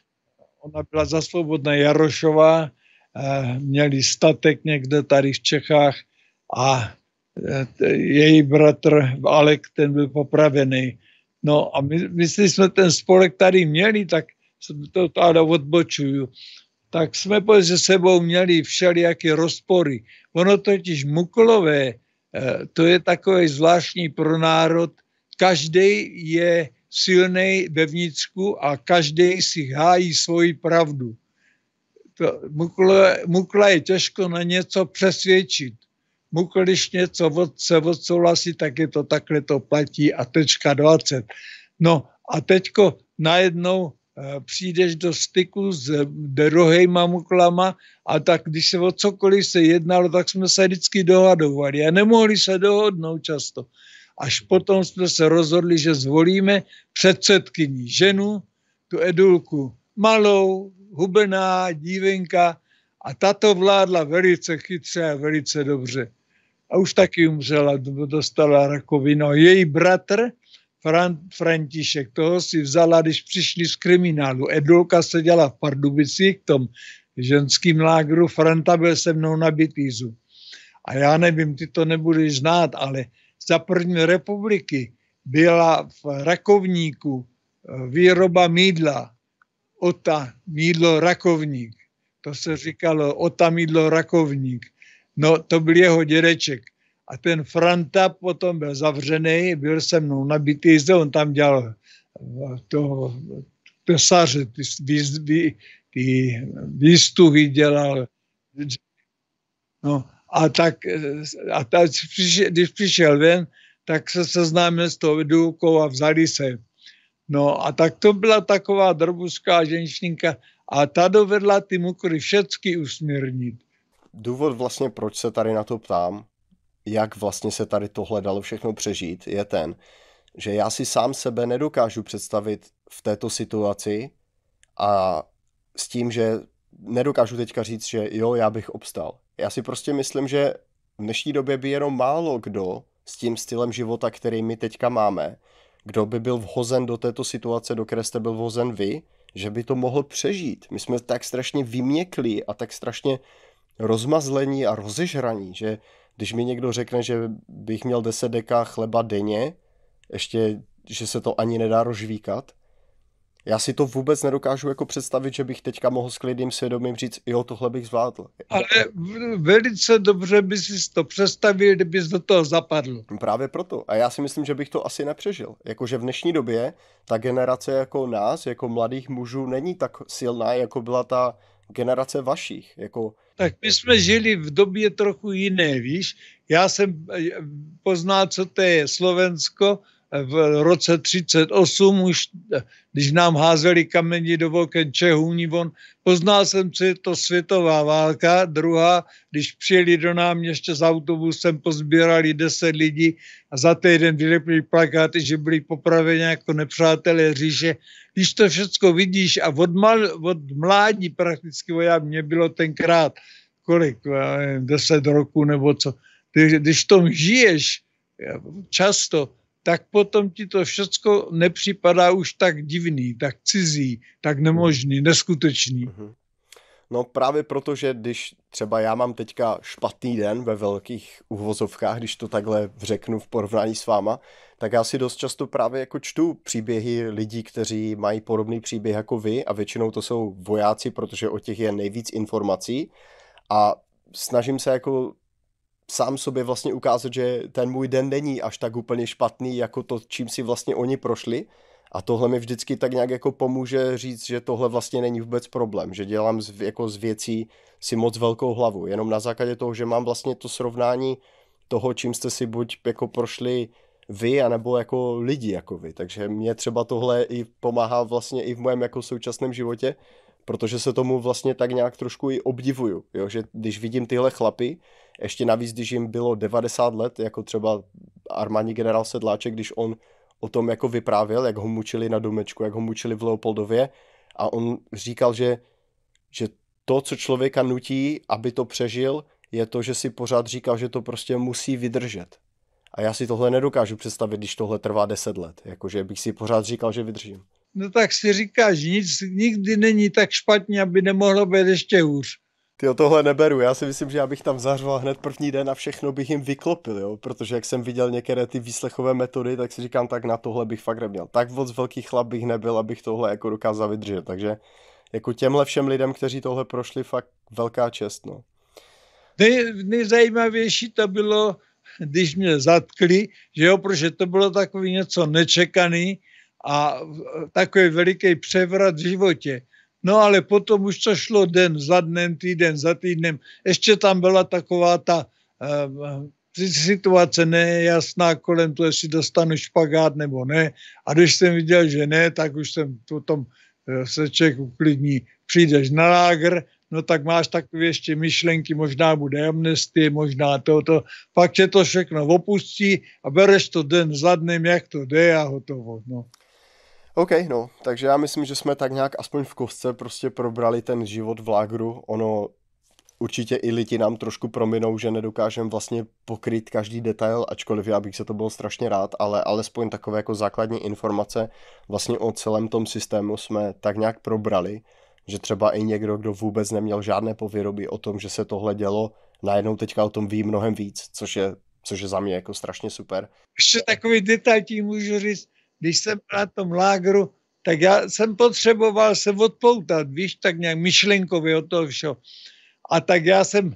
Ona byla za Svobodná Jarošová, měli statek někde tady v Čechách a její bratr Alek, ten byl popravený. No a my, my jsme ten spolek tady měli, tak to tady odbočuju, tak jsme se sebou měli všelijaké rozpory. Ono totiž Muklové, to je takový zvláštní pro národ, každý je silnej ve vnitřku a každý si hájí svoji pravdu. To, Mukla, Mukla je těžko na něco přesvědčit. Mukl, když něco od, se odsouhlasí, tak je to takhle, to platí a tečka dvacet. No a teďko najednou e, přijdeš do styku s druhýma Muklama a tak když se o cokoliv se jednalo, tak jsme se vždycky dohadovali a nemohli se dohodnout často. Až potom jsme se rozhodli, že zvolíme předsedkyni ženu, tu Edulku malou, hubená dívenka a tato vládla velice chytře a velice dobře. A už taky umřela, dostala rakovinu. Její bratr, Fran, František, toho si vzala, když přišli z kriminálu. Edulka seděla v Pardubicích, v tom ženským lágru, Franta byl se mnou na Bitýzu. A já nevím, ty to nebudeš znát, ale za první republiky byla v Rakovníku výroba mýdla. Ota, mýdlo, rakovník. To se říkalo Ota, mýdlo, rakovník. No, to byl jeho dědeček. A ten Franta potom byl zavřený, byl se mnou na Bitýze, on tam dělal to tesaře, ty, ty, ty výstuhy dělal. No, a tak, a tak když přišel ven, tak se seznámil s tou Edulkou a vzali se. No a tak to byla taková drobuská ženštinka a ta dovedla ty Mukry všecky usmírnit. Důvod vlastně, proč se tady na to ptám, jak vlastně se tady tohle dalo všechno přežít, je ten, že já si sám sebe nedokážu představit v této situaci a s tím, že nedokážu teďka říct, že jo, já bych obstal. Já si prostě myslím, že v dnešní době by jenom málo kdo s tím stylem života, který my teďka máme, kdo by byl vhozen do této situace, do které jste byl vhozen vy, že by to mohl přežít. My jsme tak strašně vyměklí a tak strašně rozmazlení a rozežraní, že když mi někdo řekne, že bych měl deset deka chleba denně, ještě, že se to ani nedá rozžvíkat, já si to vůbec nedokážu jako představit, že bych teďka mohl s klidným svědomím říct, jo, tohle bych zvládl. Ale velice dobře bys si to představil, kdybys do toho zapadl. Právě proto. A já si myslím, že bych to asi nepřežil. Jakože v dnešní době ta generace jako nás, jako mladých mužů, není tak silná, jako byla ta generace vašich. Jako... Tak my jsme žili v době trochu jiné, víš. Já jsem poznal, co to je Slovensko, v roce třicet osm, už když nám házeli kameni do oken Čehůní von, poznal jsem, co je to světová válka, druhá, když přijeli do náměště s autobusem, pozbírali deset lidí a za týden vylepili plakáty, že byli popraveni jako nepřátelé říše. Když to všecko vidíš a od, mal, od mládí prakticky, já mě bylo tenkrát kolik, deset roků nebo co, když tom žiješ často, tak potom ti to všecko nepřipadá už tak divný, tak cizí, tak nemožný, neskutečný. No právě proto, že když třeba já mám teďka špatný den ve velkých uvozovkách, když to takhle řeknu v porovnání s váma, tak já si dost často právě jako čtu příběhy lidí, kteří mají podobný příběh jako vy a většinou to jsou vojáci, protože o těch je nejvíc informací a snažím se jako sám sobě vlastně ukázat, že ten můj den není až tak úplně špatný, jako to, čím si vlastně oni prošli. A tohle mi vždycky tak nějak jako pomůže říct, že tohle vlastně není vůbec problém, že dělám z, jako z věcí si moc velkou hlavu. Jenom na základě toho, že mám vlastně to srovnání toho, čím jste si buď jako prošli vy, anebo jako lidi jako vy. Takže mě třeba tohle i pomáhá vlastně i v mém jako současném životě, protože se tomu vlastně tak nějak trošku i obdivuju, jo? Že když vidím tyhle chlapy, ještě navíc, když jim bylo devadesát let, jako třeba armádní generál Sedláček, když on o tom jako vyprávěl, jak ho mučili na domečku, jak ho mučili v Leopoldově a on říkal, že, že to, co člověka nutí, aby to přežil, je to, že si pořád říkal, že to prostě musí vydržet. A já si tohle nedokážu představit, když tohle trvá deset let, jakože bych si pořád říkal, že vydržím. No tak si říkáš, nic nikdy není tak špatně, aby nemohlo být ještě hůř. Tyjo, tohle neberu, já si myslím, že já bych tam zařval hned první den a všechno bych jim vyklopil, jo, protože jak jsem viděl některé ty výslechové metody, tak si říkám, tak na tohle bych fakt neměl. Tak moc velký chlap bych nebyl, abych tohle jako dokázal vydržet, takže jako těmhle všem lidem, kteří tohle prošli, fakt velká čest, no. Nej, nejzajímavější to bylo, když mě zatkli, že jo, protože to bylo takový něco nečekaný a takový veliký převrat v životě. No ale potom už to šlo den za dnem, týden za týdnem. Ještě tam byla taková ta uh, situace nejasná kolem toho, jestli dostanu špagát nebo ne. A když jsem viděl, že ne, tak už jsem potom uh, se člověk uklidní. Přijdeš na lágr, no tak máš takové ještě myšlenky, možná bude amnestie, možná toto. Pak tě to všechno opustí a bereš to den za dnem, jak to jde a hotovo. No. OK, no, takže já myslím, že jsme tak nějak aspoň v kostce prostě probrali ten život v lágru. Ono určitě i lidi nám trošku prominou, že nedokážeme vlastně pokryt každý detail, ačkoliv já bych se to byl strašně rád, ale alespoň takové jako základní informace vlastně o celém tom systému jsme tak nějak probrali, že třeba i někdo, kdo vůbec neměl žádné povědomí o tom, že se tohle dělo, najednou teďka o tom ví mnohem víc, což je, což je za mě jako strašně super. Ještě takový detail ti můžu říct, když jsem na tom lágru, tak já jsem potřeboval se odpoutat, víš, tak nějak myšlenkově od toho všeho. A tak já jsem,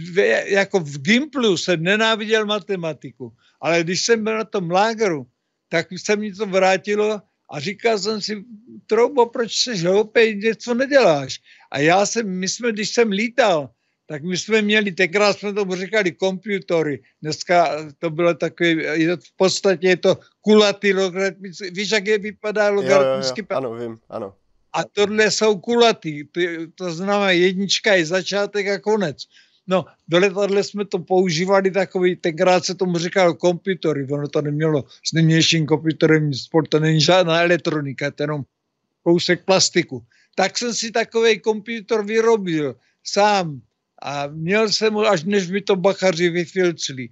jako v Gimplu jsem nenáviděl matematiku, ale když jsem byl na tom lágru, tak se mi to vrátilo a říkal jsem si, Troubo, proč seš hloupej, něco neděláš? A já jsem, my jsme, když jsem lítal, tak my jsme měli, tenkrát jsme tomu říkali komputory, dneska to bylo takový, v podstatě je to kulatý logaritmický, víš, jak je vypadá logaritmický? Jo, jo, jo. Ano, vím, ano. A tohle jsou kulatý, to, to znamená jednička je začátek a konec. No, do letadle jsme to používali takový, tenkrát se tomu říkalo komputory, ono to nemělo s nynějším komputerem sport, to není žádná elektronika, to jenom kousek plastiku. Tak jsem si takový komputer vyrobil sám a měl jsem ho, až než mi to bachaři vyfilcli.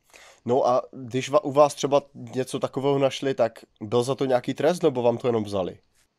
No a když u vás třeba něco takového našli, tak byl za to nějaký trest, nebo vám to jenom vzali?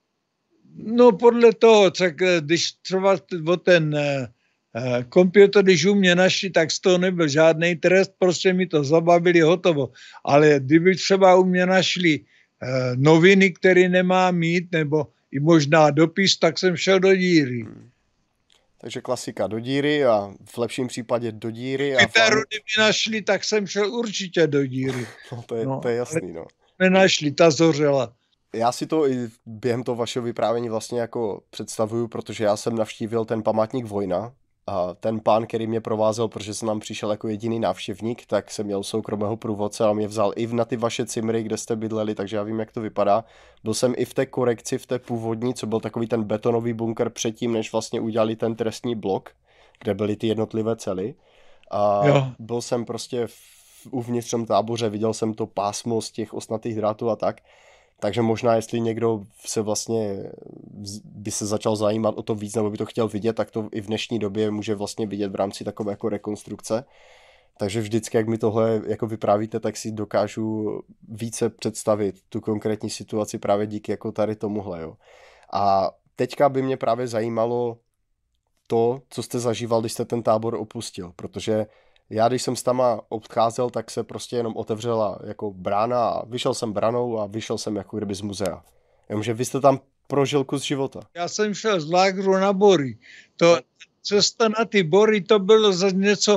No podle toho, tak když třeba o ten uh, komputer, když u mě našli, tak z toho nebyl žádný trest, prostě mi to zabavili, hotovo. Ale kdyby třeba u mě našli uh, noviny, které nemá mít, nebo i možná dopis, tak jsem šel do díry. Hmm. Takže klasika do díry a v lepším případě do díry. Kytaru, a kdyby našli, tak jsem šel určitě do díry. No to je, no, to je jasný, no. Nenašli, ta zořela. Já si to i během toho vašeho vyprávění vlastně jako představuju, protože já jsem navštívil ten památník Vojna a ten pán, který mě provázel, protože jsem nám přišel jako jediný návštěvník, tak jsem měl soukromého průvodce a mě vzal i na ty vaše cimry, kde jste bydleli, takže já vím, jak to vypadá. Byl jsem i v té korekci, v té původní, co byl takový ten betonový bunkr předtím, než vlastně udělali ten trestní blok, kde byly ty jednotlivé cely. A jo. Byl jsem prostě v, uvnitř tom táboře, viděl jsem to pásmo z těch osnatých drátů a tak. Takže možná, jestli někdo se vlastně by se začal zajímat o to víc, nebo by to chtěl vidět, tak to i v dnešní době může vlastně vidět v rámci takové jako rekonstrukce. Takže vždycky, jak mi tohle jako vyprávíte, tak si dokážu více představit tu konkrétní situaci právě díky jako tady tomuhle. Jo. A teďka by mě právě zajímalo to, co jste zažíval, když jste ten tábor opustil, protože já, když jsem s tama odcházel, tak se prostě jenom otevřela jako brána a vyšel jsem branou a vyšel jsem jako kdyby z muzea. Jenomže vy jste tam prožil kus života. Já jsem šel z lágru na Bory. To cesta na ty Bory, to bylo za něco,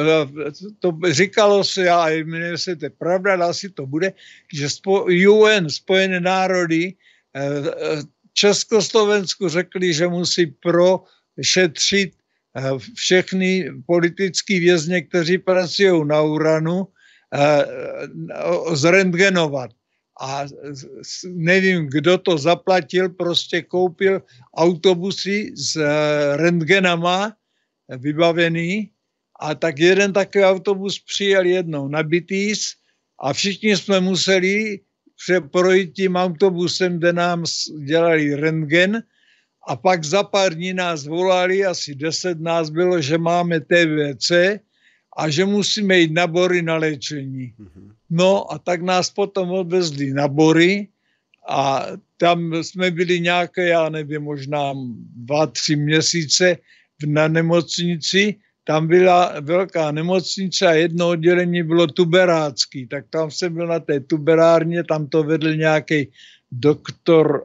to říkalo se, já nevím, jestli to je pravda, ale asi to bude, že U N, Spojené národy, Československu řekli, že musí prošetřit všechny politický vězně, kteří pracují na uranu, zrentgenovat. A nevím, kdo to zaplatil, prostě koupil autobusy s rentgenama vybavený a tak jeden takový autobus přijel jednou na Bytýs a všichni jsme museli projít tím autobusem, kde nám dělali rentgen. A pak za pár dní nás volali, asi deset nás bylo, že máme T V C a že musíme jít na Bory na léčení. No a tak nás potom odvezli na Bory a tam jsme byli nějaké, já nevím, možná dva, tři měsíce na nemocnici, tam byla velká nemocnice a jedno oddělení bylo tuberácký, tak tam jsem byl na té tuberárně, tam to vedl nějaký doktor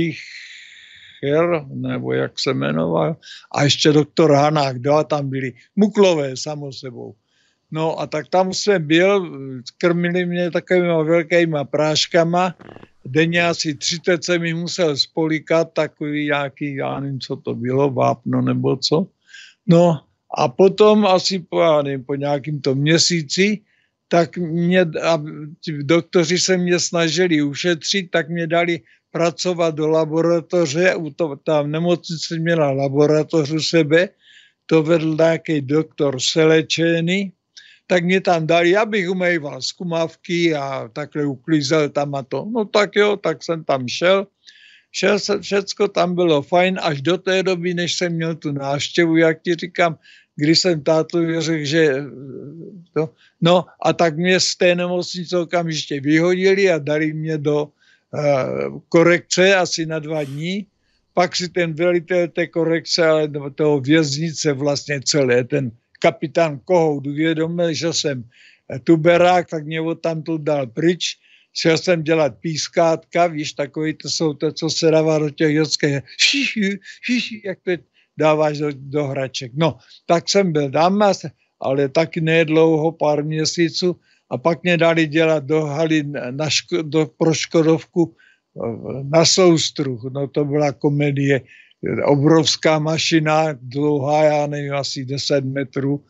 Eicher, nebo jak se jmenoval, a ještě doktor Hanák, dva tam byli, muklové samo sebou. No a tak tam jsem byl, krmili mě takovýma velkýma práškama, denně asi třicet se mi musel spolikat, takový nějaký, já nevím, co to bylo, vápno nebo co. No a potom asi po, já nevím, po nějakým to měsíci, tak mě, a doktoři se mě snažili ušetřit, tak mě dali pracovat do laboratoře, u to, tam nemocnice měla laboratoř u sebe, to vedl nějaký doktor Selečeny, tak mě tam dali, abych umýval zkumavky a takhle uklízel tam a to. No tak jo, tak jsem tam šel. Šel jsem, všecko tam bylo fajn, až do té doby, než jsem měl tu návštěvu, jak ti říkám, když jsem tátovi řekl, že to, no a tak mě z té nemocnice okamžitě vyhodili a dali mě do uh, korekce asi na dva dní. Pak si ten velitel té korekce, ale toho věznice vlastně celé, ten kapitán Kohout uvědomil, že jsem tuberák, tak mě odtamtud dal pryč. Šel jsem dělat pískátka, víš, takový to jsou to, co se dává do těch dětských, šiši, šiši, jak to dáváš do, do hraček. No, tak jsem byl tam, ale taky nedlouho, pár měsíců, a pak mě dali dělat do haly na ško, do, pro Škodovku na soustruh. No to byla komedie, obrovská mašina, dlouhá, já nevím, asi deset metrů,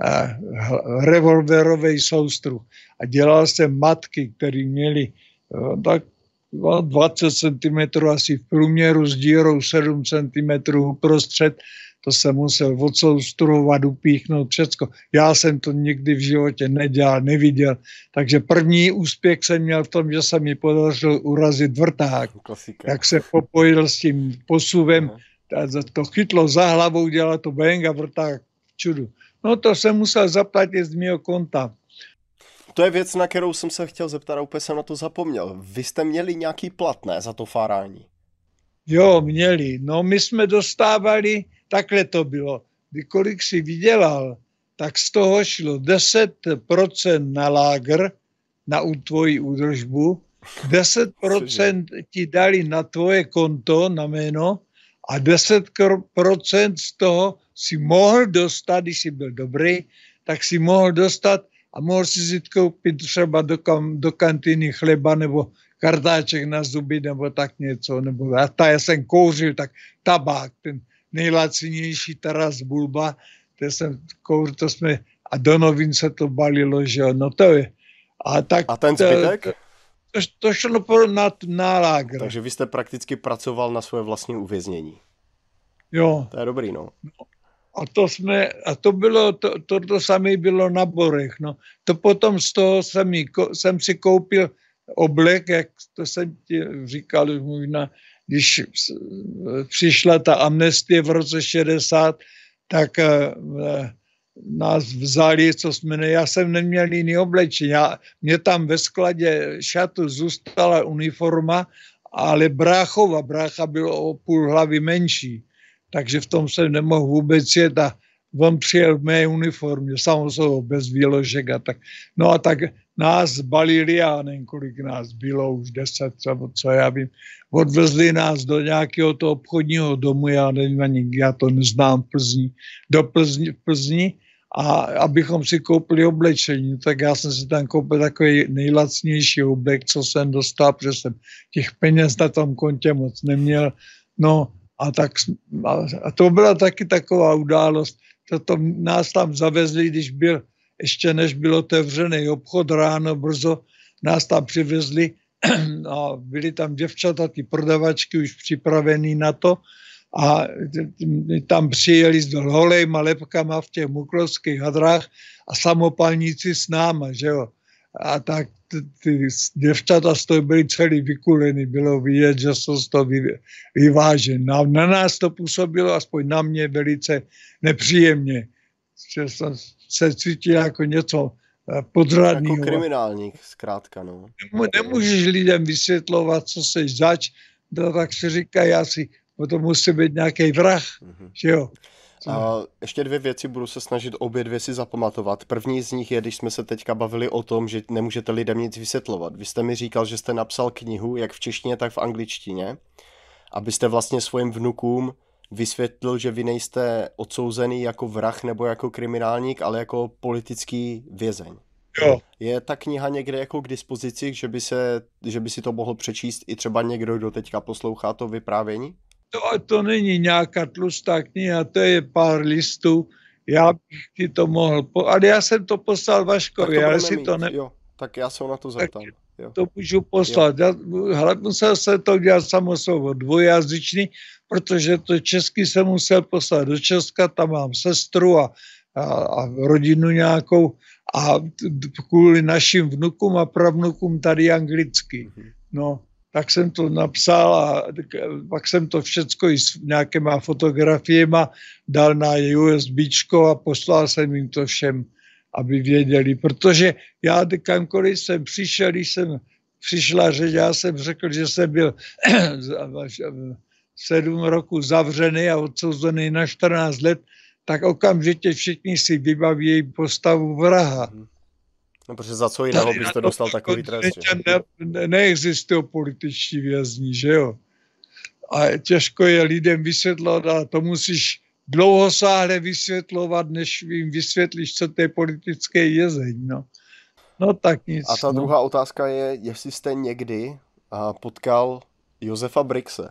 revolverový soustruh. A dělal jsem matky, které měly tak dvacet centimetrů asi v průměru s dírou sedm centimetrů uprostřed. To jsem musel odsoustruhovat, upíchnout všecko. Já jsem to nikdy v životě nedělal, neviděl. Takže první úspěch jsem měl v tom, že se mi podařilo urazit vrták. Klasika. Jak se popojil s tím posuvem, to chytlo za hlavou, dělal to bang a vrták čudu. No to jsem musel zaplatit z mého konta. To je věc, na kterou jsem se chtěl zeptat a úplně jsem na to zapomněl. Vy jste měli nějaký plat, ne, za to fárání? Jo, měli. No my jsme dostávali, takhle to bylo. Kolik si vydělal, tak z toho šlo deset procent na lágr, na tvoji údržbu, deset procent ti dali na tvoje konto, na jméno, a deset procent z toho si mohl dostat, když jsi byl dobrý, tak si mohl dostat a mohl si si koupit třeba do, kam, do kantýny chleba nebo kartáček na zuby nebo tak něco. Nebo a ta já jsem kouřil, tak tabák, ten nejlacinější Taras Bulba, to jsem kouřil, to jsme, a do novin se to balilo, že jo, no to je. A, tak, a ten zbytek? To, to, to šlo na, na lágr. Takže vy jste prakticky pracoval na svoje vlastní uvěznění. Jo. To je dobrý, no. A to jsme, a to bylo, to, to, to samé bylo na Borech, no. To potom z toho jsem, jsem si koupil oblek, jak to jsem ti říkal možná, když přišla ta amnestie v roce šedesát, tak uh, nás vzali, co jsme ne, já jsem neměl jiný oblečení. Já, mě tam ve skladě šatu zůstala uniforma, ale bráchova, brácha bylo o půl hlavy menší. Takže v tom jsem nemohl vůbec jet a on přijel v mé uniformě, samozřejmě bez výložek a tak. No a tak nás balili, já nevím, kolik nás bylo, už deset, třeba co já vím. Odvezli nás do nějakého toho obchodního domu, já nevím ani, já to neznám, Plzni, do Plzni, v Plzni, a abychom si koupili oblečení, tak já jsem si tam koupil takový nejlacnější oblek, co jsem dostal, protože jsem těch peněz na tom kontě moc neměl. No, A, tak, a to byla taky taková událost. Toto nás tam zavezli, když byl, ještě než byl otevřený obchod ráno brzo, nás tam přivezli a byly tam děvčata, ty prodavačky už připravený na to a tam přijeli s holejma lepkama v těch muklovských hadrách a samopalníci s náma, že jo. A tak ty děvčata z toho byly celý vykulený, bylo vidět, že jsou z toho vyvážen. Na, na nás to působilo, aspoň na mě, velice nepříjemně. Že jsem se cítil jako něco podřadného. Jako kriminálník, zkrátka, no. Nemůžeš lidem vysvětlovat, co seš zač, no, tak si říkají asi, to musí být nějaký vrah, mm-hmm. že jo. A ještě dvě věci budu se snažit obě dvě si zapamatovat. První z nich je, když jsme se teďka bavili o tom, že nemůžete lidem nic vysvětlovat. Vy jste mi říkal, že jste napsal knihu, jak v češtině, tak v angličtině, abyste vlastně svým vnukům vysvětlil, že vy nejste odsouzený jako vrah nebo jako kriminálník, ale jako politický vězeň. Jo. Je ta kniha někde jako k dispozici, že by, se, že by si to mohl přečíst i třeba někdo, kdo teďka poslouchá to vyprávění? To, to není nějaká tlustá kniha, to je pár listů. Já bych ti to mohl, po... ale já jsem to poslal Vaškovi, tak to ale si mít, to ne... Jo, tak já se ho na to zeptám. Jo. To můžu poslat. Já, hele, musel se to dělat samozřejmě dvojazyčný, protože to česky jsem musel poslat do Česka, tam mám sestru a, a, a rodinu nějakou a kvůli našim vnukům a pravnukům tady anglicky. No, tak jsem to napsal a pak jsem to všecko i s nějakýma fotografiema dal na USBčko a poslal jsem jim to všem, aby věděli, protože já kamkoliv jsem přišel, když jsem přišla řeč, já jsem řekl, že jsem byl sedm roků zavřený a odsouzený na čtrnáct let, tak okamžitě všichni si vybaví postavu vraha. No, protože za co jiného byste dostal takový trest, ne, ne, neexistují političtí vězni, že jo? A těžko je lidem vysvětlovat, a to musíš dlouhosáhle vysvětlovat, než jim vysvětlíš, co to je politické vězeň, no. No tak nic. A ta no. druhá otázka je, jestli jste někdy potkal Josefa Brixe.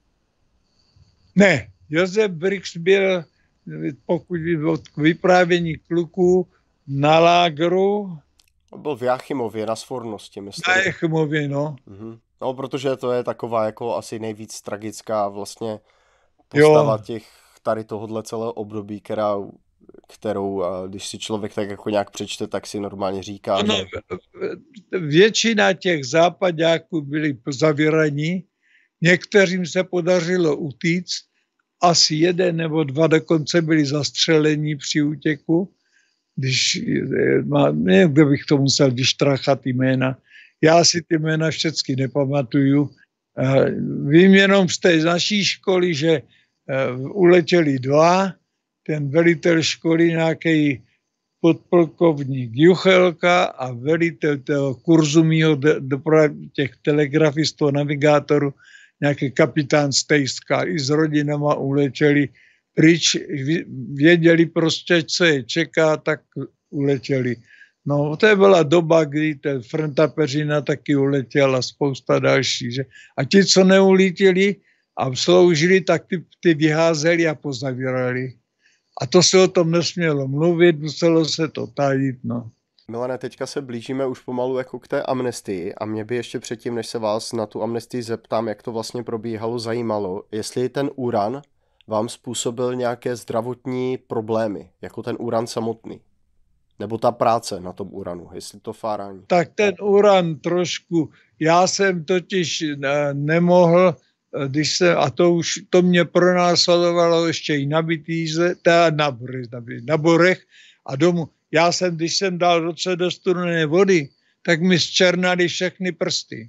Ne, Josef Brix byl, pokud od vyprávění kluků, na lágru. Byl v Jáchymově, na Svornosti, myslím. Na Jáchymově, no. Mhm. No, protože to je taková jako asi nejvíc tragická vlastně postava jo. těch tady tohohle celého období, která, kterou, když si člověk tak jako nějak přečte, tak si normálně říká, no, že... Většina těch západáků byli zavíraní, některým se podařilo utíct, asi jeden nebo dva dokonce byli zastřelení při útěku, když, nevím, kde bych to musel vyštrachat jména. Já si ty jména všechny nepamatuju. Vím jenom z té naší školy, že uletěli dva, ten velitel školy, nějaký podplukovník Juchelka a velitel toho kurzu mýho těch telegrafistů a navigátorů, nějaký kapitán Stejska, i s rodinama uletěli pryč, věděli prostě, co je čeká, tak uletěli. No, to byla doba, kdy ten Franta Peřina taky uletěl a spousta dalších. Že? A ti, co neuletěli a sloužili, tak ty, ty vyházeli a pozavírali. A to se o tom nesmělo mluvit, muselo se to tajit, no. Milane, teďka se blížíme už pomalu jako k té amnestii a mě by ještě předtím, než se vás na tu amnestii zeptám, jak to vlastně probíhalo, zajímalo, jestli ten uran vám způsobil nějaké zdravotní problémy, jako ten uran samotný. Nebo ta práce na tom uranu, jestli to fárání. Tak ten uran trošku, já jsem totiž nemohl, když jsem, a to už, to mě pronásledovalo ještě i na Bitýze, teda na Borech, na Borech a domů. Já jsem, když jsem dal ruce do studené vody, tak mi zčernaly všechny prsty.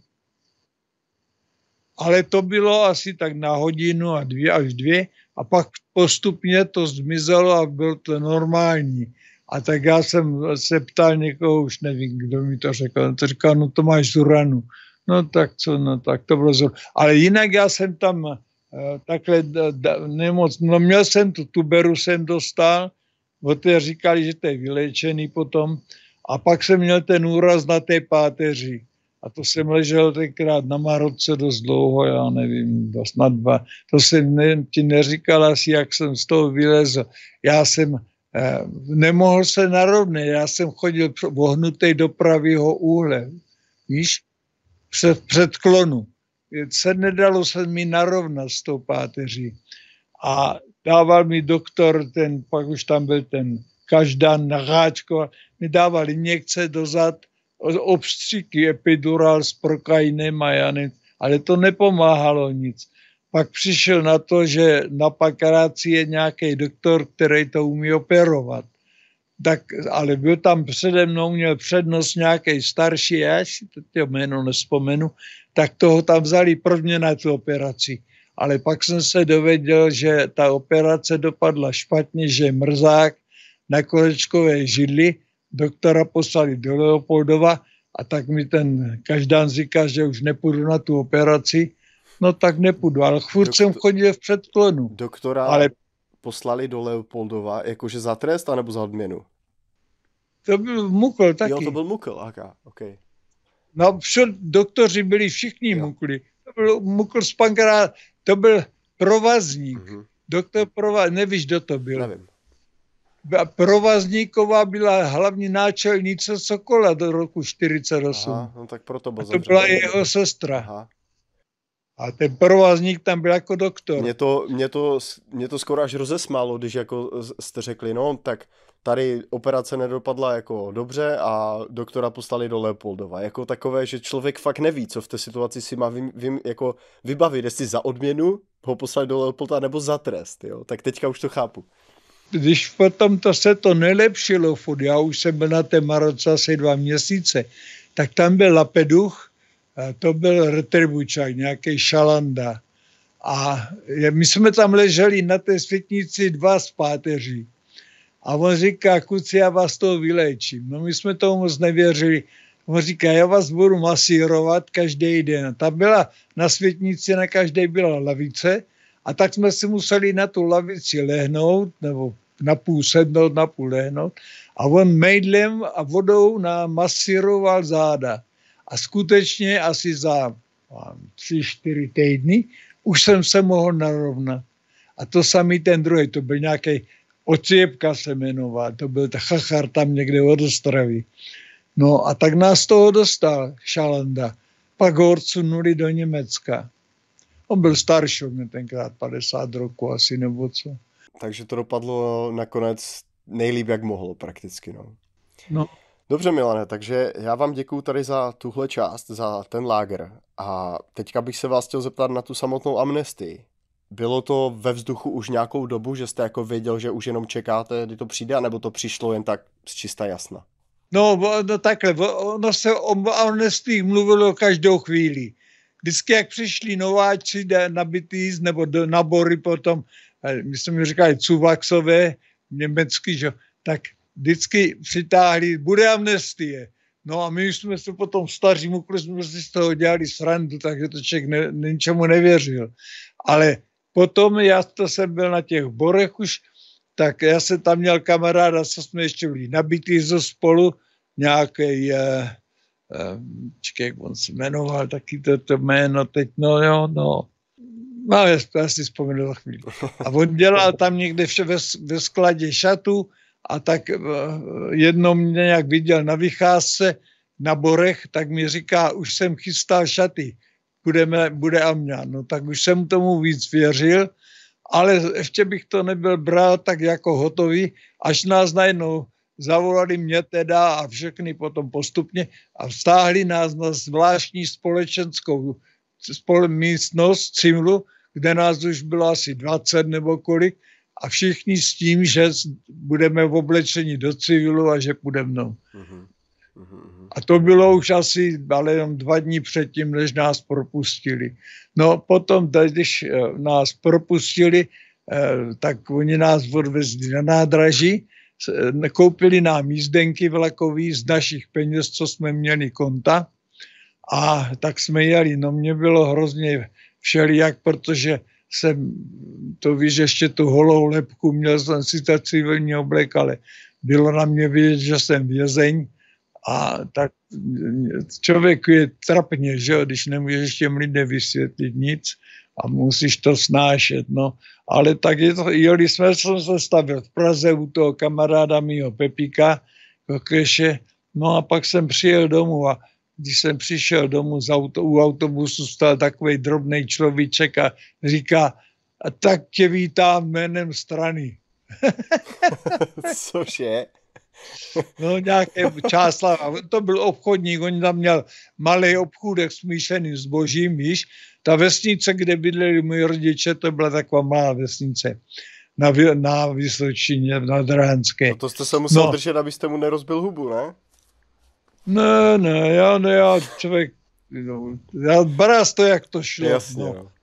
Ale to bylo asi tak na hodinu a dvě až dvě a pak postupně to zmizelo a bylo to normální. A tak já jsem se ptal někoho, už nevím, kdo mi to řekl, on to říkal, no to máš z uranu. No tak co, no tak to bylo zor. Ale jinak já jsem tam uh, takhle da, da, nemoc, no měl jsem tu tuberu, jsem dostal, o té říkali, že to je vyléčený potom. A pak jsem měl ten úraz na té páteři. A to jsem ležel tenkrát na Maroce dost dlouho, já nevím, dost na dva. To jsem ne, ti neříkal asi, jak jsem z toho vylezl. Já jsem eh, nemohl se narovnat, já jsem chodil vohnutej do pravého úhle, víš, před, před klonu. Se nedalo se mi narovnat s tou páteří. A dával mi doktor, ten, pak už tam byl ten Každan Naháčko, mi dával injekce do zad, obstříky, epidural s prokainem a já nevím, ale to nepomáhalo nic. Pak přišel na to, že na Pakaráci je nějaký doktor, který to umí operovat. Tak, ale byl tam přede mnou, měl přednost nějaký starší, já si to jméno nespomenu, tak toho tam vzali pro mě na tu operaci. ale pak jsem se dověděl, že ta operace dopadla špatně, že je mrzák na kolečkové židli, doktora poslali do Leopoldova a tak mi ten každán říká, že už nepůjdu na tu operaci, no tak nepůjdu, ale furt Doktor... jsem chodil v předklonu. Doktora ale... poslali do Leopoldova jakože za trest anebo za odměnu? To byl Mukl taky. Jo, to byl Mukl, aha, okej. Okay. No, všel, doktoři byli všichni jo. Mukli. To byl Mukl z Pankrát, to byl provazník. Uh-huh. Doktor Provazník, nevíš, kdo to byl? Nevím. Provazníková byla hlavní náčelnice Sokola do roku čtyřicet osm. Aha, no tak proto byl a to byla jeho sestra. Aha. A ten provazník tam byl jako doktor. Mě to, mě to, mě to skoro až rozesmálo, když jako jste řekli, no tak tady operace nedopadla jako dobře a doktora poslali do Leopoldova. Jako takové, že člověk fakt neví, co v té situaci si má vy, vy, jako vybavit, jestli za odměnu ho poslali do Leopolda nebo za trest. Jo? Tak teďka už to chápu. Když potom to se to nelepšilo, furt, já už jsem byl na té Maroce asi dva měsíce, tak tam byl Lapeduch, to byl retribučák, nějaký šalanda. A my jsme tam leželi na té světnici dva z páteří. A on říká, kluci, já vás toho vyléčím. No my jsme tomu moc nevěřili. On říká, já vás budu masírovat každý den. Tam byla na světnici, na každé byla lavice a tak jsme si museli na tu lavici lehnout, nebo na půl sednout, na půl lehnout. A on mejdlem a vodou nám masíroval záda. A skutečně asi za tři, čtyři týdny už jsem se mohl narovnat. A to samý ten druhý, to byl nějaký Ocěpka se jmenoval, to byl chachar tam někde od Ostravy. No a tak nás toho dostal Šalanda. Pak ho odsunuli do Německa. On byl starší, mě tenkrát padesát roku asi nebo co. Takže to dopadlo nakonec nejlíp, jak mohlo prakticky. No. No. Dobře, Milane, takže já vám děkuju tady za tuhle část, za ten lágr. A teďka bych se vás chtěl zeptat na tu samotnou amnestii. Bylo to ve vzduchu už nějakou dobu, že jste jako věděl, že už jenom čekáte, kdy to přijde, nebo to přišlo jen tak z čista jasna? No, no takhle, ono se o amnestii mluvilo každou chvíli. Vždycky, jak přišli nováči nabitý nebo do nabory potom, my jsme mi říkali Cuvaxové, německý, že, tak vždycky přitáhli, bude amnestie. No a my jsme se potom staří mukli, jsme si z toho dělali srandu, takže to člověk ne, ničemu nevěřil. Ale potom, já to jsem byl na těch borech už, tak já jsem tam měl kamaráda, co jsme ještě byli nabitý zo spolu, nějaký, eh, eh, čekaj, jak on se jmenoval, taky to, to jméno teď, no jo, no. No, já, já si vzpomenu za chvíli. A on dělal tam někde vše ve, ve skladě šatu a tak eh, jednou mě nějak viděl na vycházce na borech, tak mi říká, už jsem chystal šaty. Budeme, bude Amňa. No tak už jsem tomu víc věřil, ale ještě bych to nebyl bral tak jako hotový, až nás najednou zavolali mě teda a všechny potom postupně a vstáhli nás na zvláštní společenskou spole, místnost Cimlu, kde nás už bylo asi dvacet nebo kolik a všichni s tím, že budeme v oblečení do civilu a že půjde mnou. Mm-hmm. A to bylo už asi, ale jenom dva dní předtím, než nás propustili. No potom, když nás propustili, tak oni nás odvezli na nádraží, koupili nám jízdenky vlakový z našich peněz, co jsme měli konta a tak jsme jeli. No mě bylo hrozně všelijak, protože jsem, to víš, ještě tu holou lebku, měl jsem si ta civilní oblek, ale bylo na mě vidět, že jsem vězeň. A tak člověku je trapně, že když nemůžeš těm lidem vysvětlit nic a musíš to snášet, no. Ale tak je to, jeli jsme, jsem se stavil v Praze u toho kamaráda mýho Pepíka, Kokeše, no a pak jsem přijel domů a když jsem přišel domů z auto, u autobusu stál takovej drobnej človíček a říká, a tak tě vítám jménem strany. Cože? No nějaké Čáslava, to byl obchodník, on tam měl malý obchůdek smíšený zbožím, víš, ta vesnice, kde bydleli moji rodiče, to byla taková malá vesnice na, na Vysočině, na Dránské. No to jste se musel no. držet, abyste mu nerozbil hubu, ne? Ne, ne, já, ne, já člověk, no, já braz to, jak to šlo. Jasně, no. no.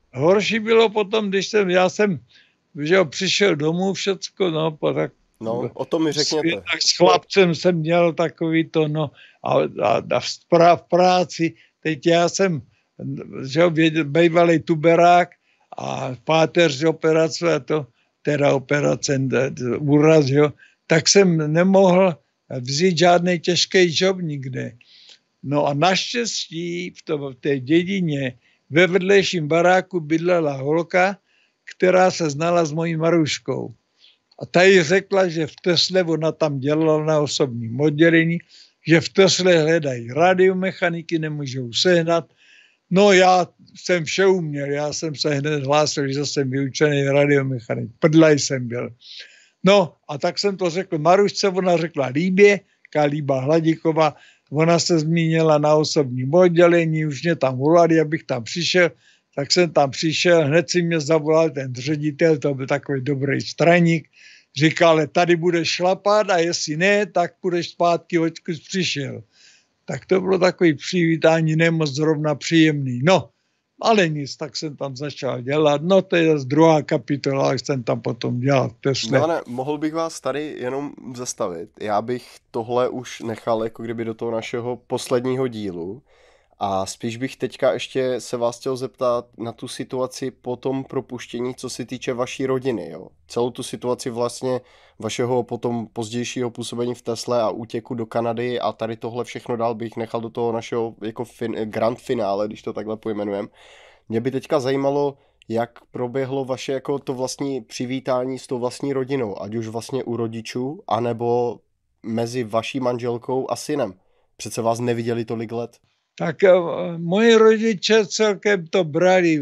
Horší bylo potom, když jsem, já jsem, že jo, přišel domů všecko, no, tak No, o tom mi řekněte. Tak s chlapcem jsem měl takový to, no, a, a, a v, prá, v práci, teď já jsem, že jo, bývalý tuberák a páteř operace, a to, teda operace, úraz, jo, tak jsem nemohl vzít žádný těžký job nikde. No a naštěstí v, to, v té dědině ve vedlejším baráku bydlela holka, která se znala s mojí Maruškou. A ta jí řekla, že v Tesle, ona tam dělala na osobním oddělení, že v Tesle hledají radiomechaniky, nemůžou sehnat. No já jsem vše uměl, já jsem se hned hlásil, že jsem vyučený radiomechanik. Prdlaj jsem byl. No a tak jsem to řekl Marušce, ona řekla Líbě, Líba Hladíková, ona se zmínila na osobním oddělení, už mě tam volali, abych tam přišel, tak jsem tam přišel, hned si mě zavolal ten ředitel, to byl takový dobrý straník, říkal, ale tady budeš šlapat a jestli ne, tak půjdeš zpátky, odkud přišel. Tak to bylo takový přivítání, nemoc zrovna příjemný. No, ale nic, tak jsem tam začal dělat. No to je druhá kapitola, jak jsem tam potom dělal. No ne, mohl bych vás tady jenom zastavit. Já bych tohle už nechal jako kdyby do toho našeho posledního dílu. A spíš bych teďka ještě se vás chtěl zeptat na tu situaci po tom propuštění, co se týče vaší rodiny. Jo? Celou tu situaci vlastně vašeho potom pozdějšího působení v Tesle a útěku do Kanady a tady tohle všechno dál bych nechal do toho našeho jako fin, grand finále, když to takhle pojmenujeme. Mě by teďka zajímalo, jak proběhlo vaše jako to vlastní přivítání s tou vlastní rodinou, ať už vlastně u rodičů, anebo mezi vaší manželkou a synem. Přece vás neviděli tolik let. Tak moji rodiče celkem to brali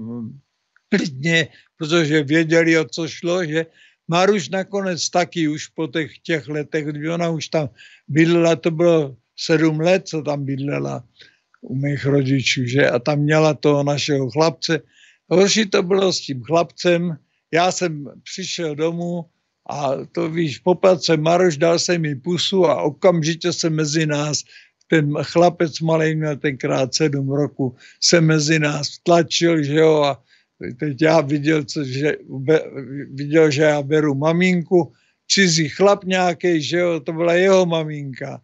klidně, protože věděli, o co šlo, že Maruš nakonec taky už po těch, těch letech, kdy ona už tam bydlela, to bylo sedm let, co tam bydlela u mých rodičů, že? A tam měla toho našeho chlapce. Horší to bylo s tím chlapcem. Já jsem přišel domů a to víš, popad se Maruš, dal jsem mi pusu a okamžitě se mezi nás ten chlapec malej měl tenkrát sedm roku, se mezi nás tlačil, že jo, a teď já viděl, co, že, be, viděl, že já beru maminku, cizí chlap nějaký, že jo, to byla jeho maminka.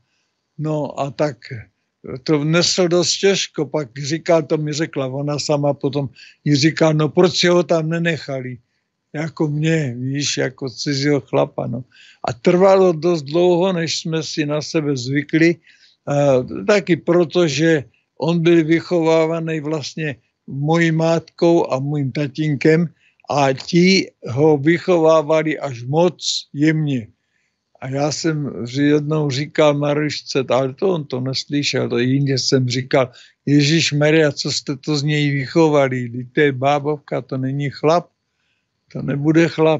No a tak to nesl dost těžko, pak říkal, to mi řekla ona sama potom, jí říkal, no proč si ho tam nenechali, jako mě, víš, jako cizího chlapa, no. A trvalo dost dlouho, než jsme si na sebe zvykli, Uh, taky proto, že on byl vychovávaný vlastně mojí matkou a mým tatínkem a ti ho vychovávali až moc jemně. A já jsem jednou říkal Marušce, ale to on to neslyšel, to jinde jsem říkal, Ježišmarja, co jste to z něj vychovali, to je bábovka, to není chlap, to nebude chlap.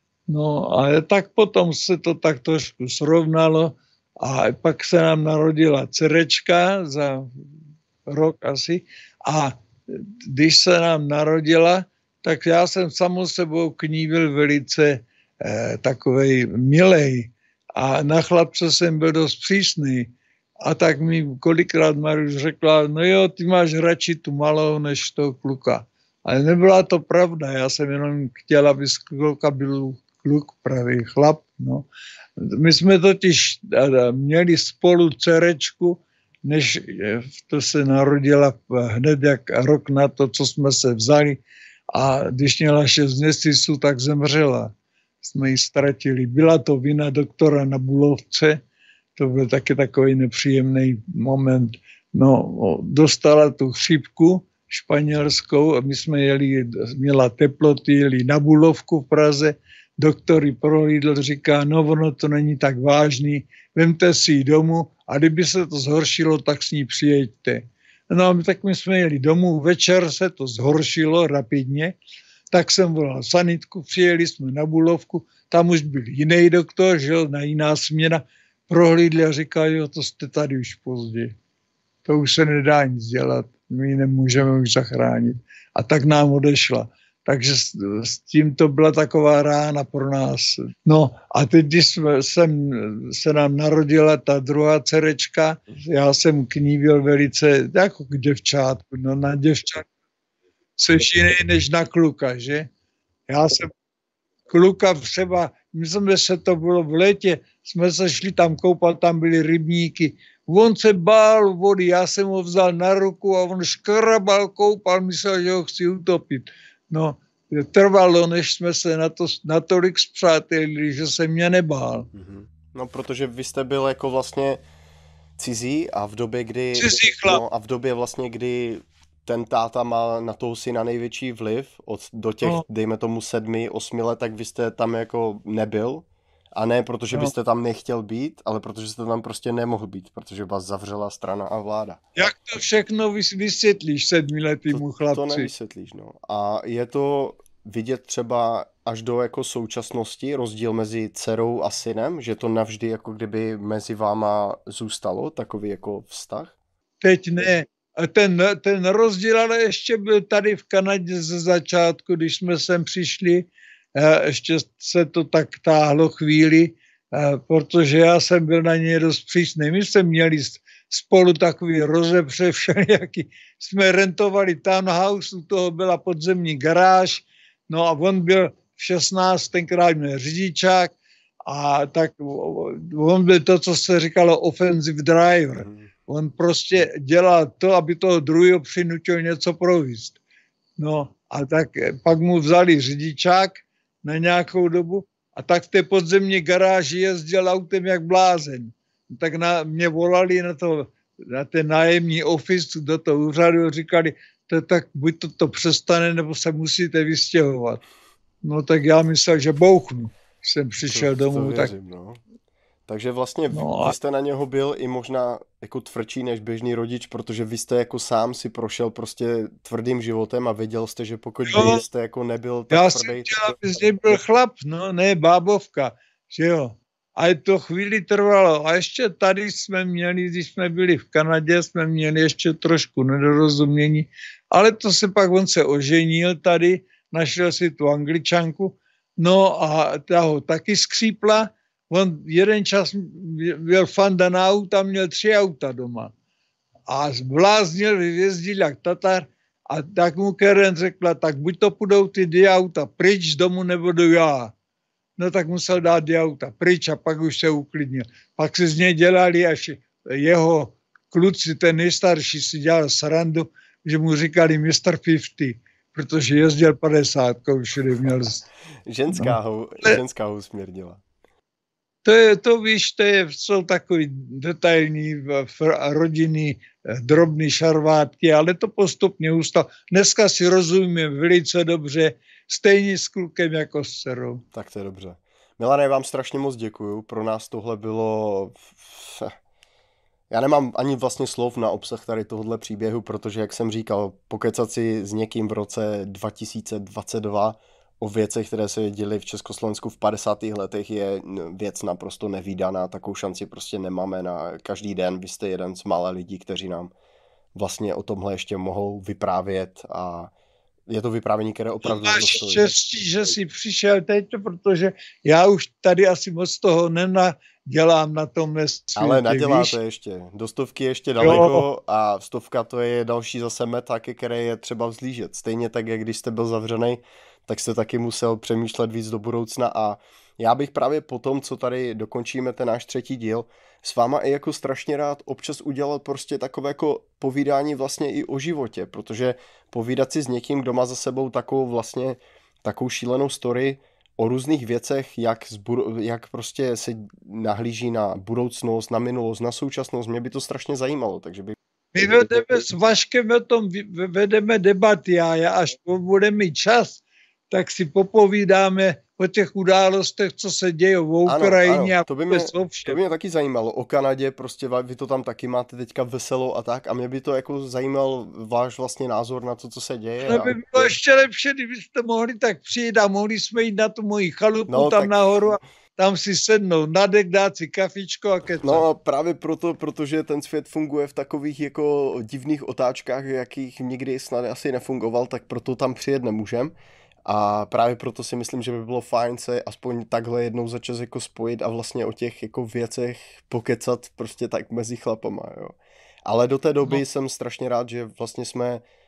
No a tak potom se to tak trošku srovnalo. A pak se nám narodila dcerečka za rok asi a když se nám narodila, tak já jsem samou sebou k ní byl velice eh, takovej milej a na chlapce jsem byl dost přísný. A tak mi kolikrát Maruš řekla, no jo, ty máš radši tu malou než toho kluka. Ale nebyla to pravda, já jsem jenom chtěla, aby z kluka byl kluk, pravý chlap, no. My jsme totiž měli spolu dcerečku, než to se narodila hned jak rok na to, co jsme se vzali. A když měla šest měsíců, tak zemřela. Jsme ji ztratili. Byla to vina doktora na Bulovce. To byl taky takový nepříjemný moment. No, dostala tu chřipku španělskou a my jsme jeli, měla teploty, jeli na Bulovku v Praze. Doktor ji prohlídl, říká, no ono to není tak vážný, vemte si ji domů a kdyby se to zhoršilo, tak s ní přijeďte. No a tak my jsme jeli domů, večer se to zhoršilo rapidně, tak jsem volal sanitku, přijeli jsme na Bulovku, tam už byl jiný doktor, že na jiná směna, prohlídli a říká, jo, to jste tady už pozdě. To už se nedá nic dělat, my ji nemůžeme už zachránit. A tak nám odešla. Takže s tím to byla taková rána pro nás. No a teď, když jsme, jsem, se nám narodila ta druhá dcerečka, já jsem k ní byl velice jako k děvčátku, no na děvčátku. Jseš jiný než na kluka, že? Já jsem kluka třeba, myslím, že se to bylo v létě, jsme se šli tam koupat, tam byly rybníky. On se bál vody, já jsem ho vzal na ruku a on škrabal, koupal, myslel, že ho chci utopit. No, trvalo, než jsme se na to, natolik spřátelili, že se mě nebál. Mm-hmm. No, protože vy jste byl jako vlastně cizí a v době, kdy... Cizí chlap. No, a v době vlastně, kdy ten táta má na toho syna největší vliv, od, do těch, no. dejme tomu, sedmi, osmi let, tak vy jste tam jako nebyl. A ne protože no. byste tam nechtěl být, ale protože jste tam prostě nemohl být, protože vás zavřela strana a vláda. Jak to všechno vysvětlíš sedmiletýmu chlapci? To nevysvětlíš, no. A je to vidět třeba až do jako současnosti rozdíl mezi dcerou a synem, že to navždy jako kdyby mezi váma zůstalo takový jako vztah? Teď ne. A ten, ten rozdíl ale ještě byl tady v Kanadě ze začátku, když jsme sem přišli, ještě se to tak táhlo chvíli, protože já jsem byl na něj dost přísný. My jsme měli spolu takový rozepře všelijaký. Jsme rentovali townhouse, u toho byla podzemní garáž, no a on byl v šestnáct, tenkrát měl řidičák a tak on byl to, co se říkalo offensive driver. On prostě dělal to, aby toho druhého přinutil něco provést. No a tak pak mu vzali řidičák na nějakou dobu a tak v té podzemní garáži jezdil autem jak blázen. Tak na, mě volali na, to, na ten nájemní office do toho úřadu a říkali, to, tak buď to, to přestane, nebo se musíte vystěhovat. No tak já myslel, že bouchnu. Jsem přišel to, domů. To věřím, tak... no. Takže vlastně no a... vy jste na něho byl i možná jako tvrdší než běžný rodič, protože vy jste jako sám si prošel prostě tvrdým životem a věděl jste, že pokud no, jste jako nebyl tak já tvrdý... Já jsem chtěl, aby z něj byl chlap, no ne bábovka, že jo. A to chvíli trvalo. A ještě tady jsme měli, když jsme byli v Kanadě, jsme měli ještě trošku nedorozumění, ale to se pak, on se oženil tady, našel si tu Angličanku, no a ta ho taky skřípla. On jeden čas byl fanda na auta, měl tři auta doma. A zbláznil, jezdil jak Tatar a tak mu Karen řekla, tak buď to půjdou ty dvě auta pryč, domů nebudu já. No tak musel dát dvě auta pryč a pak už se uklidnil. Pak se z něj dělali až jeho kluci, ten nejstarší si dělal srandu, že mu říkali mister padesát, protože jezdil padesátkou, všude měl... Ženská, no. ho, ženská ho usměrnila. To je, to víš, to je, jsou takový detailní rodinný drobný šarvátky, ale to postupně ustalo. Dneska si rozumíme velice dobře, stejně s klukem jako s dcerou. Tak to je dobře. Milane, vám strašně moc děkuju. Pro nás tohle bylo... Já nemám ani vlastně slov na obsah tady tohohle příběhu, protože, jak jsem říkal, pokecat si s někým v roce dva tisíce dvacet dva o věcech, které se děly v Československu v padesátých letech, je věc naprosto nevídaná. Takovou šanci prostě nemáme na každý den. Vy jste jeden z mála lidí, kteří nám vlastně o tomhle ještě mohou vyprávět a je to vyprávění, které opravdu... Máš štěstí, že jsi přišel teď, protože já už tady asi moc toho nenadělám na tomhle světě. Ale naděláte víš? Ještě. Do stovky ještě daleko jo. A stovka to je další zase meta, ke které je třeba vzlížet. Stejně tak, jak když jste byl zavřený, tak jste taky musel přemýšlet víc do budoucna a já bych právě po tom, co tady dokončíme ten náš třetí díl, s váma i jako strašně rád občas udělat prostě takové jako povídání vlastně i o životě, protože povídat si s někým, kdo má za sebou takovou vlastně takovou šílenou story o různých věcech, jak, zbud- jak prostě se nahlíží na budoucnost, na minulost, na současnost, mě by to strašně zajímalo, takže by... My vedeme s Vaškem o tom, vedeme debaty a já až budeme mít čas, tak si popovídáme o těch událostech, co se děje v Ukrajině. Ano, ano. To, by mě, to by mě taky zajímalo. O Kanadě, prostě vy to tam taky máte teďka veselo a tak a mě by to jako zajímal váš vlastně názor na to, co se děje. To by a... bylo ještě lepší, kdybyste mohli tak přijít a mohli jsme jít na tu moji chalupu no, tam tak... nahoru a tam si sednout na dek, dát si kafičko a kecat. No právě proto, protože ten svět funguje v takových jako divných otáčkách, jakých nikdy snad asi nefungoval, tak proto tam přijet nemůžem. A právě proto si myslím, že by bylo fajn se aspoň takhle jednou za čas jako spojit a vlastně o těch jako věcech pokecat prostě tak mezi chlapama, jo. Ale do té doby no. jsem strašně rád, že vlastně jsme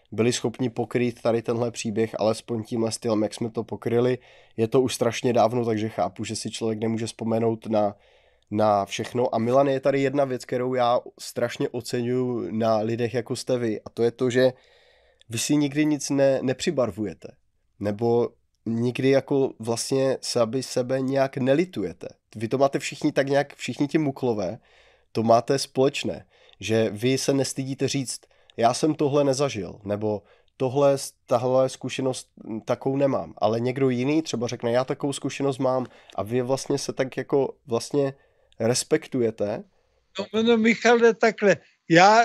byli schopni pokrýt tady tenhle příběh alespoň tímhle stylem, jak jsme to pokryli. Je to už strašně dávno, takže chápu, že si člověk nemůže vzpomenout na, na všechno. A Milan, je tady jedna věc, kterou já strašně oceňuju na lidech, jako jste vy, a to je to, že vy si nikdy nic ne, nepřibarvujete. Nebo nikdy jako vlastně sami sebe nějak nelitujete. Vy to máte všichni tak nějak, všichni ti muklové, to máte společné, že vy se nestydíte říct, já jsem tohle nezažil, nebo tohle, tahle zkušenost takovou nemám, ale někdo jiný třeba řekne, já takovou zkušenost mám a vy vlastně se tak jako vlastně respektujete. No, no Michale, takhle, já,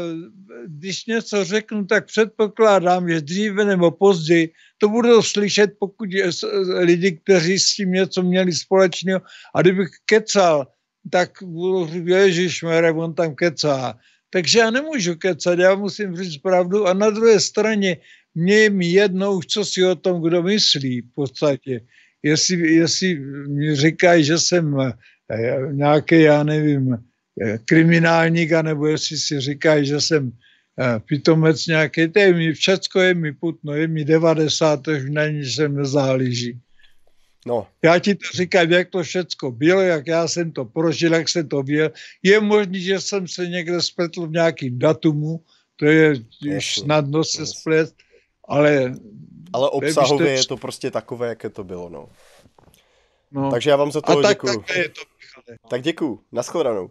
když něco řeknu, tak předpokládám, že dříve nebo později to budou slyšet, pokud je, lidi, kteří s tím něco měli společného, a kdybych kecal, tak budu říct, ježišmere, on tam kecá. Takže já nemůžu kecat, já musím říct pravdu a na druhé straně mě je mi jedno už, co si o tom kdo myslí v podstatě. Jestli, jestli mi říkají, že jsem nějaký, já nevím, kriminálník, anebo jestli si říkají, že jsem pitomec nějaký, to je mi, všecko je mi putno, je mi devadesát, takže na ničem nezáleží. No. Já ti to říkám, jak to všecko bylo, jak já jsem to prožil, jak jsem to věděl. Je možný, že jsem se někde spletl v nějakým datumu, to je už snadno se splet, ale... Ale obsahově je to prostě takové, jaké to bylo, no. no. Takže já vám za to tak, děkuju. Tak, je to, tak děkuju, nashledanou.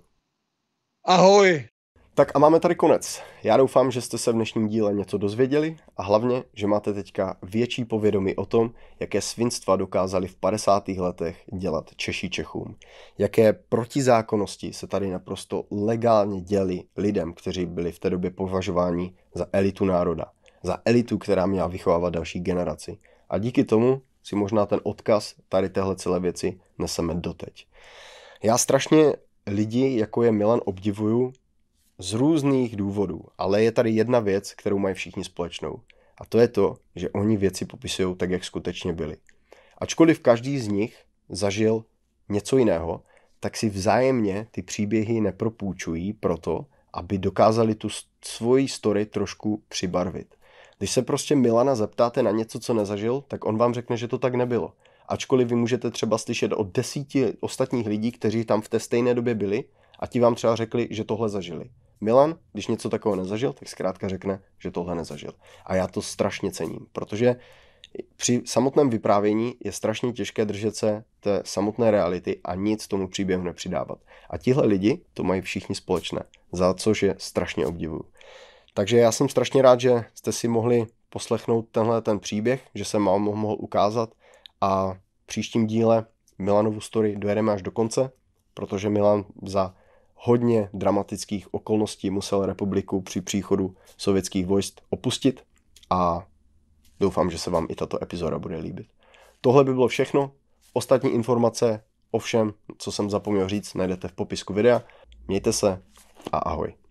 Ahoj. Tak a máme tady konec. Já doufám, že jste se v dnešním díle něco dozvěděli a hlavně, že máte teďka větší povědomí o tom, jaké svinstva dokázali v padesátých letech dělat Češi Čechům. Jaké protizákonnosti se tady naprosto legálně děli lidem, kteří byli v té době považováni za elitu národa. Za elitu, která měla vychovávat další generaci. A díky tomu si možná ten odkaz tady téhle celé věci neseme doteď. Já strašně lidi, jako je Milan, obdivuju z různých důvodů, ale je tady jedna věc, kterou mají všichni společnou. A to je to, že oni věci popisují tak, jak skutečně byly. Ačkoliv každý z nich zažil něco jiného, tak si vzájemně ty příběhy nepropůjčují proto, aby dokázali tu svoji story trošku přibarvit. Když se prostě Milana zeptáte na něco, co nezažil, tak on vám řekne, že to tak nebylo. Ačkoliv vy můžete třeba slyšet od desíti ostatních lidí, kteří tam v té stejné době byli a ti vám třeba řekli, že tohle zažili. Milan, když něco takového nezažil, tak zkrátka řekne, že tohle nezažil. A já to strašně cením, protože při samotném vyprávění je strašně těžké držet se té samotné reality a nic tomu příběhu nepřidávat. A tihle lidi to mají všichni společné, za což je strašně obdivuju. Takže já jsem strašně rád, že jste si mohli poslechnout tenhle ten příběh, že jsem vám mohl ukázat a v příštím díle Milanovu story dojedeme až do konce, protože Milan za hodně dramatických okolností musel republiku při příchodu sovětských vojsk opustit a doufám, že se vám i tato epizoda bude líbit. Tohle by bylo všechno. Ostatní informace o všem, co jsem zapomněl říct, najdete v popisku videa. Mějte se a ahoj.